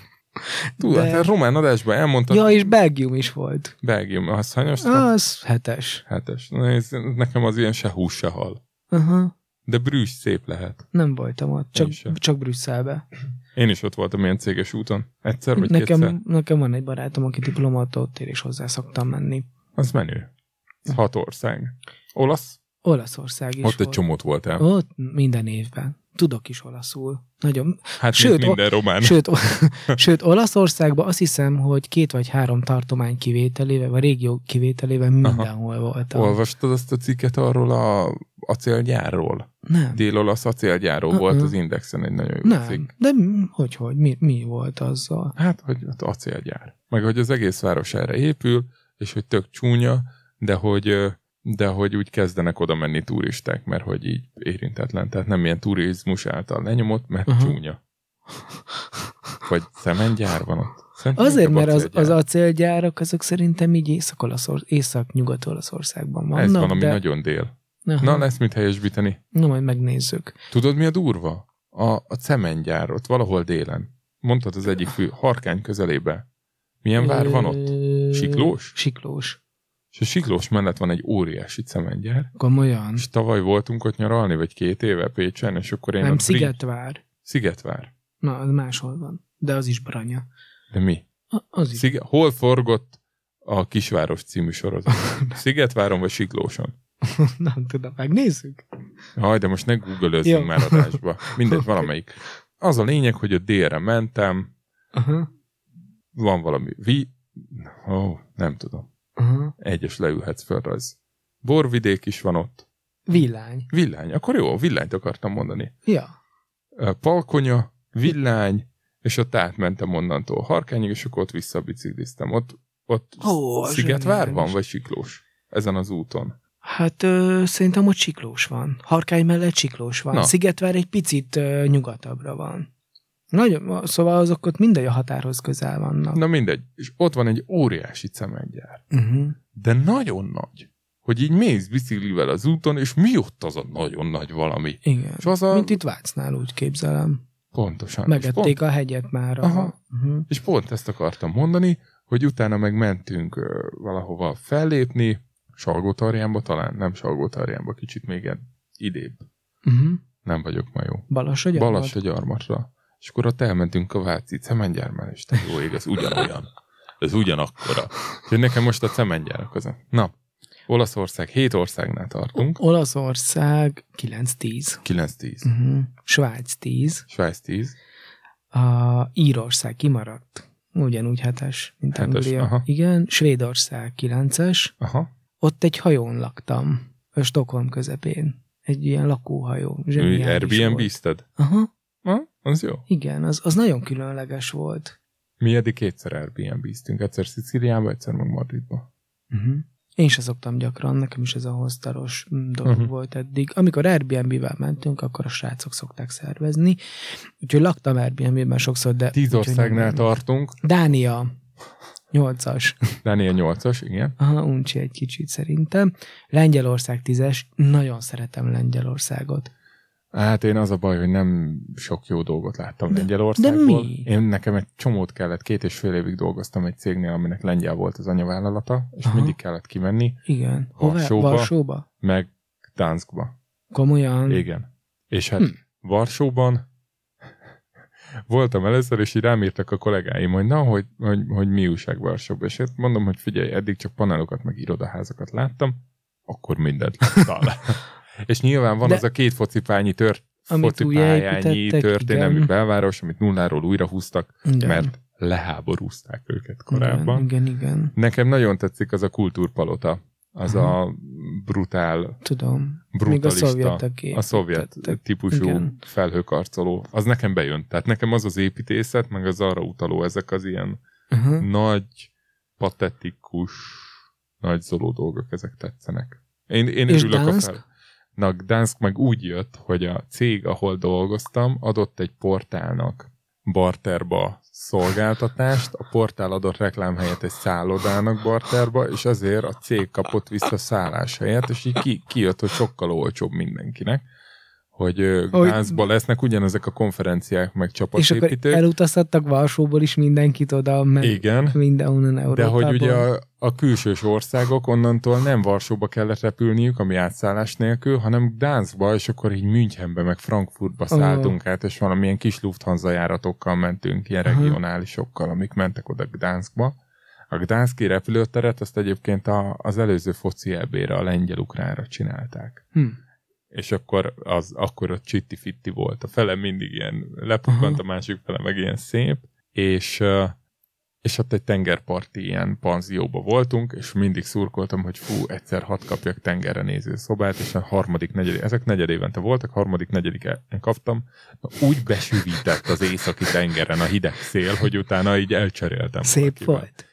Tudod, De- hát a román adásban elmondtad, Ja, és Belgium is volt. Belgium, az hanyast kap? Az hetes. Hetes. Na, ez, nekem az ilyen se hús, se hal. Aha. De Brüssz szép lehet. Nem voltam ott, csak, Én sem. csak Brüsszelbe. Én is ott voltam ilyen céges úton. Egyszer vagy kétszer. Nekem, nekem van egy barátom, aki diplomata ott ér, és hozzá szoktam menni. Az menő. Ez hat ország. Olasz? Olaszország is Ott egy volt. csomót voltál. Ott minden évben. Tudok is olaszul. Nagyon. Hát Sőt, sőt, minden román. Sőt, sőt, Olaszországban azt hiszem, hogy két vagy három tartomány kivételével, vagy régió kivételével mindenhol voltam. Olvastad azt a cikket arról a acélgyárról? Nem. Dél-olasz acélgyárról Uh-uh. volt az Indexen egy nagyon jó Nem. cikk. De mi- hogy, hogy? Mi, mi volt azzal? Hát, hogy ott acélgyár. Meg hogy az egész város erre épül, és hogy tök csúnya, de hogy, ö, de hogy úgy kezdenek oda menni turisták, mert hogy így érintetlen. Tehát nem ilyen turizmus által lenyomott, mert Aha. csúnya. Vagy szemengyár van ott. Szerintem Azért, inkább mert az, acélgyár. az acélgyárak, azok szerintem így Észak-Olaszor, Észak-Nyugat-Olaszországban vannak. Ez van, ami de... nagyon dél. Aha. Na, lesz mit helyesbíteni. Na, majd megnézzük. Tudod, mi a durva? A, a cementgyár ott valahol délen. Mondtad az egyik fő, Harkány közelébe. Milyen vár van ott? Ö, Siklós? Siklós. És a Siklós mellett van egy óriási cementgyár. Komolyan. És tavaly voltunk ott nyaralni, vagy két éve Pécsen, és akkor én Nem, ott Szigetvár. Szigetvár. Na, az máshol van. De az is Branya. De mi? A- Az is. Szige- Hol forgott a Kisváros című sorozat? Szigetváron vagy Siklóson? Nem tudom, megnézzük. Jaj, de most ne googlözzünk Jó. már adásba. Mindegy, Oké. valamelyik. Az a lényeg, hogy a délre mentem, Aha. van valami vi... Ó, oh, nem tudom. Aha. Egyes leülhetsz földrajz. Borvidék is van ott. Villány. Villány. Akkor jó, villányt akartam mondani. Ja. Ö, Palkonya, villány, és ott átmentem onnantól Harkányig, és akkor ott visszabicikliztem. Ott, ott Ó, az Szigetvár van, zseniális. vagy Siklós? Ezen az úton. Hát ö, szerintem ott Siklós van. Harkány mellett Siklós van. Na. Szigetvár egy picit ö, nyugatabbra van. Nagyon, szóval azok ott mindegy a határhoz közel vannak. Na mindegy. És ott van egy óriási cementgyár. Uh-huh. De nagyon nagy. Hogy így mész biciklivel az úton, és mi ott az a nagyon nagy valami? Igen. És az a... Mint itt Vácnál, úgy képzelem. Pontosan. És Megették pont, a hegyet már. Aha. Uh-huh. és pont ezt akartam mondani, hogy utána meg mentünk ö, valahova fellépni, Salgótarjánba talán, nem Salgótarjánba, kicsit még idébb. Uh-huh. Nem vagyok ma jó. Balassagyarmat? Balassagyarmatra. És akkor ott elmentünk a Váci cementgyár mellé, és te jó ég, ez ugyanolyan. Ez ugyanakkora. Úgyhogy nekem most a cementgyárak az. Na, Olaszország, hét országnál tartunk. Olaszország kilenc tíz. kilenc tíz. Uh-huh. Svájc tíz. Svájc tíz. A Írország kimaradt. Ugyanúgy hetes, mint Hetes, Anglia. aha. Igen. Svédország kilences. Aha. Ott egy hajón laktam. A Stockholm közepén. Egy ilyen lakóhajó. Zseniális volt. Airbnb-zted? Aha. Ha? Az jó. Igen, az, az nagyon különleges volt. Mi eddig kétszer Airbnb-ztünk. Egyszer Szicíliába, egyszer meg Madridba. Uh-huh. Én se szoktam gyakran, nekem is ez a hoztaros mm, dolog Uh-huh. uh-huh. volt eddig. Amikor Airbnb-vel mentünk, akkor a srácok szokták szervezni. Úgyhogy laktam Airbnb-ben sokszor, de... Tíz úgyhogy országnál nem- tartunk. Dánia. nyolcas. Dániel nyolcas, igen. Aha, uncsi egy kicsit szerintem. Lengyelország tízes. Nagyon szeretem Lengyelországot. Hát én az a baj, hogy nem sok jó dolgot láttam De- Lengyelországból. de mi? Én nekem egy csomót kellett, két és fél évig dolgoztam egy cégnél, aminek lengyel volt az anyavállalata, és Aha. mindig kellett kimenni, Igen. Hová? Varsóba. Varsóba? meg Gdanskba. Komolyan? Igen. És hát Hm. Varsóban voltam először, és így rám írtak a kollégáim, hogy na, hogy, hogy, hogy mi újság Varsóban. És hát mondom, hogy figyelj, eddig csak panelokat, meg irodaházakat láttam, akkor mindent láttál. És nyilván van De- az a két focipálnyi tört, Amit focipályányi újjáépítettek, történelmi igen. belváros, amit nulláról újra húztak, Igen. mert leháborúzták őket korábban. Igen, igen, igen. Nekem nagyon tetszik az a kultúrpalota, az Aha. a brutál, Tudom. Még a brutalista, szovjetek a szovjet építettek. típusú Igen. felhőkarcoló. Az nekem bejön. Tehát nekem az az építészet, meg az arra utaló, ezek az ilyen Uh-huh. nagy, patetikus, nagy zoló dolgok, ezek tetszenek. Én, én És örülök Gdansk? a fel. Na, Gdansk meg úgy jött, hogy a cég, ahol dolgoztam, adott egy portálnak barterba szolgáltatást, a portál adott reklámhelyet egy szállodának barterba, és azért a cég kapott vissza szálláshelyet, és így ki, kijött, hogy sokkal olcsóbb mindenkinek, hogy ö, Hogy- Gdanskban lesznek ugyanezek a konferenciák, meg És akkor csapatépítők. elutaztattak Varsóból is mindenkit oda, meg Igen. mindenhonnan De Európából. hogy ugye a, a külsős országok onnantól nem Varsóba kellett repülniük, ami átszállás nélkül, hanem Gdanskba, és akkor így Münchenbe, meg Frankfurtba Ó. szálltunk át, és valamilyen kis Lufthansa járatokkal mentünk, ilyen Aha. regionálisokkal, amik mentek oda Gdanskba. A Gdanski repülőteret azt egyébként a, az előző foci é bé-re, a lengyel-ukránra csinálták. Hm. És akkor az akkor a csitti-fitti volt. A fele mindig ilyen lepukkant, a másik fele meg ilyen szép, és, ö, és ott egy tengerparti ilyen panzióba voltunk, és mindig szurkoltam, hogy fú, egyszer hadd kapjak tengerre néző szobát, és a harmadik, negyedik, ezek negyed évente voltak, harmadik, negyediken kaptam, na, úgy besűvített az északi tengeren a hideg szél, hogy utána így elcseréltem. Szép valakivel. volt.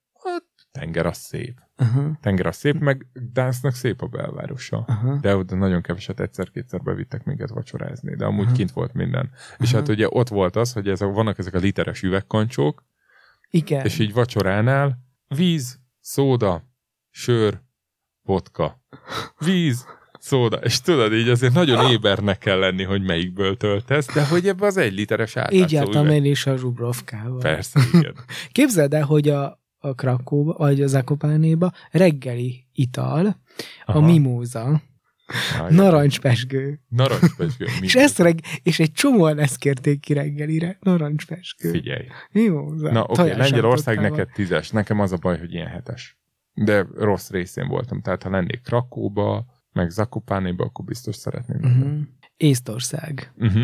Tenger az szép. Aha, Tenger az szép, meg Gdansknak szép a belvárosa. aha. De ott nagyon keveset, egyszer-kétszer bevittek minket vacsorázni, de amúgy Aha. kint volt minden. És Aha. hát ugye ott volt az, hogy ezek, vannak ezek a literes üvegkancsók, Igen. és így vacsoránál víz, szóda, sör, vodka. Víz, szóda. És tudod, így azért nagyon ébernek kell lenni, hogy melyikből töltesz, de hogy ebbe az egy literes átlátszó Így jártam üveg. el is a Zsubrovkával. Persze, igen. Képzeld el, hogy a, a Krakóba, vagy a Zakopánéba reggeli ital, a Aha. mimóza, Á, narancspesgő. Narancspesgő. És, ezt reg, és egy csomóan ezt kérték ki reggelire. Narancspesgő. Figyelj. Mimóza. Na oké, okay, Lengyelország Tojásrántottával. neked tízes, nekem az a baj, hogy ilyen hetes. De rossz részén voltam, tehát ha lennék Krakóba, meg Zakopánéba, akkor biztos szeretném. Uh-huh. Észtország. Uh-huh.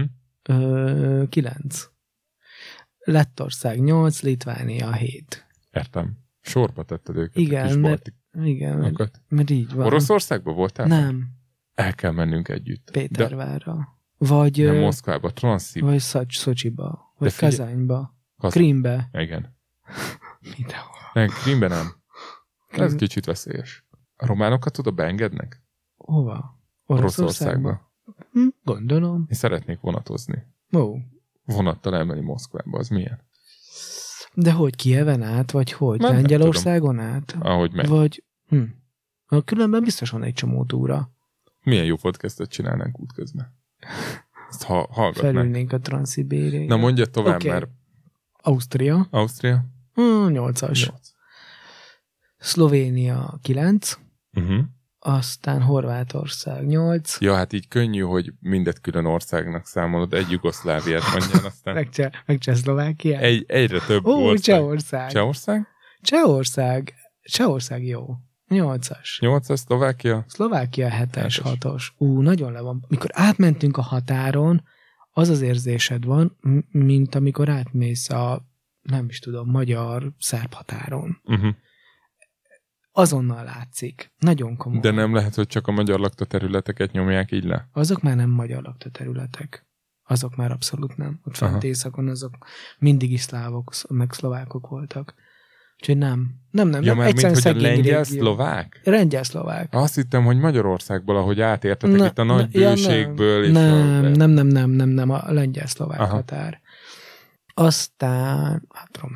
Ö, kilenc. Lettország nyolc, Litvánia hét. Értem. Sorba tetted őket. Igen, a kis mert- Igen, mert, baltikokat. mert így van. Oroszországban voltál? Nem, El kell mennünk együtt. Pétervárra. Vagy, De, de ö, Moszkvába, Transzib. vagy Szacs, Szocsiba. Vagy De figyelj- Kazányba. Kaz- Krímbe. Igen. Mindenhol. Nem, Krímben nem. Ez Krím- kicsit veszélyes. A románokat oda beengednek? Hova? Oroszországba? Oroszországba. Hm, gondolom. Én szeretnék vonatozni. Ó. Vonattal elmenni Moszkvába, az milyen? De hogy Kijeven át, vagy hogy? Nem, nem Lengyelországon át? Ahogy megy. Vagy... Hm. Na, különben biztos van egy csomó túra. Milyen jó podcastot csinálnánk útközben. Ezt ha, hallgatnánk. Felülnénk a Transzibériára. Na mondja tovább, Oké. mert Ausztria. Ausztria? Hm, nyolcas. Nyolc. Szlovénia kilenc. Uh-huh. Aztán Horvátország nyolc. Ja, hát így könnyű, hogy mindet külön országnak számolod, egy Jugoszláviát mondjál, aztán Meg, Cseh, meg Csehszlovákia. egy, egyre több Ó, ország. Csehország. Csehország? Csehország. Csehország jó. nyolcas. Nyolcas, Szlovákia? Szlovákia hetes, Hetes. hatos. Ú, nagyon le van. Mikor átmentünk a határon, az az érzésed van, m- mint amikor átmész a, nem is tudom, magyar-szerb határon. Uh-huh. Azonnal látszik. Nagyon komoly. De nem lehet, hogy csak a magyar lakta területeket nyomják így le? Azok már nem magyar lakta területek. Azok már abszolút nem. Ott fent Aha. északon azok mindig is szlávok, meg szlovákok voltak. Úgyhogy nem. Nem, nem. Ja, nem. már mint Egyszerűen hogy a szegény lengyel, régió. szlovák? Lengyel-szlovák. Azt hittem, hogy Magyarországból, ahogy átértetek Na- itt a nagy na- ja, bőségből. és nem, a... nem, nem, nem, nem, nem, a lengyel-szlovák Aha. határ. Aztán, hát Románia.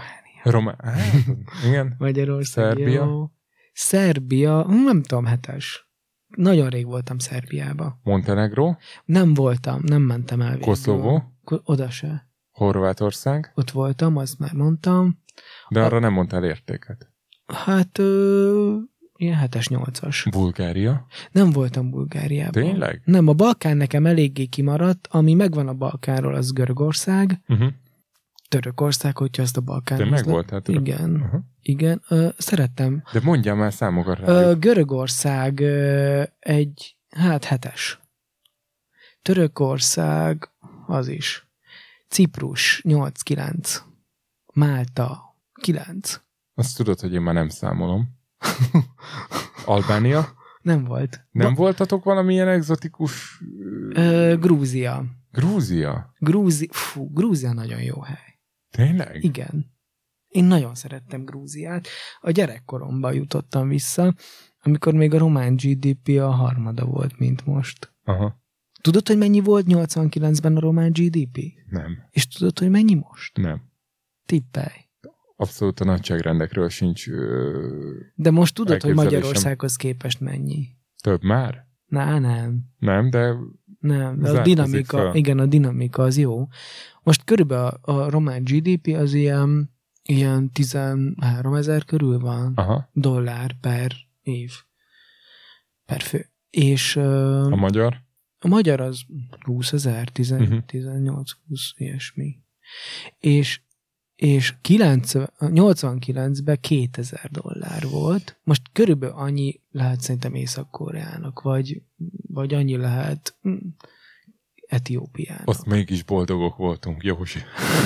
Román... Hát, igen. Magyarország, Szerbia? jó. Szerbia, nem tudom, hetes. Nagyon rég voltam Szerbiába. Montenegro? Nem voltam, nem mentem el végül. Koszovó? Ko- Oda se. Horvátország? Ott voltam, azt már mondtam. De arra nem mondtál értéket. Hát, ö, ilyen hetes, nyolcas. Bulgária? Nem voltam Bulgáriában. Tényleg? Nem, a Balkán nekem eléggé kimaradt, ami megvan a Balkánról, az Görögország, Uh-huh. Törökország, hogyha ezt a Balkán. Te meg voltál török? Igen, Uh-huh. igen. Ö, szerettem. De mondjál már számokat rá. Ö, Görögország ö, egy, hát hetes. Törökország, az is. Ciprus, nyolc kilenc. Málta, kilenc. Azt tudod, hogy én már nem számolom. Albánia? Nem volt. Nem Ba- voltatok valamilyen egzotikus... Ö, Grúzia. Grúzia? Grúzi, fú, Grúzia nagyon jó hely. Tényleg? Igen. Én nagyon szerettem Grúziát. A gyerekkoromban jutottam vissza, amikor még a román gé dé pé a harmada volt, mint most. Aha. Tudod, hogy mennyi volt nyolcvankilencben a román gé dé pé? Nem. És tudod, hogy mennyi most? Nem. Tippelj. Abszolút a nagyságrendekről sincs ö, De most tudod, hogy elképzelésem. Magyarországhoz képest mennyi? Több már? Na, nem. Nem, de Nem, de a Zárkozik dinamika, fel. igen, a dinamika az jó. Most körülbelül a, a román gé dé pé az ilyen, ilyen tizenháromezer körül van aha. dollár per év. Per fő. És ö, A magyar? a magyar az húszezer, Mhm. tizennyolc-húsz, ilyesmi. És és kilencven nyolcvankilencben kétezer dollár volt. Most körülbelül annyi lehet szerintem Észak-Koreának, vagy, vagy annyi lehet hm, Etiópiának. Azt mégis boldogok voltunk, Józsi.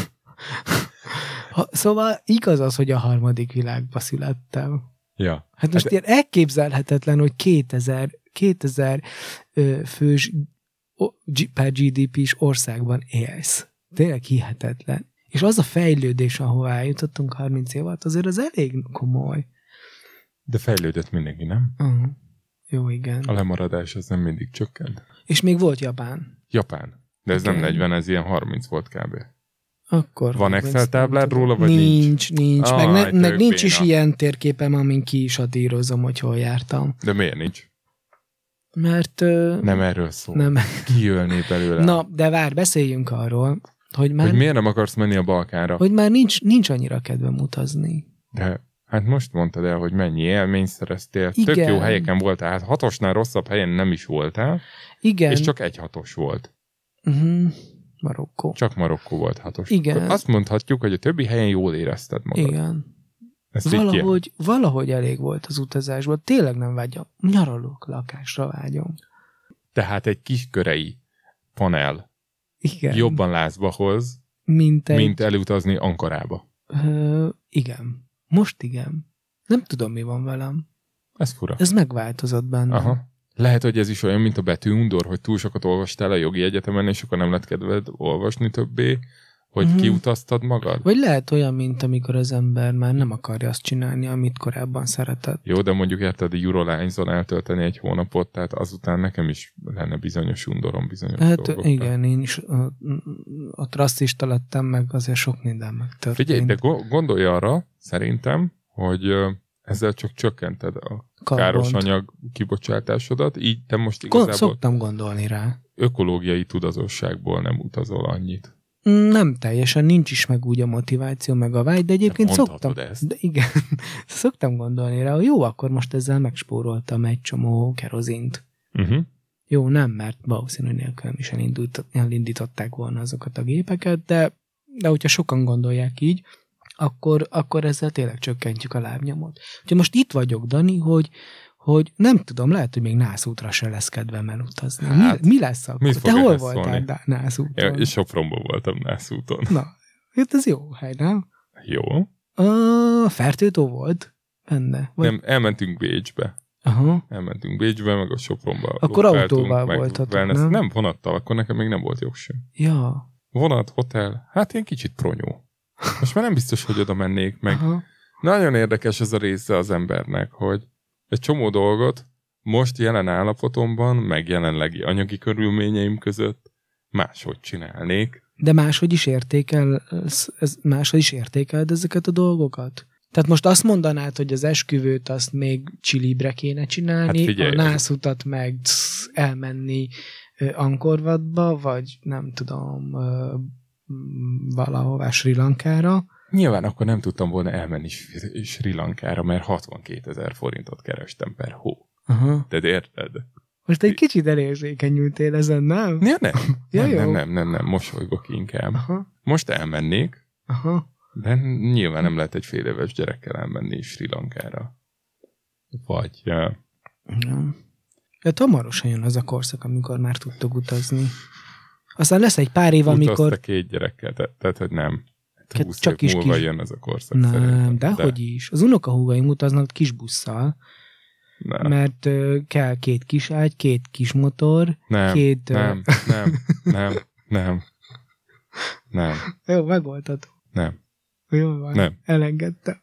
Ha, szóval igaz az, hogy a harmadik világba születtem. Ja. Hát most Hát- ilyen elképzelhetetlen, hogy kétezer, kétezer ö, fős o, G, per gé dé pés országban élsz. Tényleg hihetetlen. És az a fejlődés, ahová eljutottunk harminc év alatt, azért az elég komoly. De fejlődött mindenki, nem? Uh-huh. Jó, igen. A lemaradás az nem mindig csökkent. És még volt Japán. Japán. De ez Igen. nem negyven, ez ilyen harminc volt kb. Akkor Van harminc Excel táblád nem róla, tudom. vagy nincs? Nincs, nincs. Ah, meg ne, hát meg tök nincs is béna. ilyen térképem, amin ki is adírozom, hogy hol jártam. De miért nincs? Mert ö, Nem erről szól. nem. Kijölné belőle. Na, de vár, beszéljünk arról, hogy már, Hogy miért nem akarsz menni a Balkánra? hogy már nincs, nincs annyira kedvem utazni. De hát most mondtad el, hogy mennyi élményt szereztél. Igen. Tök jó helyeken voltál. Hát hatosnál rosszabb helyen nem is voltál. Igen. És csak egy hatos volt. Uh-huh. Marokkó. Csak Marokkó volt hatos. Igen. Akkor azt mondhatjuk, hogy a többi helyen jól érezted magad. Igen. Ezt így ki- Valahogy, valahogy elég volt az utazásból. Tényleg nem vágyom. Nyaralók lakásra vágyom. Tehát egy kiskörei panel Igen. jobban lázba hoz, mint egy... mint elutazni Ankarába. Ö, igen. Most igen. Nem tudom, mi van velem. Ez fura. Ez megváltozott bennem. Aha. Lehet, hogy ez is olyan, mint a betűundor, hogy túl sokat olvastál a jogi egyetemen, és akkor nem lett kedved olvasni többé, hogy Mhm. kiutaztad magad. Vagy lehet olyan, mint amikor az ember már nem akarja azt csinálni, amit korábban szeretett. Jó, de mondjuk érted a Eurolines-on eltölteni egy hónapot, tehát azután nekem is lenne bizonyos undorom, bizonyos Hát dolgok. igen, én is a, a rasszista lettem, meg azért sok minden megtörtént. Figyelj, de go- gondolj arra, szerintem, hogy ö, ezzel csak csökkented a Karbont. káros anyag kibocsátásodat, így te most Gond, igazából szoktam gondolni rá. ökológiai tudatosságból nem utazol annyit. Nem teljesen, nincs is meg úgy a motiváció, meg a vágy, de egyébként De szoktam. mondhatod ezt. De igen, szoktam gondolni rá, hogy jó, akkor most ezzel megspóroltam egy csomó kerozint. Uh-huh. Jó, nem, mert valószínű nélkül is elindult, elindították volna azokat a gépeket, de, de hogyha sokan gondolják így, akkor, akkor ezzel tényleg csökkentjük a lábnyomot. Úgyhogy most itt vagyok, Dani, hogy, hogy nem tudom, lehet, hogy még nászútra se lesz kedvem elutazni. Hát, mi, mi lesz akkor? mit Te fog hol ehhez voltál szólni? Dá- nászúton? Ja, és Sopronban voltam nászúton. Na, hát ez jó hely, nem? Jó. A Fertőtó volt benne? Vagy... Nem, elmentünk Bécsbe. Aha. Elmentünk Bécsbe, meg a Sopronba. Akkor lokáltunk, autóval meg voltatok, wellness. nem? Nem, vonattal, akkor nekem még nem volt jogsim. Ja. Vonat, hotel, hát ilyen kicsit pronyó. Most már nem biztos, hogy oda mennék meg. Aha. Nagyon érdekes ez a része az embernek, hogy egy csomó dolgot most jelen állapotomban, meg jelenlegi anyagi körülményeim között máshogy csinálnék, De máshogy is értékel, ez, máshogy is értékeld ezeket a dolgokat? Tehát most azt mondanád, hogy az esküvőt azt még csilibre kéne csinálni, Hát figyelj, a nászutat meg tsz, elmenni ö, Angkorvatba, vagy nem tudom, ö, valahová Sri Lankára. Nyilván akkor nem tudtam volna elmenni Sri Sri Lankára, mert hatvankétezer forintot kerestem per hó. Aha. De érted? Most egy kicsit elérzékenyültél ezen, nem? Ja, nem. Ja, nem, jó. nem, nem, nem, nem, mosolygok inkább. Aha. Most elmennék, Aha. de nyilván nem lehet egy fél éves gyerekkel elmenni Sri Lankára. Vagy... Uh, Ja. Ja, hamarosan jön az a korszak, amikor már tudtok utazni. Aztán lesz egy pár év, amikor... utazta két gyerekkel, te, tehát hogy nem. Hát húsz csak év is múlva kis- jön az a korszak Nem, szerintem. dehogy is. Az unokahúgaim utaznak kis busszal, Nem, mert ö, kell két kis ágy, két kis motor, nem, két... ö, nem, nem, nem, nem, nem, Jó, megoldható. nem, Jó van, Nem. elengedtem.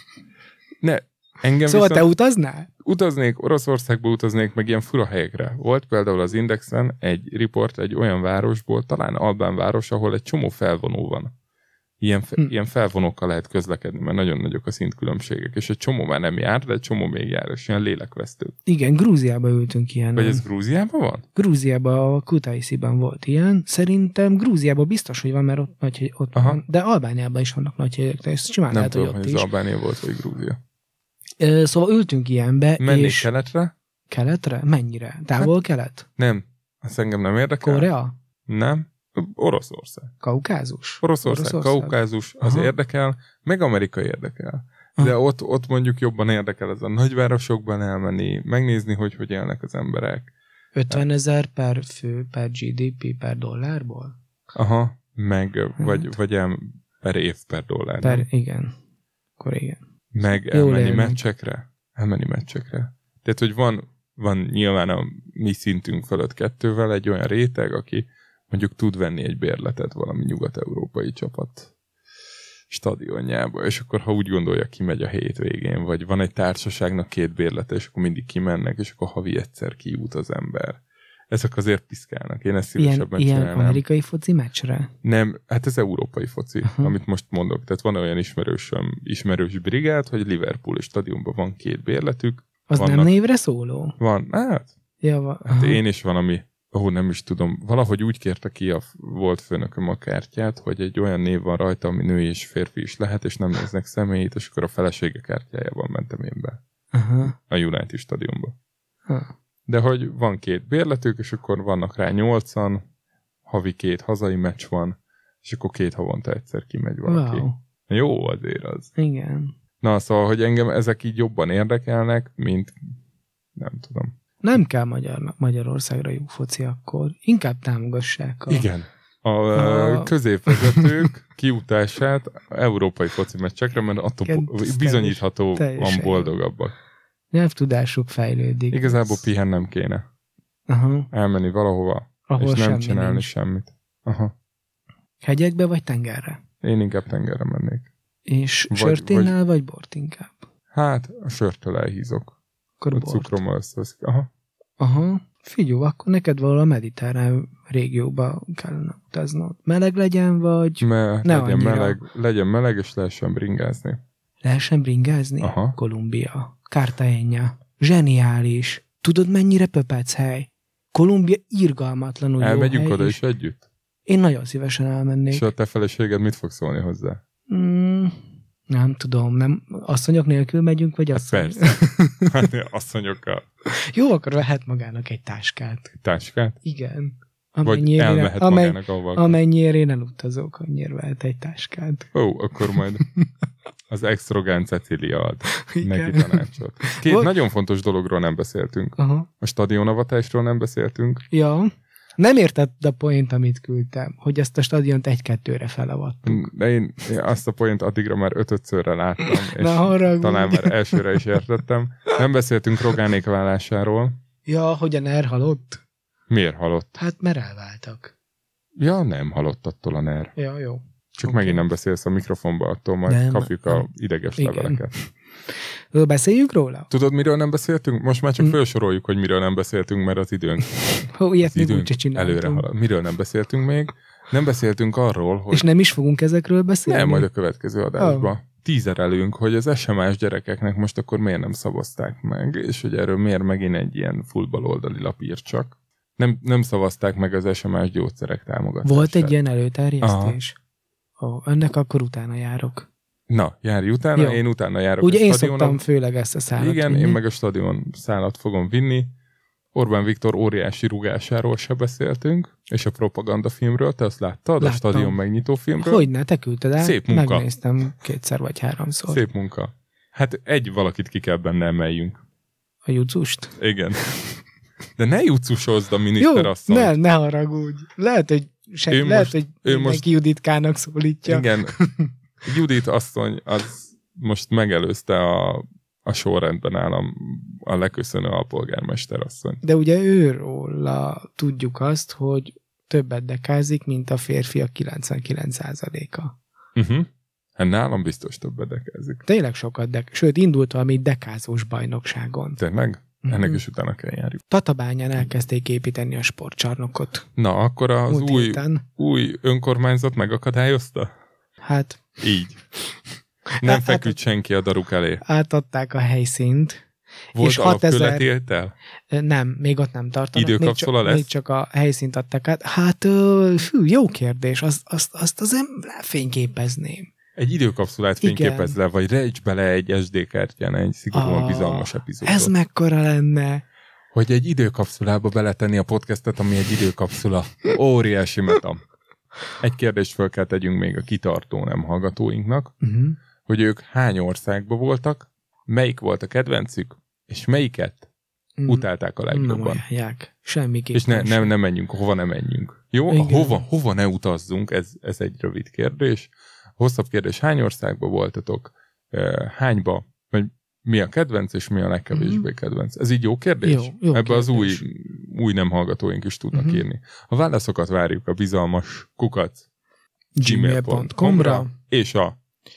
ne, engem Szóval viszont te utaznál? utaznék, Oroszországba utaznék, meg ilyen fura helyekre. Volt például az Indexen egy riport egy olyan városból, talán albán város, ahol egy csomó felvonó van. Ilyen, fe, Hm. ilyen felvonókkal lehet közlekedni, mert nagyon nagyok a szintkülönbségek, és egy csomó már nem jár, de egy csomó még jár, és ilyen lélekvesztő. Igen, Grúziába ültünk ilyen. Vagy ez Grúziában van? Grúziában, a Kutaisziban volt ilyen. Szerintem Grúziában biztos, hogy van, mert ott, nagy, ott Aha. van. De Albániában is vannak nagy helyek, de ezt simán Nem lehet, hogy tudom, ott hogy is. ez Albánia volt, vagy Grúzia. Ö, Szóval ültünk ilyenbe, Mennék és keletre? keletre? Mennyire? Távol kelet? Nem. Azt engem nem érdekel. Korea? Nem. Oroszország. Kaukázus? Oroszország, Kaukázus, az Aha. érdekel, meg Amerika érdekel. De ott, ott mondjuk jobban érdekel ez a nagyvárosokban elmenni, megnézni, hogy hogy élnek az emberek. ötvenezer per fő, per gé dé pé, per dollárból? Aha, meg, vagy, vagy el, per év, per dollár. Per, nem? igen. Akkor igen. Meg Jól elmenni élnek. meccsekre. Elmenni meccsekre. Tehát, hogy van, van nyilván a mi szintünk fölött kettővel egy olyan réteg, aki mondjuk tud venni egy bérletet valami nyugat-európai csapat stadionjába, és akkor ha úgy gondolja, kimegy a hétvégén, vagy van egy társaságnak két bérlete, és akkor mindig kimennek, és akkor havi egyszer kijut az ember. Ezek azért piszkálnak. Én ezt Ilyen, szívesebben ilyen csinálnám. amerikai foci meccsre? Nem, hát ez európai foci, Aha. amit most mondok. Tehát van olyan ismerősöm, ismerős brigád, hogy Liverpool stadionban van két bérletük. Az Vannak- nem névre szóló? Van, hát, Ja, va, hát aha. én is valami, ó, nem is tudom, valahogy úgy kérte ki a f- volt főnököm a kártyát, hogy egy olyan név van rajta, ami nő és férfi is lehet, és nem néznek személyét, és akkor a felesége kártyájával mentem én be Aha. a United stadionba. Ha. De hogy van két bérletük, és akkor vannak rá nyolcan, havi két hazai meccs van, és akkor két havonta egyszer kimegy valaki. Wow. Jó azért az. Igen. Na, szóval, hogy engem ezek így jobban érdekelnek, mint nem tudom. Nem kell Magyar, Magyarországra jó foci akkor. Inkább támogassák a... Igen. A, A- a középvezetők kiutását európai foci meccsekre, mert attól Igen, bo- ez bizonyítható teljesen van jó. boldogabbak. Nyelvtudásuk fejlődik. Igazából pihennem kéne. Aha. Elmenni valahova, Ahol és nem semmi csinálni nincs. semmit. Aha. Hegyekbe vagy tengerre? Én inkább tengerre mennék. És Vagy- sört innál, vagy bort inkább? Hát, a sörtől elhízok. Akkor A bort. cukrommal összeveszik. Aha. Aha. Figyelj, akkor neked valahol a mediterrán régióba kellene utaznod. Meleg legyen, vagy Mert Ne legyen annyira. meleg, legyen meleg, és lehessen bringázni. lehessen bringázni? Aha. Kolumbia. Cartagena. Zseniális. Tudod, mennyire pöpec hely? Kolumbia irgalmatlanul jó Elmegyünk hely, oda és is együtt? Én nagyon szívesen elmennék. És a te feleséged mit fog szólni hozzá? Mm, nem tudom, nem. Asszonyok nélkül megyünk, vagy Hát asszony? persze. Asszonyokkal. Jó, akkor vehet magának egy táskát. Táskát? Igen. Vagy Amennyire, elmehet amely, magának ahova akar. amennyire én elutazok, annyira vehet egy táskát. Ó, akkor majd az ex-Rogán Cecília ad Igen. neki tanácsot. Két Volt- nagyon fontos dologról nem beszéltünk. Aha. A stadionavatásról nem beszéltünk. Ja. Nem érted a point, amit küldtem, hogy ezt a stadiont egy-kettőre felavattuk. De én, én azt a point addigra már ötödszörre láttam, és Na, haragudj. talán már elsőre is értettem. Nem beszéltünk Rogánék válásáról. Ja, hogy a NER halott? Miért halott? Hát mert elváltak. Ja, nem halott attól a NER. Ja, jó. Csak Oké. megint nem beszélsz a mikrofonba, attól majd Nem. kapjuk a ideges Igen. leveleket. Ö, Beszéljünk róla? Tudod, miről nem beszéltünk? Most már csak Mm. felsoroljuk, hogy miről nem beszéltünk, mert az időnk, Ó, ilyet az még időnk úgyse előre csináltunk. halad. Miről nem beszéltünk még? Nem beszéltünk arról, hogy... És nem is fogunk ezekről beszélni? Nem, majd a következő adásban. Oh. Tízerelünk, hogy az es em es gyerekeknek most akkor miért nem szavazták meg, és hogy erről miért megint egy ilyen full baloldali lap ír csak. Nem, nem szavazták meg az es em es gyógyszerek támogatását. Volt egy ilyen előterjesztés? Ó, ennek akkor utána járok. Na, járj utána, Jó. én utána járok. Ugye a én stadionon. szoktam főleg ezt a szállat Igen, vinni. én meg a stadion szállat fogom vinni. Orbán Viktor óriási rugásáról se beszéltünk, és a propagandafilmről, te azt láttad? Láttam. A stadion megnyitó filmről? Hogyne, te küldted el. Szép munka. Megnéztem kétszer vagy háromszor. Szép munka. Hát egy valakit ki kell benne emeljünk. A jucust? Igen. De ne jucusozd a Jó, miniszterasszonyt. ne, ne haragudj. Lehet, hogy, se, Ő lehet, most- hogy ő mindenki most- Juditkának szólítja. Igen. Judit asszony az most megelőzte a, a sorrendben nálam a leköszönő alpolgármester asszony. De ugye őróla tudjuk azt, hogy többet dekázik, mint a férfiak kilencvenkilenc százaléka. Uh-huh. Hát nálam biztos többet dekázik. Tényleg sokat dek... Sőt, indult valami dekázós bajnokságon. Tényleg? Ennek Mhm. is utána kell járjuk. Tatabányán elkezdték építeni a sportcsarnokot. Na, akkor az Múlt új, héten. új önkormányzat megakadályozta? Hát Így. Nem Hát- feküdt senki a daruk elé. átadták a helyszínt. Volt és hatezer alapkőletétel? Nem, még ott nem tartanak. Időkapszula még csak, lesz? Még csak a helyszínt adták át. Hát, ö, fű, jó kérdés. Azt, azt, azt az fényképezném. Egy időkapszulát Igen. fényképezz le, vagy rejts bele egy es dé kártyán egy szigorúan Ah, bizalmas epizódot. Ez mekkora lenne? Hogy egy időkapszulába beletenni a podcastet, ami egy időkapszula. Óriási meta. Egy kérdést fel kell tegyünk még a kitartó nem hallgatóinknak, Uh-huh. hogy ők hány országban voltak, melyik volt a kedvencük, és melyiket utálták a Nem legjobban. ajánlják. Semmiképpen És ne, sem. nem, nem menjünk, hova ne menjünk. Jó? Igen. Hova, hova ne utazzunk, ez, ez egy rövid kérdés. Hosszabb kérdés, hány országban voltatok, eh, hányba, vagy mi a kedvenc, és mi a legkevésbé Mhm. kedvenc? Ez így jó kérdés? Jó, jó Ebbe az új, kérdés. új nem hallgatóink is tudnak Mhm. írni. A válaszokat várjuk a bizalmas kukac gmail pont com-ra, és a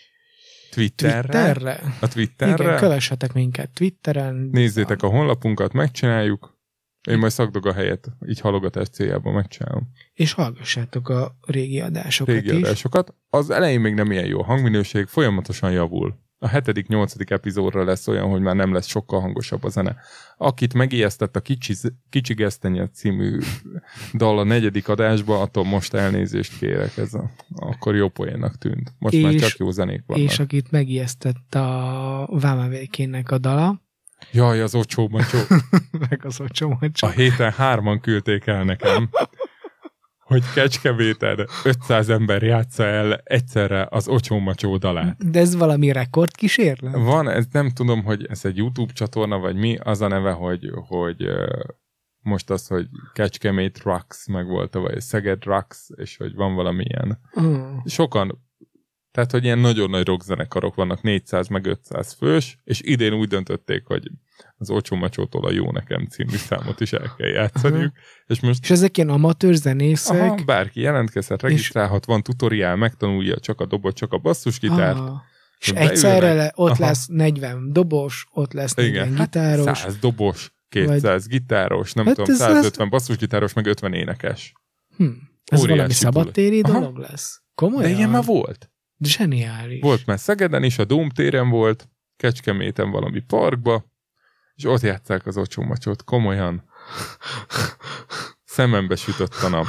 Twitterre. Twitterre. A Twitterre. Igen, kövessetek minket Twitteren. Nézzétek a honlapunkat, megcsináljuk. Én majd szakdog a helyet, így halogatás céljában megcsinálom. És hallgassátok a régi adásokat Régi is. adásokat. Az elején még nem ilyen jó a hangminőség, folyamatosan javul. A hetedik, nyolcadik epizódra lesz olyan, hogy már nem lesz sokkal hangosabb a zene. Akit megijesztett a Kicsi, Kicsi Gesztenye című dal a negyedik adásba, attól most elnézést kérek. Ez a, akkor jó poénnak tűnt. Most És- már csak jó zenék vannak. És akit megijesztett a Vámavékének a dala, Jaj, az ocsó macsó. meg az ocsomacsó. A héten hárman küldték el nekem, hogy Kecskeméten ötszáz ember játsza el egyszerre az ocsó macsó dalát. De ez valami rekordkísérlet? Van, ez nem tudom, hogy ez egy YouTube csatorna, vagy mi, az a neve, hogy, hogy ö, most az, hogy Kecskemét Rocks meg volt, vagy Szeged Rocks, és hogy van valami ilyen. Mm. Sokan, tehát, hogy ilyen nagyon nagy rockzenekarok vannak, négyszáz meg ötszáz fős, és idén úgy döntötték, hogy az Ocsó Macsótól a Jó Nekem című számot is el kell játszaniuk, és most És ezek ilyen amatőr zenészek? aha, bárki jelentkezhet, regisztrálhat, van tutoriál, megtanulja csak a dobot, csak a basszusgitárt. Ah. És Beülnek. egyszerre le, ott Aha. lesz negyven dobos, ott lesz negyven Igen, gitáros. hát száz dobos, kétszáz gitáros, nem Hát tudom, ez- száz ötven basszusgitáros, meg ötven énekes. Hm. Ez Óriási valami szabadtéri buli. Aha. dolog lesz? Komolyan? De ilyen már volt. Zseniális. Volt már Szegeden is, a Dómtéren volt, Kecskeméten valami parkba, és ott játsszák az ocsómacsot, komolyan. Szemembe sütött a nap.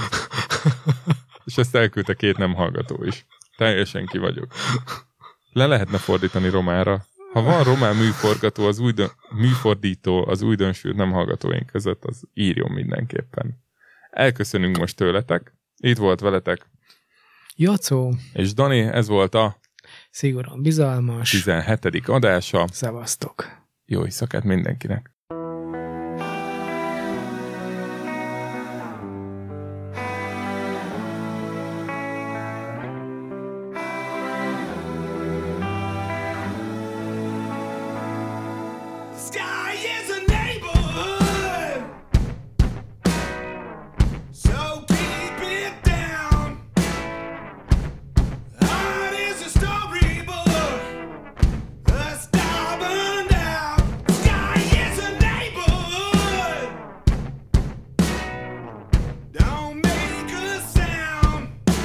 És ezt elküldte két nem hallgató is. Teljesen ki vagyok. Le lehetne fordítani romára. Ha van román műforgató, az új dön- műfordító az újdonsült nem hallgatóink között, az írjon mindenképpen. Elköszönünk most tőletek. Itt volt veletek. Jacó, És Dani, ez volt a szigorúan bizalmas. tizenhetedik adása. Szevasztok. Jó éjszakát mindenkinek! Sky is a neighborhood, so keep it down. Art is a storybook, a star burned out. Sky is a neighborhood, don't make a sound.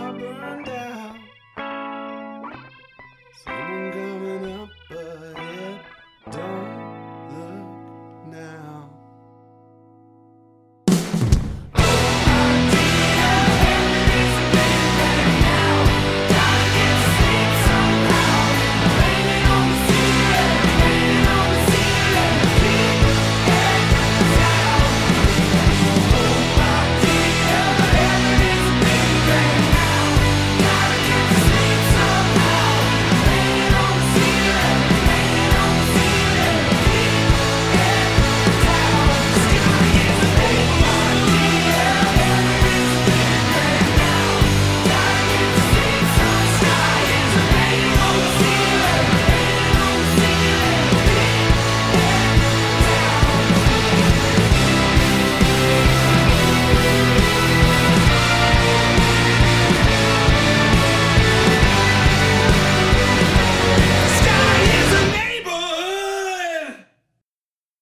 burned out.